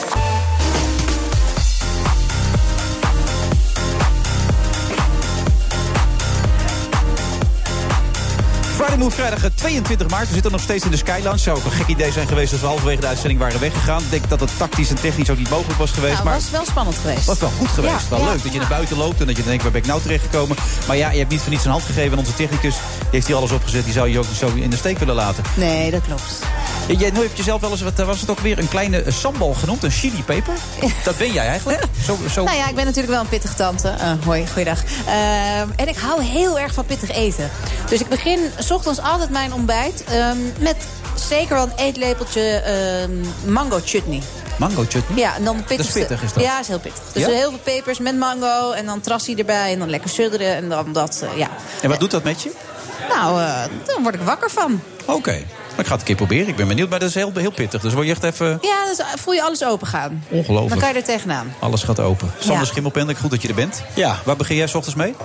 Friday Move, vrijdag tweeëntwintig maart. We zitten nog steeds in de Skylounge. Zou ook een gek idee zijn geweest als we halverwege de uitzending waren weggegaan. Ik denk dat het tactisch en technisch ook niet mogelijk was geweest. Nou, maar was wel spannend geweest. was wel goed geweest. Ja, wel ja, leuk dat je ja. naar buiten loopt en dat je denkt, waar ben ik nou terechtgekomen? Maar ja, je hebt niet voor niets een hand gegeven aan onze technicus. Die heeft hier alles opgezet. Die zou je ook niet zo in de steek willen laten. Nee, dat klopt. Jij nu hebt jezelf wel eens, wat was het ook weer, een kleine uh, sambal genoemd, een chili peper. Dat ben jij eigenlijk. Zo, zo... Nou ja, ik ben natuurlijk wel een pittige tante. Uh, hoi, goeiedag. Uh, en ik hou heel erg van pittig eten. Dus ik begin 's ochtends altijd mijn ontbijt um, met zeker wel een eetlepeltje uh, mango chutney. Mango chutney? Ja, en dan pittig. Dat is pittig, is dat? Ja, is heel pittig. Dus Ja? heel veel pepers met mango en dan trassie erbij en dan lekker sudderen en dan dat, uh, ja. En wat doet dat met je? Nou, uh, dan word ik wakker van. Oké. Okay. Ik ga het een keer proberen. Ik ben benieuwd, maar dat is heel, heel pittig. Dus word je echt even... Ja, dus voel je alles open gaan. Ongelooflijk. Dan kan je er tegenaan. Alles gaat open. Sander Ja. Schimmelpendelijk, goed dat je er bent. Ja. Waar begin jij 's ochtends mee?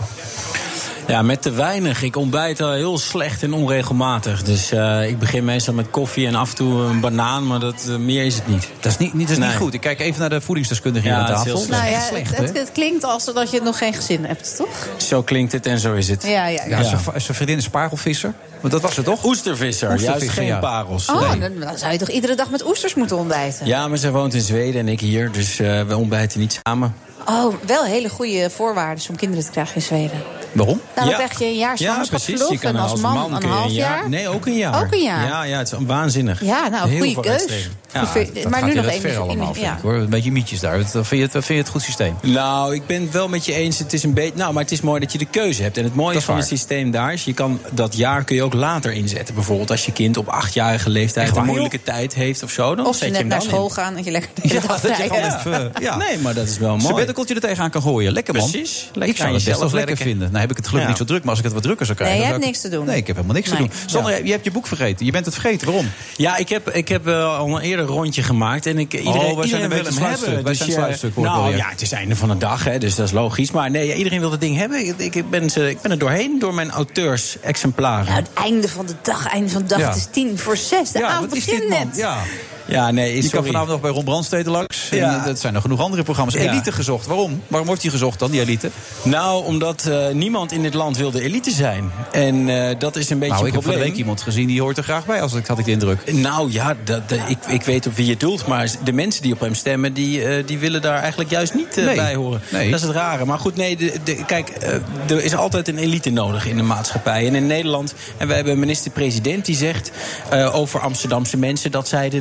Ja, met te weinig. Ik ontbijt al heel slecht en onregelmatig. Dus uh, ik begin meestal met koffie en af en toe een banaan, maar dat, uh, meer is het niet. Dat is niet, niet, dat is Nee. niet goed. Ik kijk even naar de voedingsdeskundige hier Ja, aan het is tafel. heel Dat is Nou echt ja, slecht, het, hè? het, het klinkt als dat je nog geen gezin hebt, toch? Zo klinkt het en zo is het. Ja, ja, ja. Ja, zijn v- zijn vriendin is parelvisser. Want dat was het toch? Oestervisser, Oestervisser, juist geen ja. parels. Oh, Nee. dan, dan zou je toch iedere dag met oesters moeten ontbijten? Ja, maar zij woont in Zweden en ik hier, dus uh, we ontbijten niet samen. Oh, wel hele goede voorwaarden om kinderen te krijgen in Zweden. Waarom? Nou, dan Ja. krijg je een jaar Ja, zwangerschapsverlof precies. Je kan en als man, een kun je half jaar. jaar. Nee, ook een jaar. Ook een jaar? Ja, ja, het is waanzinnig. Ja, nou, Heel goede veel keus. uitsteden. Ja, Hoeveel- Dat maar gaat nu hier nog wat ver even. allemaal, vind Ja. ik, hoor. Een beetje mietjes daar. Vind je, het, vind je het goed systeem? Nou, ik ben het wel met je eens. Het is een beetje. Nou, maar het is mooi dat je de keuze hebt. En het mooie Dat is van waar. het systeem daar is, je kan dat jaar kun je ook later inzetten. Bijvoorbeeld als je kind op achtjarige leeftijd Echt waar, een moeilijke tijd heeft of zo. Dan Of zet ze je net hem naar dan school in. gaan en je lekker de hele dag dat je vrij gewoon hebt. even... Ja. Nee, maar dat is wel mooi. Sabbattekeltje er tegenaan kan gooien. Lekker, man. Precies. Ik Lekker zou aan het best wel jezelf lekker werken. vinden. Nou heb ik het gelukkig Ja. niet zo druk, maar als ik het wat drukker zou krijgen... Nee, jij dan hebt zou ik- niks te doen. Nee, ik heb helemaal niks Nee. te doen. Sander, je hebt je boek vergeten. Je bent het vergeten. Waarom? Ja, ik heb, ik heb uh, al een eerder rondje gemaakt. En ik, iedereen, wij zijn iedereen een wil beetje hem sluitstuk. hebben. Wij Dus zijn je- sluitstuk, hoor ik Nou wel, ja. ja, het is einde van de dag, hè, dus dat is logisch. Maar nee, ja, iedereen wil dat ding hebben. Ik, ik, ben, ze, ik ben er doorheen door mijn auteurs-exemplaren. Nou, het einde van de dag, einde van de dag, Ja. het is tien voor zes. De Ja, avond wat is begint dit, man? net. Ja. Ja, nee, Je kan sorry. vanavond nog bij Ron Brandstede langs. En, Ja. eh, dat zijn nog genoeg andere programma's. Ja. Elite gezocht. Waarom? Waarom wordt die gezocht dan, die elite? Nou, omdat uh, niemand in dit land wil de elite zijn. En uh, dat is een beetje Nou, een ik heb van probleem. de week iemand gezien die hoort er graag bij, als ik, had ik de indruk. Nou ja, dat, dat- ik, ik weet op wie je het doelt. Maar de mensen die op hem stemmen, die, uh, die willen daar eigenlijk juist niet uh, Nee. bij horen. Nee. Dat is het rare. Maar goed, nee, de, de, kijk, uh, er is altijd een elite nodig in de maatschappij. En in Nederland, en we hebben een minister-president die zegt uh, over Amsterdamse mensen dat zij de witte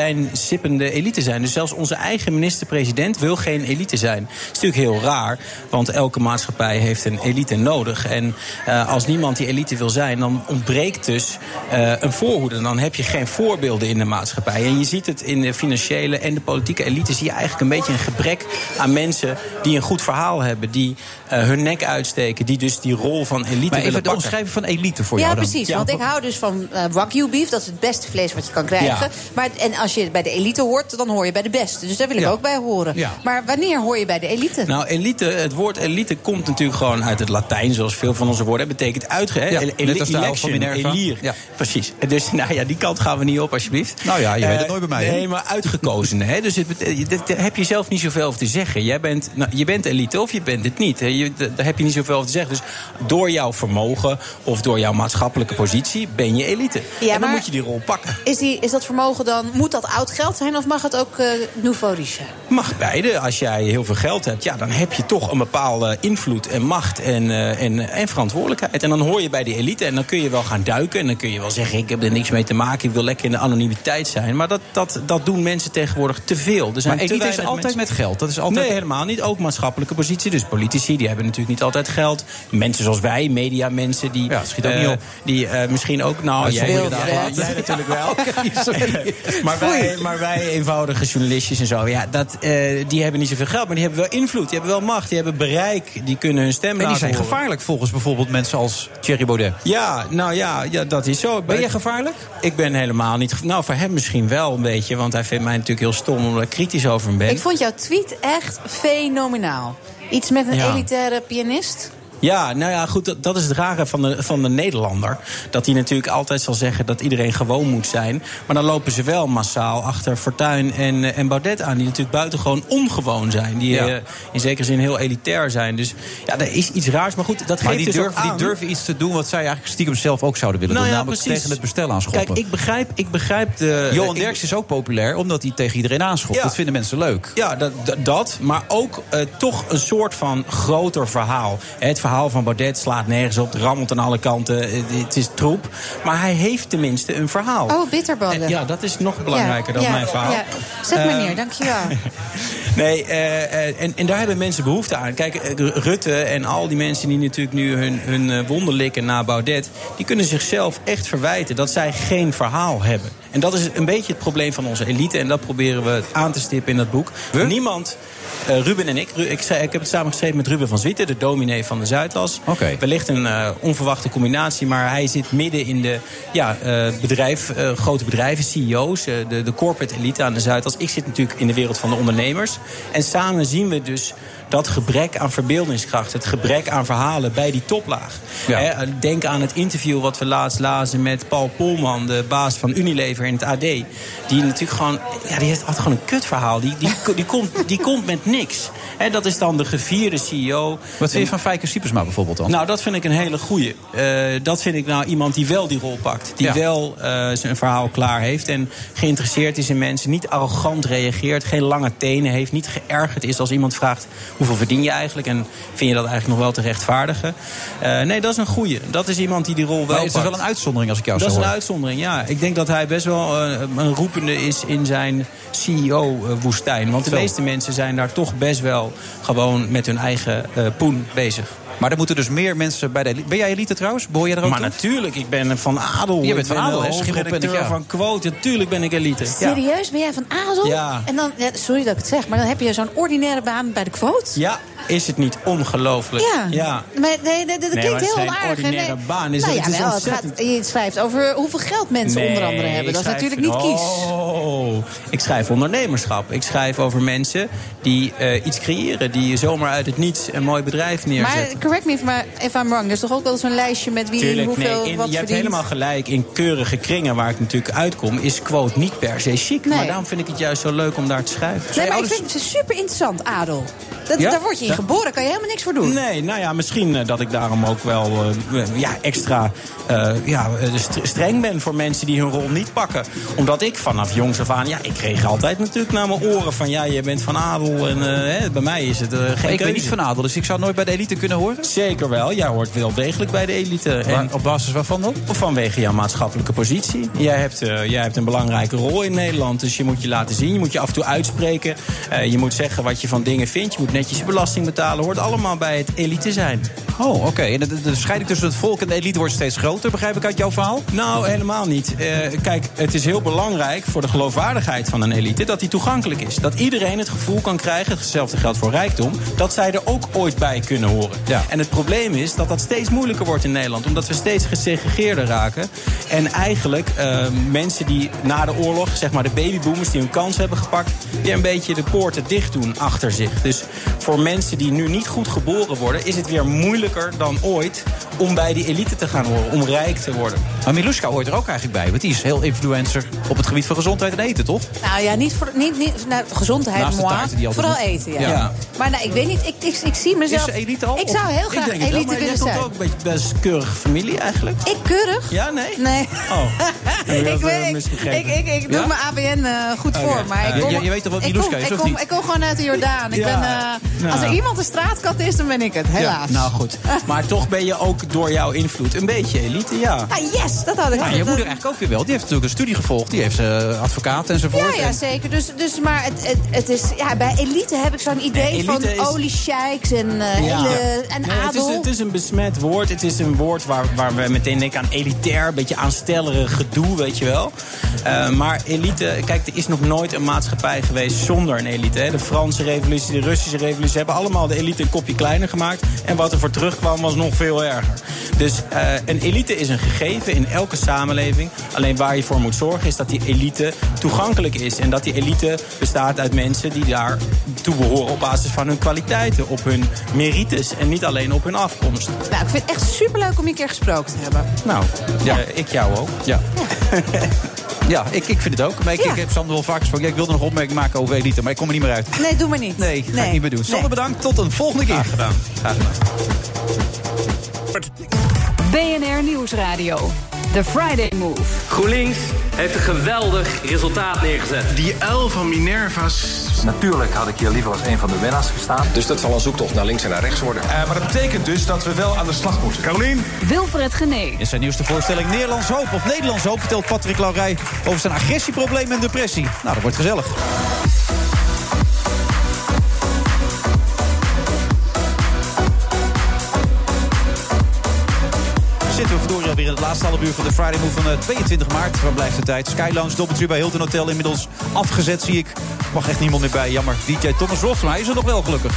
azijnsippende elite zijn. Dus zelfs onze eigen minister-president wil geen elite zijn. Dat is natuurlijk heel raar, want elke maatschappij heeft een elite nodig. En uh, als niemand die elite wil zijn, dan ontbreekt dus uh, een voorhoede. Dan heb je geen voorbeelden in de maatschappij. En je ziet het in de financiële en de politieke elite, zie je eigenlijk een beetje een gebrek aan mensen die een goed verhaal hebben, die uh, hun nek uitsteken, die dus die rol van elite maar willen even pakken. omschrijven van elite voor ja, jou dan. Precies, Ja, want precies. ik hou dus van uh, wagyu beef. Dat is het beste vlees wat je kan krijgen. Ja. Maar, en als je bij de elite hoort, dan hoor je bij de beste. Dus daar wil ik Ja. ook bij horen. Ja. Maar wanneer hoor je bij de elite? Nou, elite, het woord elite komt natuurlijk gewoon uit het Latijn, zoals veel van onze woorden. Het betekent uitge... Ja, ele- net als de uil van election, Minerva. elir. Ja. Precies. Dus nou ja, die kant gaan we niet op, alsjeblieft. Nou ja, je weet het Eh, nooit bij mij, hè? Nee, maar uitgekozen. Hè? Dus het, bet- daar heb je zelf niet zoveel over te zeggen. Jij bent, nou, je bent elite of je bent het niet. Hè? Je, daar heb je niet zoveel over te zeggen. Dus door jouw vermogen of door jouw maatschappelijke positie ben je elite. Ja, en dan maar moet je die rol pakken. Is, die, is dat vermogen dan, moet dat oud geld zijn of mag het ook uh, nouveau riche zijn? Mag beide. Als jij heel veel geld hebt, ja, dan heb je toch een bepaalde invloed en macht en, uh, en, en verantwoordelijkheid. En dan hoor je bij die elite en dan kun je wel gaan duiken. En dan kun je wel zeggen, ik heb er niks mee te maken, ik wil lekker in de anonimiteit zijn. Maar dat, dat, dat doen mensen tegenwoordig te veel. Er zijn Maar te elite is weinig altijd mensen. met geld. Dat is altijd... Nee, helemaal niet. Ook maatschappelijke positie. Dus politici, die hebben natuurlijk niet altijd geld. Mensen zoals wij, mediamensen, die... Ja, schiet ook uh, niet op. Die uh, misschien ook... Nou, Dat jij, is jij, veel, jij, Fred. jij natuurlijk wel. maar, wij, maar wij, eenvoudige journalistjes en zo... Ja, dat, uh, die hebben niet zoveel geld, maar die hebben wel invloed. Die hebben wel macht, die hebben bereik. Die kunnen hun stem En die laten zijn horen. gevaarlijk volgens bijvoorbeeld mensen als Thierry Baudet. Ja, nou ja, ja, dat is zo. Ben jij gevaarlijk? Ik ben helemaal niet... ge- Nou, voor hem misschien wel een beetje. Want hij vindt mij natuurlijk heel stom omdat ik kritisch over hem ben. Ik vond jouw tweet echt fenomenaal. Iets met een Ja. elitaire pianist. Ja, nou ja, goed, dat, dat is het rare van de, van de Nederlander. Dat hij natuurlijk altijd zal zeggen dat iedereen gewoon moet zijn. Maar dan lopen ze wel massaal achter Fortuyn en, uh, en Baudet aan. Die natuurlijk buitengewoon ongewoon zijn. Die Ja. uh, in zekere zin heel elitair zijn. Dus ja, er is iets raars. Maar goed, dat Maar geeft die dus ook durven, die aan. durven iets te doen wat zij eigenlijk stiekem zelf ook zouden willen Nou doen. ja, Namelijk precies. tegen het bestel aanschoppen. Kijk, ik begrijp, ik begrijp de... Johan ik- Derksen is ook populair omdat hij tegen iedereen aanschopt. Ja. Dat vinden mensen leuk. Ja, dat, dat, dat, maar ook uh, toch een soort van groter verhaal. Het verhaal van Baudet slaat nergens op, het rammelt aan alle kanten, uh, het is troep. Maar hij heeft tenminste een verhaal. Oh, bitterballen. En ja, dat is nog belangrijker Ja, dan ja, mijn verhaal. ja. Zet me Uh, neer, dankjewel. Nee, uh, uh, en, en daar hebben mensen behoefte aan. Kijk, uh, Rutte en al die mensen die natuurlijk nu hun, hun uh, wonden likken na Baudet, die kunnen zichzelf echt verwijten dat zij geen verhaal hebben. En dat is een beetje het probleem van onze elite. En dat proberen we aan te stippen in dat boek. We? Niemand... Uh, Ruben en ik, Ru- ik, zei, ik heb het samen geschreven met Ruben van Zwieten, de dominee van de Zuidas. Oké. Wellicht een uh, onverwachte combinatie, maar hij zit midden in de ja, uh, bedrijf, uh, grote bedrijven, C E O's, uh, de, de corporate elite aan de Zuidas. Ik zit natuurlijk in de wereld van de ondernemers. En samen zien we dus dat gebrek aan verbeeldingskracht, het gebrek aan verhalen bij die toplaag. Ja. Hè, denk aan het interview wat we laatst lazen met Paul Polman, de baas van Unilever in het A D. Die natuurlijk gewoon, ja, die heeft altijd gewoon een kutverhaal. Die, die, die, komt, die komt met niks. Hè, dat is dan de gevierde C E O. Wat vind je van Fijke Siepersma bijvoorbeeld dan? Nou, dat vind ik een hele goeie. Uh, dat vind ik nou iemand die wel die rol pakt. Die Ja. wel uh, zijn verhaal klaar heeft. En geïnteresseerd is in mensen. Niet arrogant reageert. Geen lange tenen heeft. Niet geërgerd is als iemand vraagt hoeveel verdien je eigenlijk. En vind je dat eigenlijk nog wel te rechtvaardigen. Uh, nee, dat is een goeie. Dat is iemand die die rol wel Maar is pakt. er wel een uitzondering als ik jou Dat zo is een hoor? uitzondering, ja. Ik denk dat hij best wel uh, een roepende is in zijn C E O-woestijn. Want de Wel. meeste mensen zijn daar toch best wel gewoon met hun eigen uh, poen bezig. Maar er moeten dus meer mensen bij de elite. Ben jij elite trouwens? Behoor je daar ook Maar toe? natuurlijk, ik ben van Adel. Je bent Ik van ben Adel, de hè? Schiphol hoofdredacteur ben ik, ja. van Quote. Natuurlijk ben ik elite. Ja. Serieus, ben jij van Adel? Ja. En dan, ja, sorry dat ik het zeg, maar dan heb je zo'n ordinaire baan bij de Quote? Ja, is het niet ongelooflijk? Ja. ja. Maar nee, nee, dat Nee, klinkt maar het heel is geen onaardig. ordinaire Nee. baan. Is nou het- ja, het is wel, het ontzettend- gaat, je schrijft over hoeveel geld mensen Nee, onder andere hebben. ik Dat is schrijf- natuurlijk niet kies. Oh, ik schrijf ondernemerschap. Ik schrijf over mensen die uh, iets creëren. Die zomaar uit het niets een mooi bedrijf neerzetten. Maar correct me if I'm- if I'm wrong. Er is toch ook wel zo'n lijstje met wie Tuurlijk, hoeveel nee, in, wat je hebt verdient? helemaal gelijk. In keurige kringen waar ik natuurlijk uitkom, is Quote niet per se chic. Nee. Maar daarom vind ik het juist zo leuk om daar te schrijven. Nee, maar ik vind het super interessant, Adel. Dat, Ja? Daar word je in niet geboren, kan je helemaal niks voor doen. Nee, nou ja, misschien uh, dat ik daarom ook wel uh, ja, extra uh, ja, st- streng ben voor mensen die hun rol niet pakken. Omdat ik vanaf jongs af aan, ja, ik kreeg altijd natuurlijk naar mijn oren van, ja, je bent van adel en uh, hè, bij mij is het uh, geen maar ik keuze. ben niet van adel, dus ik zou nooit bij de elite kunnen horen? Zeker wel, jij hoort wel degelijk bij de elite. En op basis waarvan dan? Vanwege jouw maatschappelijke positie. Jij hebt, uh, jij hebt een belangrijke rol in Nederland, dus je moet je laten zien, je moet je af en toe uitspreken. Uh, je moet zeggen wat je van dingen vindt, je moet netjes je belasting betalen. Hoort allemaal bij het elite zijn. Oh, oké. Okay. En de, de scheiding tussen het volk en de elite wordt steeds groter, begrijp ik uit jouw verhaal? Nou, helemaal niet. Uh, kijk, het is heel belangrijk voor de geloofwaardigheid van een elite dat die toegankelijk is. Dat iedereen het gevoel kan krijgen, hetzelfde geldt voor rijkdom, dat zij er ook ooit bij kunnen horen. Ja. En het probleem is dat dat steeds moeilijker wordt in Nederland, omdat we steeds gesegregeerder raken. En eigenlijk uh, mensen die na de oorlog, zeg maar de babyboomers die hun kans hebben gepakt, die een beetje de poorten dicht doen achter zich. Dus voor mensen die nu niet goed geboren worden, is het weer moeilijker dan ooit om bij die elite te gaan horen, om rijk te worden. Maar Miluska hoort er ook eigenlijk bij, want die is heel influencer op het gebied van gezondheid en eten, toch? Nou ja, niet voor niet, niet nou, gezondheid, naast de taarten die vooral doet. eten, ja. Ja. ja. Maar nou, ik weet niet, ik, ik, ik zie mezelf. Is elite al? Ik zou heel graag ik denk elite wel, willen zijn. Maar jij komt ook een beetje best keurige familie eigenlijk. Ik keurig? Ja, nee? Nee. Oh. ik, weet, ik, ik, ik doe ja? mijn A B N uh, goed voor, okay. maar ik kom, je, je weet toch wat Miluska is, ik of kom, niet? Ik kom gewoon uit de Jordaan. Ik ja. ben, uh, nou. Als er iemand een straatkat is, dan ben ik het, helaas. Ja, nou goed. Maar toch ben je ook door jouw invloed een beetje elite, ja. Ah, yes, dat had ik. Ja, je moeder eigenlijk ook weer wel. Die heeft natuurlijk een studie gevolgd. Die heeft uh, advocaat enzovoort. Ja, ja, zeker. Dus, dus, maar het, het, het is, ja, bij elite heb ik zo'n idee van is... oliesheiks en, uh, ja. hele, en nee, adel. Het is, het is een besmet woord. Het is een woord waar, waar we meteen denken aan elitair. Een beetje aanstellerig gedoe, weet je wel. Uh, maar elite, kijk, er is nog nooit een maatschappij geweest zonder een elite. Hè. De Franse revolutie, de Russische revolutie hebben allemaal de elite een kopje kleiner gemaakt. En wat er voor terugkwam was nog veel erger. Dus uh, een elite is een gegeven in elke samenleving. Alleen waar je voor moet zorgen is dat die elite toegankelijk is. En dat die elite bestaat uit mensen die daar toe behoren op basis van hun kwaliteiten, op hun merites en niet alleen op hun afkomst. Nou, ik vind het echt superleuk om je een keer gesproken te hebben. Nou, ja. uh, ik jou ook. Ja. Ja, ik, ik vind het ook. Maar ik, ja. ik heb Sander wel vaak gesproken. Ja, ik wilde nog opmerking maken over elite, maar ik kom er niet meer uit. Nee, doe maar niet. Nee, ga nee. ik niet meer doen. Sander, nee. bedankt. Tot een volgende keer. Graag gedaan. Graag gedaan. B N R Nieuwsradio. The Friday Move. GroenLinks heeft een geweldig resultaat neergezet. Die uil van Minerva's. Natuurlijk had ik hier liever als een van de winnaars gestaan. Dus dat zal een zoektocht naar links en naar rechts worden. Uh, maar dat betekent dus dat we wel aan de slag moeten. Carolien? Wilfred Genee. In zijn nieuwste voorstelling Nederlands Hoop of Nederlands Hoop vertelt Patrick Laurij over zijn agressieprobleem en depressie. Nou, dat wordt gezellig. Zitten we verdorie alweer in het laatste half uur van de Friday Move van tweeëntwintig maart. Waar blijft de tijd? Sky Lounge, Doubletree bij Hilton Hotel inmiddels afgezet, zie ik. Mag echt niemand meer bij, jammer. D J Thomas Ross, maar hij is er nog wel gelukkig.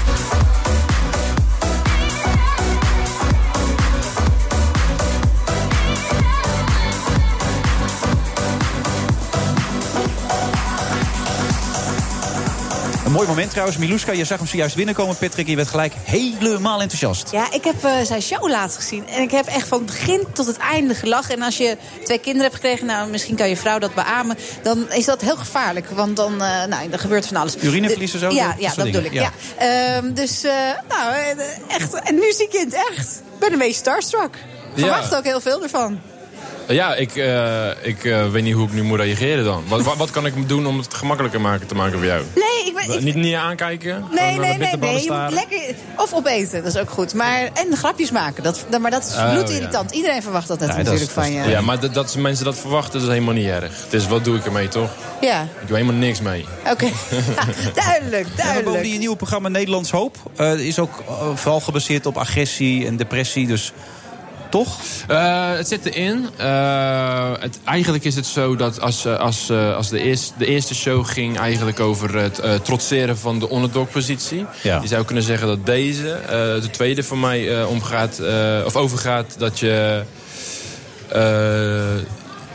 Een mooi moment trouwens. Miluska, je zag hem zojuist binnenkomen, Patrick. Je werd gelijk helemaal enthousiast. Ja, ik heb uh, zijn show laatst gezien. En ik heb echt van het begin tot het einde gelachen. En als je twee kinderen hebt gekregen, nou, misschien kan je vrouw dat beamen. Dan is dat heel gevaarlijk. Want dan, uh, nou, dan gebeurt van alles. Urineverliezen zo? Ja, ja, dat bedoel ik. Ja. Ja. Uh, dus, uh, nou, echt een muziekkind, echt. Ik ben een beetje starstruck. Verwacht ja. ook heel veel ervan. Ja, ik, uh, ik uh, weet niet hoe ik nu moet reageren dan. Wat, wat, wat kan ik doen om het gemakkelijker maken, te maken voor jou? Nee, ik ben... Ik... Niet, niet aankijken? Nee, nee, nee. nee. Lekker, of opeten, dat is ook goed. Maar, en grapjes maken, dat, maar dat is bloedirritant. Ja. Iedereen verwacht dat, dat ja, natuurlijk dat is, van je. Ja, maar dat, dat mensen dat verwachten, dat is helemaal niet erg. Het is, wat doe ik ermee, toch? Ja. Ik doe helemaal niks mee. Oké, okay. duidelijk, duidelijk. Ja, die nieuwe programma Nederlands Hoop uh, is ook uh, vooral gebaseerd op agressie en depressie, dus... Toch? Uh, het zit erin. Uh, het, eigenlijk is het zo dat als, als, als de, eerste, de eerste show ging eigenlijk over het uh, trotseren van de underdog-positie. Ja. Je zou kunnen zeggen dat deze, uh, de tweede voor mij, uh, omgaat, uh, of overgaat dat je... Uh,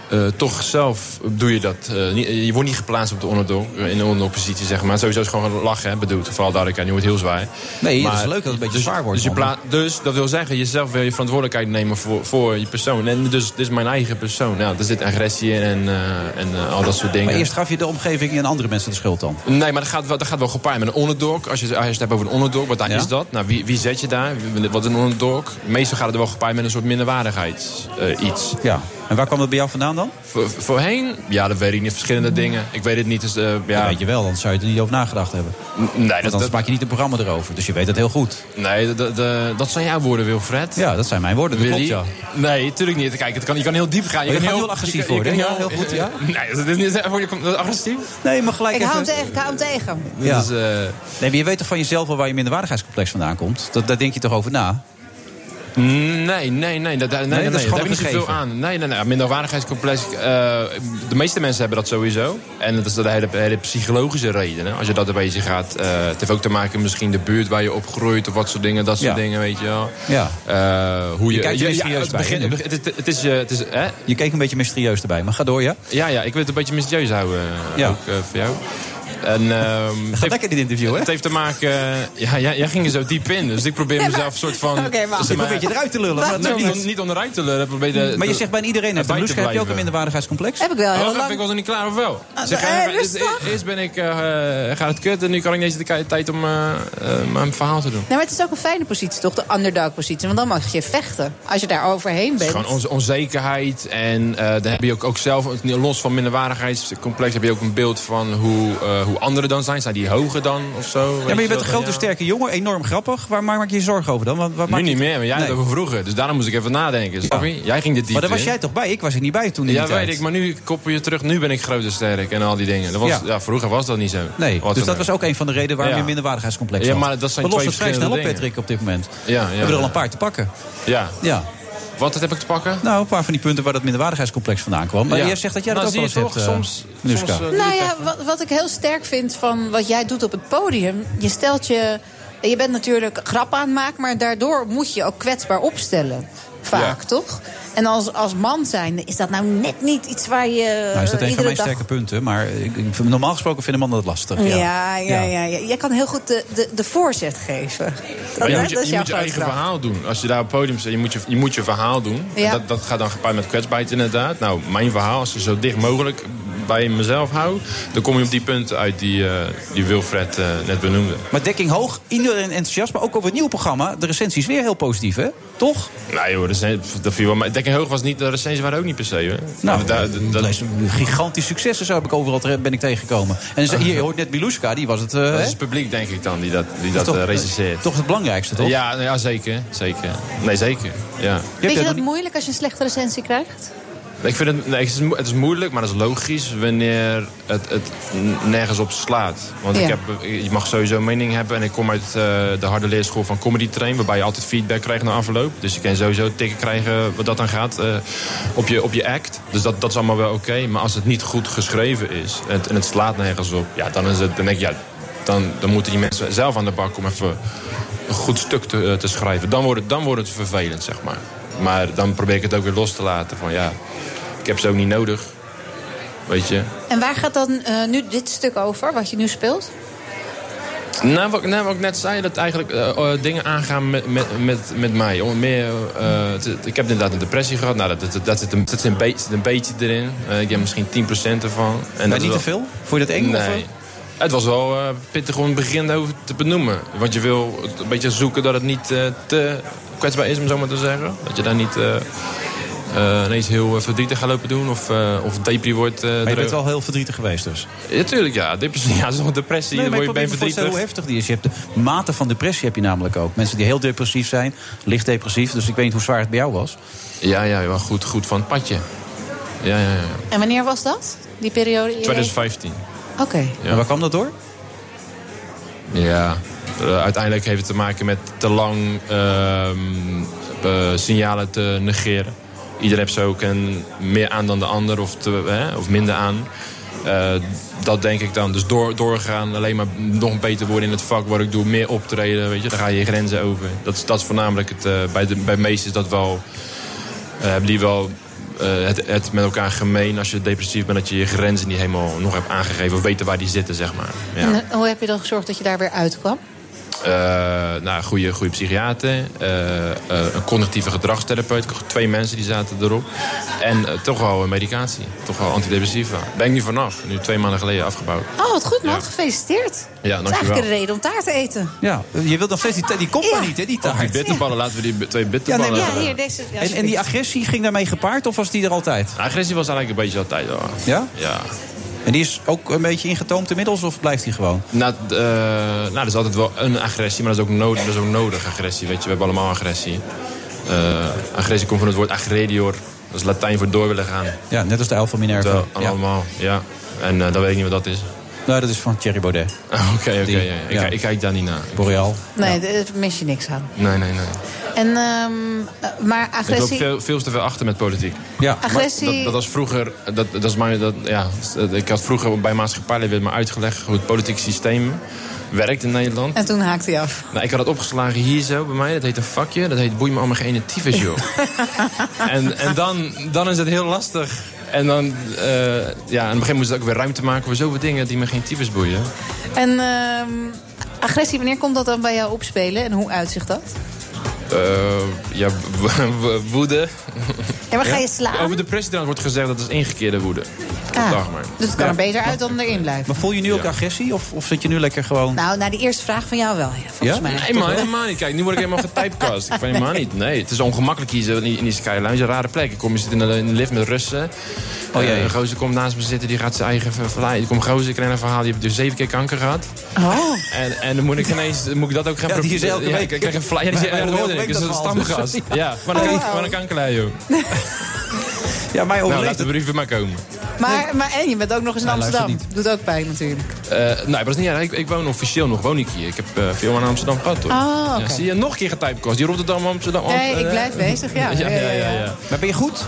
Uh, toch zelf doe je dat. Uh, niet, je wordt niet geplaatst op de onderdog, in de onderdogpositie, zeg maar. Sowieso is het gewoon lachen, hè, bedoeld. Vooral duidelijkheid, je wordt heel zwaar. Nee, maar, dat is leuk dat het een beetje dus, zwaar wordt. Dus, je pla- dus dat wil zeggen, jezelf wil je verantwoordelijkheid nemen voor, voor je persoon. En dus dit is mijn eigen persoon. Ja, er zit agressie in en, uh, en uh, al dat soort dingen. Maar eerst gaf je de omgeving en andere mensen de schuld dan? Nee, maar dat gaat wel, dat gaat wel gepaard met een onderdog. Als je, als je het hebt over een onderdog, wat daar ja? is dat? Nou, wie, wie zet je daar? Wat is een onderdog? Meestal gaat het er wel gepaard met een soort minderwaardigheid uh, iets. Ja. En waar kwam het bij jou vandaan dan? Voor, voorheen? Ja, dat weet ik niet. Verschillende dingen. Ik weet het niet. Dus, uh, ja. Dat weet je wel, anders zou je er niet over nagedacht hebben. Nee, dat, anders dat... maak je niet een programma erover. Dus je weet het heel goed. Nee, de, de, de, dat zijn jouw woorden, Wilfred. Ja, dat zijn mijn woorden. Dat klopt, ja. Nee, natuurlijk niet. Kijk, het kan, je kan heel diep gaan. Je, je kan heel, heel, heel agressief je, worden. Je, je ja, heel goed, ja. Nee, dat is niet dat is agressief. Nee, maar gelijk ik even... hou hem tegen, ik hou hem tegen. Ja. Dus, uh... nee, maar je weet toch van jezelf wel waar je minderwaardigheidscomplex vandaan komt? Dat, daar denk je toch over na? Nee, nee, nee. Dat, nee, nee, nee, dat is nee, daar heb ik niet gegeven. zoveel aan. Nee, nee, nee. Minderwaardigheidscomplex. Uh, de meeste mensen hebben dat sowieso. En dat is de hele, hele psychologische reden. Hè? Als je dat een beetje gaat. Uh, het heeft ook te maken misschien de buurt waar je opgroeit. Of wat soort dingen. Dat soort ja. dingen, weet je wel. Ja. Uh, hoe je, je kijkt er mysterieus ja, het bij. begin, het, het, het is, uh, het is, hè? Je keek een beetje mysterieus erbij. Maar ga door, ja? Ja, ja. Ik wil het een beetje mysterieus houden. Uh, ja. Ook uh, voor jou. En, uh, gaat lekker dit interview, hè? Het heeft te maken... Uh, ja, jij, jij ging er zo diep in. Dus ik probeer mezelf een soort van... Oké, okay, maar... Ik probeer je eruit te lullen. Maar nee, niet, niet onderuit te lullen. Probeer de, maar je zegt bijna iedereen heeft een Beluska. Heb je ook een minderwaardigheidscomplex? Heb ik wel, heel oh, lang. Ik was er niet klaar, of wel? Uh, zeg, uh, uh, eerst, eerst ben ik... Uh, gaat het kut en nu kan ik niet eens de tijd om uh, uh, mijn verhaal te doen. Nee, maar het is ook een fijne positie, toch? De underdog-positie. Want dan mag je vechten. Als je daar overheen bent. Het is gewoon on- onzekerheid. En uh, dan heb je ook, ook zelf... Los van minderwaardigheidscomplex heb je ook een beeld van hoe, uh, hoe anderen dan zijn. Zijn die hoger dan of zo? Ja, maar je bent een grote, ja. sterke jongen. Enorm grappig. Waar maak je je zorgen over dan? Waar, waar nu niet je... meer, maar jij nee. had het over vroeger. Dus daarom moest ik even nadenken. Snap je? Jij ging dit diep. Maar daar was in. jij toch bij? Ik was er niet bij toen in ja, die tijd. Ja, weet ik. Maar nu koppel je terug. Nu ben ik groot en sterk en al die dingen. Dat was, ja. Ja, vroeger was dat niet zo. Nee, wat dus dat was ook een van de redenen waarom ja. je minderwaardigheidscomplex had. Ja, maar dat zijn we twee lossen vrij snel op, dingen. Patrick, op dit moment. Ja, ja, we hebben ja. er al een paar te pakken. Ja. Ja. Wat heb ik te pakken? Nou, een paar van die punten waar dat minderwaardigheidscomplex vandaan kwam. Maar ja. jij zegt dat jij dat nou, ook wel eens toch, hebt, soms, uh, soms, uh, Nou ja, wat, wat ik heel sterk vind van wat jij doet op het podium. Je stelt je... Je bent natuurlijk grap aan het maken, maar daardoor moet je ook kwetsbaar opstellen. Vaak, ja. toch? En als, als man zijn, is dat nou net niet iets waar je... Nou, is dat een van mijn dag... sterke punten. Maar ik, normaal gesproken vinden mannen dat lastig. Ja, ja, ja. ja, ja. Jij kan heel goed de, de, de voorzet geven. Dat, je hè? moet je, dat is je, moet je eigen vraag. verhaal doen. Als je daar op het podium staat, je moet je, je, moet je verhaal doen. Ja. Dat, dat gaat dan gepaard met kwetsbaarheid inderdaad. Nou, mijn verhaal, als je zo dicht mogelijk bij mezelf houdt... dan kom je op die punten uit die, uh, die Wilfred uh, net benoemde. Maar dekking hoog, iedereen enthousiast. Maar ook over het nieuwe programma. De recensie is weer heel positief, hè? Toch? Nee joh, dat viel wel. Maar dekking hoog was niet, de recensies waren ook niet per se, hè? Nou, da, da, dat is een gigantisch succes. Zo heb ik overal ben ik tegengekomen. En uh, hier, je hoort net Beluska, die was het... Uh, dat hè? is het publiek, denk ik dan, die dat, die dat, dat uh, recenseert. Toch het belangrijkste, toch? Ja, ja zeker, zeker. Nee, zeker, ja. Vind je dat moeilijk als je een slechte recensie krijgt? Ik vind het, nee, het, is, het is moeilijk, maar dat is logisch wanneer het, het nergens op slaat. Want ja. ik heb, je mag sowieso een mening hebben. En ik kom uit uh, de harde leerschool van Comedy Train, waarbij je altijd feedback krijgt na afloop. Dus je kan sowieso tikken krijgen wat dat dan gaat uh, op, je, op je act. Dus dat, dat is allemaal wel oké. Okay. Maar als het niet goed geschreven is en het, en het slaat nergens op, ja, dan, is het, dan denk ik, ja, dan, dan moeten die mensen zelf aan de bak om even een goed stuk te, te schrijven. Dan wordt, het, dan wordt het vervelend, zeg maar. Maar dan probeer ik het ook weer los te laten. Van ja, ik heb ze ook niet nodig. Weet je. En waar gaat dan uh, nu dit stuk over, wat je nu speelt? Nou, wat, nou, wat ik net zei, dat eigenlijk uh, uh, dingen aangaan met, met, met, met mij. Om meer, uh, te, ik heb inderdaad een depressie gehad. Nou, dat, dat, dat, zit, een, dat zit een, beetje, een beetje erin. Uh, ik heb misschien tien procent ervan. En maar dat niet wel... te veel? Vond je dat eng? Nee. Of? Het was wel uh, pittig om het begin over te benoemen. Want je wil een beetje zoeken dat het niet uh, te kwetsbaar is, om zo maar te zeggen. Dat je daar niet uh, uh, ineens heel uh, verdrietig gaat lopen doen of, uh, of depri wordt. Uh, maar je bent wel heel verdrietig geweest dus? Ja, tuurlijk, ja. Depressie, ja, zo'n depressie, nee, dan word je ben verdrietig. Hoe heftig die is. Je hebt de mate van depressie heb je namelijk ook. Mensen die heel depressief zijn, licht depressief. Dus ik weet niet hoe zwaar het bij jou was. Ja, ja, wel goed, goed van het padje. Ja, ja, ja. En wanneer was dat, die periode? twintig vijftien. Oké. Okay. Ja. En waar kwam dat door? Ja, uh, uiteindelijk heeft het te maken met te lang uh, uh, signalen te negeren. Iedereen heeft zo ook een, meer aan dan de ander of, te, hè, of minder aan. Uh, dat denk ik dan. Dus door, doorgaan, alleen maar nog beter worden in het vak wat ik doe. Meer optreden, weet je, daar ga je je grenzen over. Dat, dat is voornamelijk het. Uh, bij de bij meesten is dat wel. Uh, hebben die wel uh, het, het met elkaar gemeen als je depressief bent... dat je je grenzen niet helemaal nog hebt aangegeven... of weten waar die zitten, zeg maar. Ja. En hoe heb je dan gezorgd dat je daar weer uitkwam? Uh, nou, goede, goede psychiater, uh, uh, een cognitieve gedragstherapeut. Twee mensen die zaten erop. En uh, toch wel medicatie, toch wel antidepressiva. Daar ben ik nu vanaf, nu twee maanden geleden afgebouwd. Oh, wat goed man, Ja. gefeliciteerd. Ja, dat is eigenlijk een reden om taart te eten. Ja, je wilt nog steeds die, die komt maar niet, hè, die taart. Die bitterballen, laten we die twee bitterballen... Ja, Ja, hier, deze... Ja, En, en die agressie ging daarmee gepaard of was die er altijd? agressie was eigenlijk een beetje altijd wel. Ja? Ja. En die is ook een beetje ingetoomd inmiddels of blijft die gewoon? Nou, uh, nou, er is altijd wel een agressie, maar dat is ook nodig, dat is ook nodig agressie. Weet je, we hebben allemaal agressie. Uh, agressie komt van het woord agredior. Dat is Latijn voor door willen gaan. Ja, net als de elf van Minerva. Dat, Ja. allemaal, ja. En uh, dan weet ik niet wat dat is. Nou, dat is van Thierry Baudet. Oké, oké. Die- ja. Ik, ja. ik kijk daar niet naar. Boreal. Nee, daar mis je niks aan. Nee, nee, nee. En, um, maar Ik loop agressie... veel, veel te veel achter met politiek. Ja. Agressie- Maar dat, dat was vroeger... Dat, dat is maar, dat, ja, ik had vroeger bij maatschappij werd me uitgelegd hoe het politieke systeem werkt in Nederland. En toen haakte hij af. Nou, ik had het opgeslagen hier zo bij mij. Dat heet een vakje. Dat heet boei me allemaal geen tyfus, joh. en en dan, dan is het heel lastig. En dan, uh, ja, aan het begin moest ik ook weer ruimte maken voor zoveel dingen die me geen tyfus boeien. En um, agressie, wanneer komt dat dan bij jou opspelen? En hoe uitzicht dat? Uh, ja, w- w- woede. Ja, maar ga je slaan? Over de president wordt gezegd dat is ingekeerde woede. Ah, Dag maar. dus het kan Ja. er beter uit dan erin blijven. Maar voel je nu ook agressie of, of zit je nu lekker gewoon... Nou, na die eerste vraag van jou wel, ja, volgens Ja? mij. Nee, man, helemaal niet. Kijk, nu word ik helemaal getypecast. Ik vind helemaal niet. Nee, het is ongemakkelijk hier zo in die, in die skyline. Het is een rare plek. Ik kom, je zit in de, in de lift met Russen. Oh, jee. Uh, een gozer komt naast me zitten, die gaat zijn eigen verhaal. Ik kom gozer, ik ken een verhaal, die heeft dus zeven keer kanker gehad. Oh. En, en dan moet ik ineens, moet ik dat ook gaan Ja, die is elke ja, week. ik krijg een flyer. Ja, die is, ja, dat hoorde ik. Dat is een stamgast. Ja, van een, Oh. van een kankerlijn, joh. Ja, mij Nou, overleeft laat de het. brieven maar komen. Maar, maar en je bent ook nog eens in Ja, luister Amsterdam. Doet ook pijn natuurlijk. Uh, nee, maar dat is niet erg. Ik, ik woon officieel nog, woon ik hier. Ik heb uh, veel aan Amsterdam gehad, hoor. Oh, oké. Ja, zie je, nog een keer getypecast. Die Rotterdam, Amsterdam... Nee, ik uh, blijf bezig, ja. Ja, ja, ja. ja. Maar ben je goed?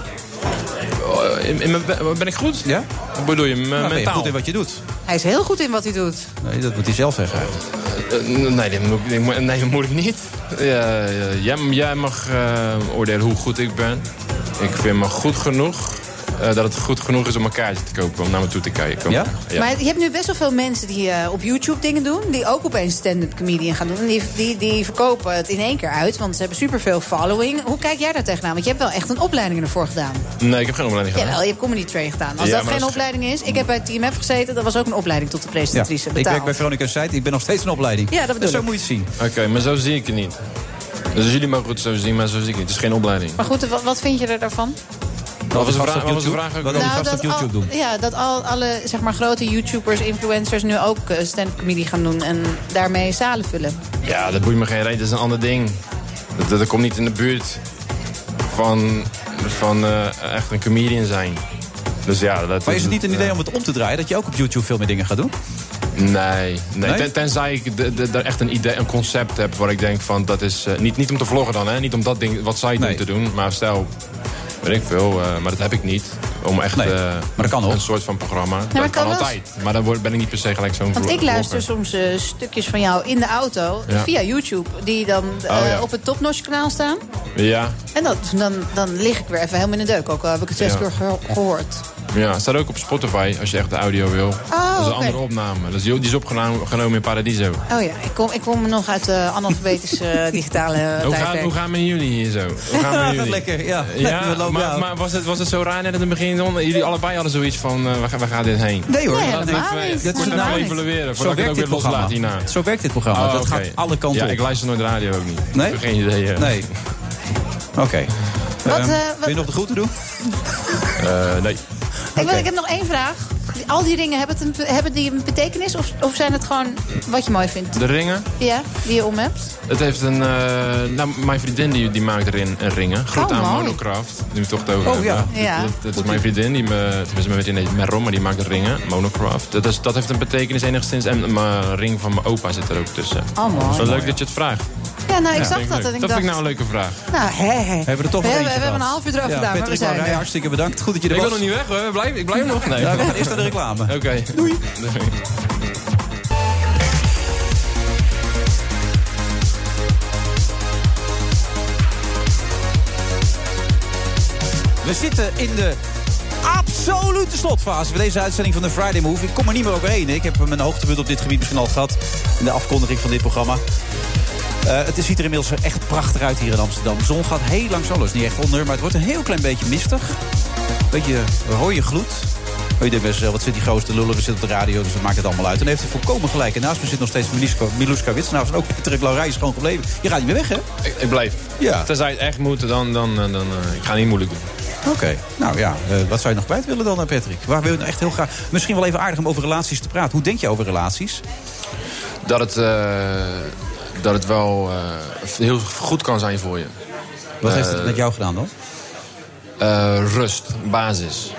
Oh, in, in mijn, ben ik goed? Ja? Wat bedoel je, m- Nou, ben je mentaal? goed in wat je doet? Hij is heel goed in wat hij doet. Nee, dat moet hij zelf zeggen. Uh, nee, dat moet, ik- ik- nee, dat moet ik niet. Ja, ja, jij, jij mag uh, oordelen hoe goed ik ben. Ik vind me goed genoeg. Uh, dat het goed genoeg is om een kaartje te kopen om naar me toe te kijken. Ja? Ja. Maar je hebt nu best wel veel mensen die uh, op YouTube dingen doen. Die ook opeens stand-up comedian gaan doen. En die, die, die verkopen het in één keer uit. Want ze hebben superveel following. Hoe kijk jij daar tegenaan? Want je hebt wel echt een opleiding ervoor gedaan. Nee, ik heb geen opleiding gedaan. Jawel, je hebt comedy train gedaan. Als Ja, dat maar geen dat is- opleiding is. Ik heb bij T M F gezeten. Dat was ook een opleiding tot de Ja. presentatrice. Ik Betaald. werk bij Veronica Site. Ik ben nog steeds een opleiding. Ja, dat bedoel dus zo ik. moet je het zien. Oké, maar zo zie ik het niet. Dus jullie mogen het zo zien, maar zo zie ik het niet. Het is geen opleiding. Maar goed, wat, wat vind je er daarvan? Wat was de Vast vraag, op wat was de YouTube? vraag ook? Wat wil je Nou, vast op dat YouTube al, doen? ja, dat al alle zeg maar, grote YouTubers, influencers nu ook uh, stand-up comedy gaan doen. En daarmee zalen vullen. Ja, dat boeit me geen reet. Dat is een ander ding. Dat, dat, dat komt niet in de buurt van, van uh, echt een comedian zijn. Dus ja, dat Maar is het niet een idee uh, om het om te draaien? Dat je ook op YouTube veel meer dingen gaat doen? Nee, nee. Nee? Ten, tenzij ik de, de, de echt een idee, een concept heb waar ik denk van dat is uh, niet, niet om te vloggen dan, hè? Niet om dat ding wat zij doen Nee. te doen, maar stel, weet ik veel, uh, maar dat heb ik niet. Om echt Nee, uh, maar dat kan nog. een soort van programma. maar dat het kan kan wel. altijd. Maar dan word, ben ik niet per se gelijk zo'n Want vlog- ik luister vlogger. soms uh, stukjes van jou in de auto Ja. via YouTube. Die dan uh, Oh, ja. op het Topnotch kanaal staan. Ja, En dat, dan, dan lig ik weer even helemaal in de deuk. Ook al heb ik het zes Ja. keer geho- gehoord. ja, het staat ook op Spotify als je echt de audio wil. dat is een oké. andere opname. Dat is, die is opgenomen genomen in Paradiso. Oh ja, ik kom, ik kom nog uit de analfabetische uh, digitale uh, Hoe gaan, tijdperk. hoe gaan het met jullie hier zo? Hoe gaan het met jullie? Lekker, ja. Ja, We lopen maar, aan. maar was, het, was het zo raar net in het begin? Jullie allebei hadden zoiets van, uh, waar, ga- waar gaat dit heen? Nee hoor. Nee, Laten we helemaal even, niet. dit moet Helemaal even niet. evalueren, Zo voordat ik het werkt ook dit weer loslaat programma. hierna. Zo werkt dit programma. Oh, dat oké. gaat alle kanten Ja, op. ik luister nooit de radio ook niet. Nee? Ik heb geen idee. uh. Nee. Oké. Okay. Wat, Um, uh, wil wat, je nog de groeten doen? Uh, nee. ik, wil, ik heb nog één vraag. Al die dingen, hebben, het een, hebben die een betekenis? Of, of zijn het gewoon wat je mooi vindt? De ringen? Ja, die je om hebt? Het heeft een... Uh, nou, mijn vriendin die, die maakt erin een ringen. Groet Oh, aan mooi. Monocraft. Nu we toch het over Oh, hebben. ja. Ja. Dat, dat is mijn vriendin. Die me, tenminste, mijn vriendin heet Meron, maar die maakt de ringen. Monocraft. Dat, is, dat heeft een betekenis enigszins. En mijn ring van mijn opa zit er ook tussen. Oh, mooi. Het is wel leuk dat je het vraagt. Ja, nou, ik Ja, zag vind dat leuk. en ik dat dacht... vind ik nou een leuke vraag. Nou, hè, hè. We hebben er toch We nog hebben, eentje we hebben een gehad. half uur erover Ja, gedaan, maar we Patrick zijn Larij, er. hartstikke bedankt. Goed dat je er Ik was. wil nog niet weg hoor. Blijf, ik blijf nog. Nee. Ja, we gaan eerst naar de reclame. Oké. Okay. Doei. Doei. We zitten in de absolute slotfase van deze uitzending van de Friday Move. Ik kom er niet meer overheen. Ik heb mijn hoogtepunt op dit gebied misschien al gehad in de afkondiging van dit programma. Uh, het ziet er inmiddels echt prachtig uit hier in Amsterdam. De zon gaat heel langzaam, dat is niet echt onder, maar het wordt een heel klein beetje mistig. Beetje rode gloed. Je denkt best, wat zit die grootste lullen, we zitten op de radio, dus dat maakt het allemaal uit. En heeft hij volkomen gelijk. En naast me zit nog steeds Miluska Witsenhuis en ook Patrick Laurij is gewoon gebleven. Je gaat niet meer weg, hè? Ik, ik blijf. Ja. Tenzij het echt moet, dan, dan, dan, dan uh, ik ga niet moeilijk doen. Oké, okay. nou ja, uh, wat zou je nog kwijt willen dan, Patrick? Waar wil je nou echt heel graag... Misschien wel even aardig om over relaties te praten. Hoe denk je over relaties? Dat het, uh, dat het wel uh, heel goed kan zijn voor je. Wat uh, heeft het met jou gedaan dan? Uh, rust, basis.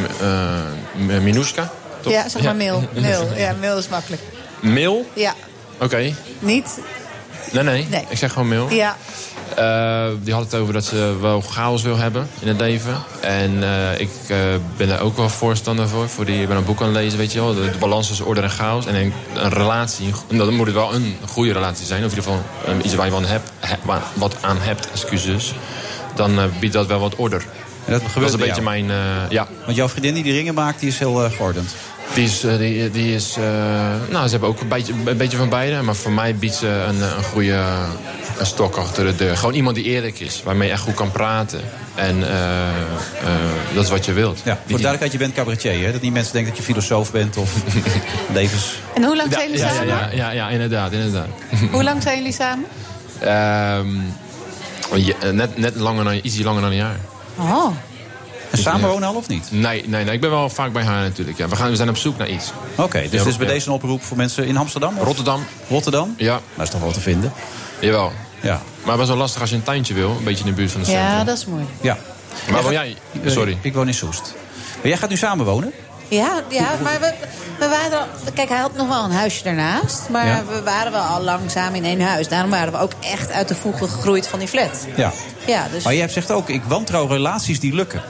Uh, Minuska? Toch? Ja, zeg maar mail. mail. Ja, mail is makkelijk. Mail? Ja. Oké. Okay. Niet? Nee, nee, nee. Ik zeg gewoon mail. Ja. Uh, die had het over dat ze wel chaos wil hebben in het leven. En uh, ik uh, ben daar ook wel voorstander voor. voor die, ik ben een boek aan het lezen, weet je wel. De, de balans tussen orde en chaos. En een, een relatie, dan moet het wel een goede relatie zijn. Of in ieder geval um, iets waar je van hebt, he, waar, wat aan hebt, excuses. Dan uh, biedt dat wel wat orde. En dat, dat is een beetje mijn... Uh, ja. Want jouw vriendin die die ringen maakt, die is heel uh, geordend. Die is... Uh, die, die is uh, nou, ze hebben ook een beetje, een beetje van beide. Maar voor mij biedt ze een, een goede uh, een stok achter de deur. Gewoon iemand die eerlijk is. Waarmee je echt goed kan praten. En uh, uh, dat is wat je wilt. Ja, voor de duidelijkheid, je bent cabaretier, hè? Dat niet mensen denken dat je filosoof bent of levens... En hoe lang zijn jullie ja, samen? Ja, ja, ja, ja, inderdaad, inderdaad. Hoe lang zijn jullie samen? Um, ja, net, net langer dan, ietsje langer dan een jaar. Oh. En samenwonen al of niet? Nee, nee, nee, ik ben wel vaak bij haar natuurlijk. Ja. We, gaan, we zijn op zoek naar iets. Oké, okay, dus ja, dit is bij ja. deze een oproep voor mensen in Amsterdam? Of? Rotterdam. Rotterdam? Ja. Dat is toch wel te vinden? Jawel. Ja. Maar het is wel lastig als je een tuintje wil. Een beetje in de buurt van de centrum. Ja, dat is moeilijk. Ja. Maar wil jij? Sorry. Ik, ik woon in Soest. Maar jij gaat nu samenwonen? Ja, ja, maar we, we waren al... Kijk, hij had nog wel een huisje daarnaast. Maar ja. we waren wel al lang samen in één huis. Daarom waren we ook echt uit de voegen gegroeid van die flat. Ja. Ja, dus... Maar jij zegt ook, ik wantrouw relaties die lukken.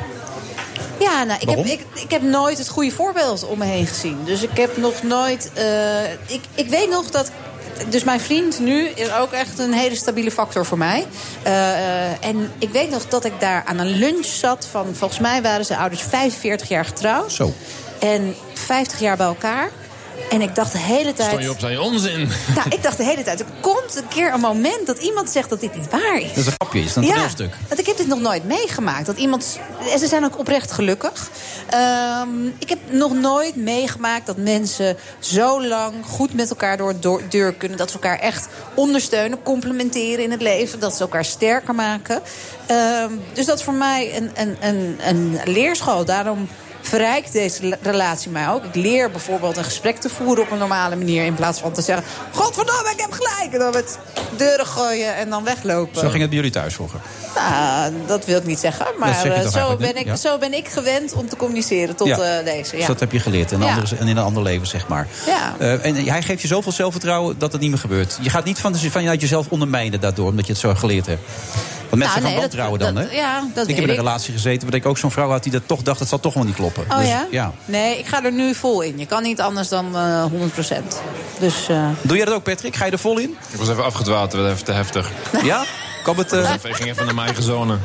Ja, nou, ik heb, ik, ik heb nooit het goede voorbeeld om me heen gezien. Dus ik heb nog nooit... Uh, ik, ik weet nog dat... Dus mijn vriend nu is ook echt een hele stabiele factor voor mij. Uh, uh, en ik weet nog dat ik daar aan een lunch zat van... Volgens mij waren zijn ouders vijfenveertig jaar getrouwd. Zo. En vijftig jaar bij elkaar. En ik dacht de hele tijd... Stond je op zijn onzin? Nou, ik dacht de hele tijd... Er komt een keer een moment dat iemand zegt dat dit niet waar is. Dat is een grapje, is dat een ja, toneelstuk? Want ik heb dit nog nooit meegemaakt. Dat iemand... En ze zijn ook oprecht gelukkig. Um, ik heb nog nooit meegemaakt dat mensen zo lang goed met elkaar door de deur kunnen. Dat ze elkaar echt ondersteunen, complementeren in het leven. Dat ze elkaar sterker maken. Um, dus dat is voor mij een, een, een, een leerschool. Daarom... verrijkt deze relatie mij ook. Ik leer bijvoorbeeld een gesprek te voeren op een normale manier... in plaats van te zeggen, godverdomme, ik heb gelijk. En dan met deuren gooien en dan weglopen. Zo ging het bij jullie thuis vroeger? Nou, dat wil ik niet zeggen. Maar zeg zo, ben ik, ja. zo ben ik gewend om te communiceren tot ja. uh, deze. Ja. Dus dat heb je geleerd in, ja. andere, in een ander leven, zeg maar. Ja. Uh, en hij geeft je zoveel zelfvertrouwen dat het niet meer gebeurt. Je gaat niet van, vanuit jezelf ondermijnen daardoor, omdat je het zo geleerd hebt. Want mensen nou, gaan nee, wantrouwen dan, dat, hè? Ja, dat ik heb in een ik. relatie gezeten waar ik ook zo'n vrouw had die dat toch dacht, het zal toch wel niet kloppen. Oh dus, ja? ja? Nee, ik ga er nu vol in. Je kan niet anders dan uh, honderd procent. Dus, uh... Doe jij dat ook, Patrick? Ga je er vol in? Ik was even afgedwaald, dat was even te heftig. Ja? Kan het, uh... Ik ging even naar mijn eigen zone.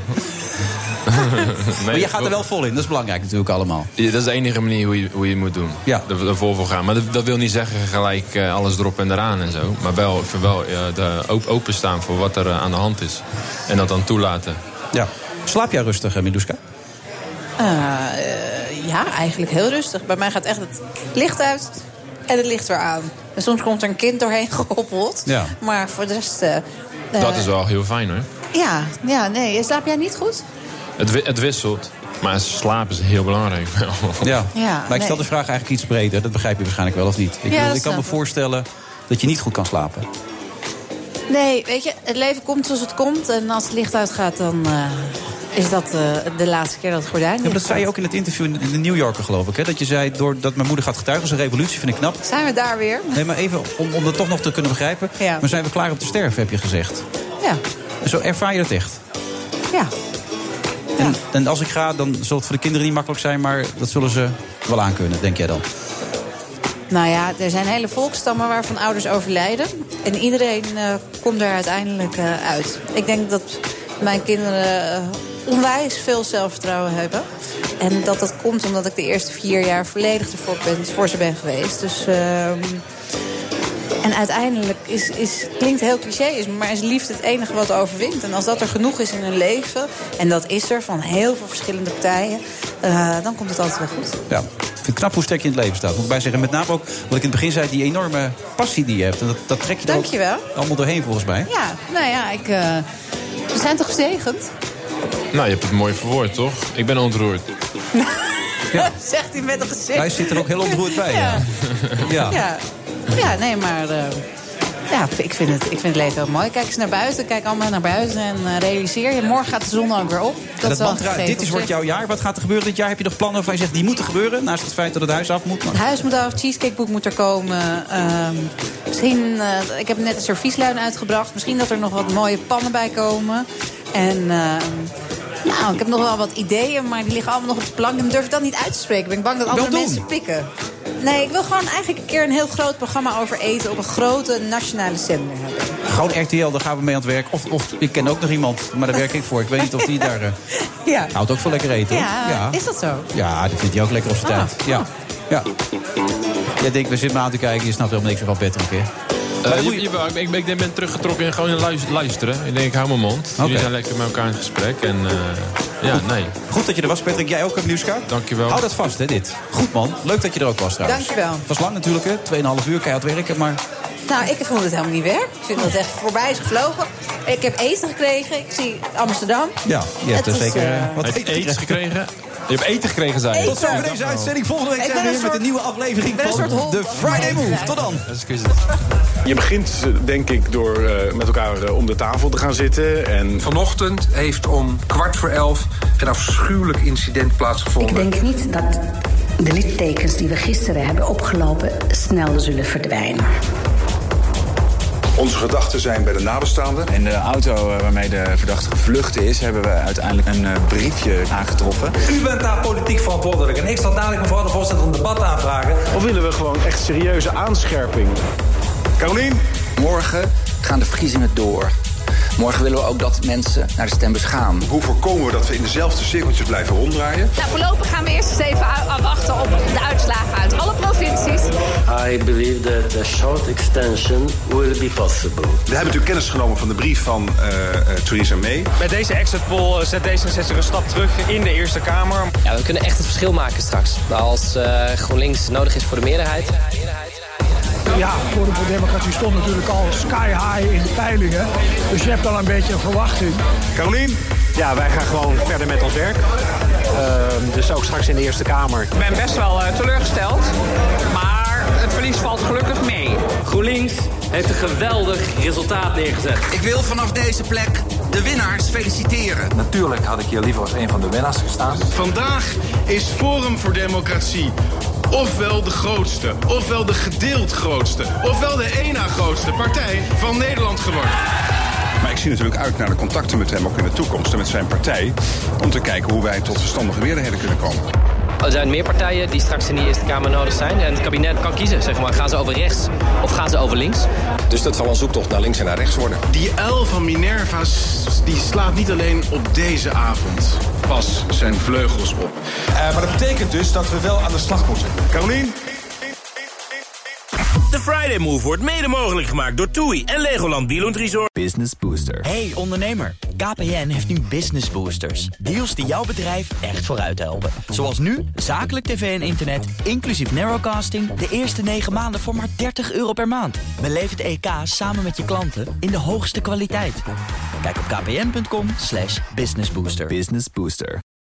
Nee, maar je gaat er wel vol in, dat is belangrijk natuurlijk allemaal. Ja, dat is de enige manier hoe je, hoe je het moet doen. Ja. Er, er vol voor gaan. Maar dat, dat wil niet zeggen gelijk uh, alles erop en eraan en zo. Maar wel, voor wel uh, de, op, openstaan voor wat er uh, aan de hand is. En dat dan toelaten. Ja. Slaap jij rustig, uh, Miluska? Uh, uh, ja, eigenlijk heel rustig. Bij mij gaat echt het licht uit en het licht weer aan. En soms komt er een kind doorheen gehoppeld. Ja. Maar voor de rest... Uh, dat is wel heel fijn, hoor. Ja, ja, nee. Slaap jij niet goed? Het, het wisselt. Maar slaap is heel belangrijk. Ja, ja maar ik stel nee. de vraag eigenlijk iets breder. Dat begrijp je waarschijnlijk wel, of niet? Ik, ja, bedoel, ik kan me voorstellen dat je niet goed kan slapen. Nee, weet je, het leven komt zoals het komt. En als het licht uitgaat, dan uh, is dat uh, de laatste keer dat het gordijn ja, maar dat zei je ook in het interview in de New Yorker, geloof ik. Hè? Dat je zei, doordat mijn moeder gaat getuigen, is een revolutie, vind ik knap. Zijn we daar weer? Nee, maar even om, om dat toch nog te kunnen begrijpen. Ja. Maar zijn we klaar om te sterven, heb je gezegd. Ja. Zo ervaar je dat echt? Ja. En, ja. en als ik ga, dan zal het voor de kinderen niet makkelijk zijn... maar dat zullen ze wel aankunnen, denk jij dan? Nou ja, er zijn hele volkstammen waarvan ouders overlijden. En iedereen uh, komt er uiteindelijk uh, uit. Ik denk dat mijn kinderen uh, onwijs veel zelfvertrouwen hebben. En dat dat komt omdat ik de eerste vier jaar volledig ervoor ben, voor ze ben geweest. Dus... Uh, En uiteindelijk is, is, klinkt heel cliché, is, maar is liefde het enige wat overwint. En als dat er genoeg is in een leven, en dat is er van heel veel verschillende partijen, uh, dan komt het altijd wel goed. Ja, ik vind het knap hoe sterk je in het leven staat. Moet ik bij zeggen, met name ook, wat ik in het begin zei, die enorme passie die je hebt. En dat, dat trek je er Dankjewel. ook allemaal doorheen volgens mij. Ja, nou ja, ik, uh, we zijn toch gezegend? Nou, je hebt het mooi verwoord, toch? Ik ben ontroerd. Ja. Zegt hij met een gezicht. Hij zit er ook heel ontroerd bij. Ja, ja. ja. ja nee, maar... Uh, ja, ik vind, het, ik vind het leven heel mooi. Kijk eens naar buiten, kijk allemaal naar buiten en uh, realiseer je. Morgen gaat de zon ook weer op. Dat, dat is wel mantra, dit is wordt jouw jaar. Wat gaat er gebeuren dit jaar? Heb je nog plannen waarvan je zegt, die moeten gebeuren? Naast het feit dat het huis af moet. Maar... Het huis moet af, cheesecakeboek moet er komen. Uh, misschien, uh, ik heb net een servieslijn uitgebracht. Misschien dat er nog wat mooie pannen bij komen. En... Uh, Nou, ik heb nog wel wat ideeën, maar die liggen allemaal nog op de plank. En durf ik dat niet uit te spreken. Ben ik bang dat andere mensen pikken. Nee, ik wil gewoon eigenlijk een keer een heel groot programma over eten op een grote nationale zender hebben. Gewoon R T L, daar gaan we mee aan het werk. Of, of ik ken ook nog iemand, maar daar werk ik voor. Ik weet niet of die daar... Uh, ja. houdt ook veel lekker eten, hoor. Ja, ja, is dat zo? Ja, dat vindt hij ook lekker op zijn ah. tijd. Ja. ja. Jij denkt, we zitten me aan te kijken. Je snapt helemaal niks meer van Patrick, hè? Uh, je, je, ik, ik, ik ben teruggetrokken en gewoon luisteren. Ik denk, ik hou mijn mond. Jullie okay. zijn lekker met elkaar in gesprek. En, uh, ja, goed. nee. Goed dat je er was, Patrick. Jij ook op Nieuwskaart? Dankjewel. Hou dat vast, hè, dit. Goed, man. Leuk dat je er ook was, trouwens. Dankjewel. Het was lang natuurlijk, hè. Tweeënhalf uur keihard werken, maar... Nou, ik vond het helemaal niet werk. Ik vind dat het echt voorbij is gevlogen. Ik heb eten gekregen. Ik zie Amsterdam. Ja, je hebt er zeker uh, wat eten gekregen. gekregen. Je hebt eten gekregen, zei je. Tot zover deze uitzending. Volgende week zijn we weer met een nieuwe aflevering van de Friday Move. Tot dan. Je begint, denk ik, door uh, met elkaar uh, om de tafel te gaan zitten. En... Vanochtend heeft om kwart voor elf een afschuwelijk incident plaatsgevonden. Ik denk niet dat de littekens die we gisteren hebben opgelopen snel zullen verdwijnen. Onze gedachten zijn bij de nabestaanden. In de auto waarmee de verdachte gevlucht is, hebben we uiteindelijk een briefje aangetroffen. U bent daar politiek verantwoordelijk. En ik zal dadelijk mevrouw de voorzitter een debat aanvragen. Of willen we gewoon echt serieuze aanscherping? Carolien? Morgen gaan de verkiezingen door. Morgen willen we ook dat mensen naar de stembus gaan. Hoe voorkomen we dat we in dezelfde cirkeltjes blijven ronddraaien? Nou, voorlopig gaan we eerst eens even afwachten op de uitslagen uit alle provincies. I believe that a short extension will be possible. We hebben natuurlijk kennis genomen van de brief van uh, uh, Theresa May. Met deze exit poll zet D zesenzestig een stap terug in de Eerste Kamer. Ja, we kunnen echt het verschil maken straks. Als uh, GroenLinks nodig is voor de meerderheid. Ja, Forum voor Democratie stond natuurlijk al sky high in de peilingen. Dus je hebt al een beetje een verwachting. Carolien? Ja, wij gaan gewoon verder met ons werk. Uh, dus ook straks in de Eerste Kamer. Ik ben best wel uh, teleurgesteld. Maar het verlies valt gelukkig mee. GroenLinks heeft een geweldig resultaat neergezet. Ik wil vanaf deze plek de winnaars feliciteren. Natuurlijk had ik hier liever als een van de winnaars gestaan. Vandaag is Forum voor Democratie ofwel de grootste, ofwel de gedeeld grootste, ofwel de één na grootste partij van Nederland geworden. Maar ik zie natuurlijk uit naar de contacten met hem ook in de toekomst en met zijn partij, om te kijken hoe wij tot verstandige meerderheden kunnen komen. Er zijn meer partijen die straks in die Eerste Kamer nodig zijn. En het kabinet kan kiezen, zeg maar. Gaan ze over rechts of gaan ze over links? Dus dat zal een zoektocht naar links en naar rechts worden. Die uil van Minerva die slaat niet alleen op deze avond pas zijn vleugels op. Uh, maar dat betekent dus dat we wel aan de slag moeten. Carolien? De Friday Move wordt mede mogelijk gemaakt door TUI en Legoland Billund Resort. Business Booster. Hey ondernemer, K P N heeft nu Business Boosters. Deals die jouw bedrijf echt vooruit helpen. Zoals nu, zakelijk tv en internet, inclusief narrowcasting... de eerste negen maanden voor maar dertig euro per maand. Beleef het E K samen met je klanten in de hoogste kwaliteit. Kijk op kpn punt com slash businessbooster. Business Booster.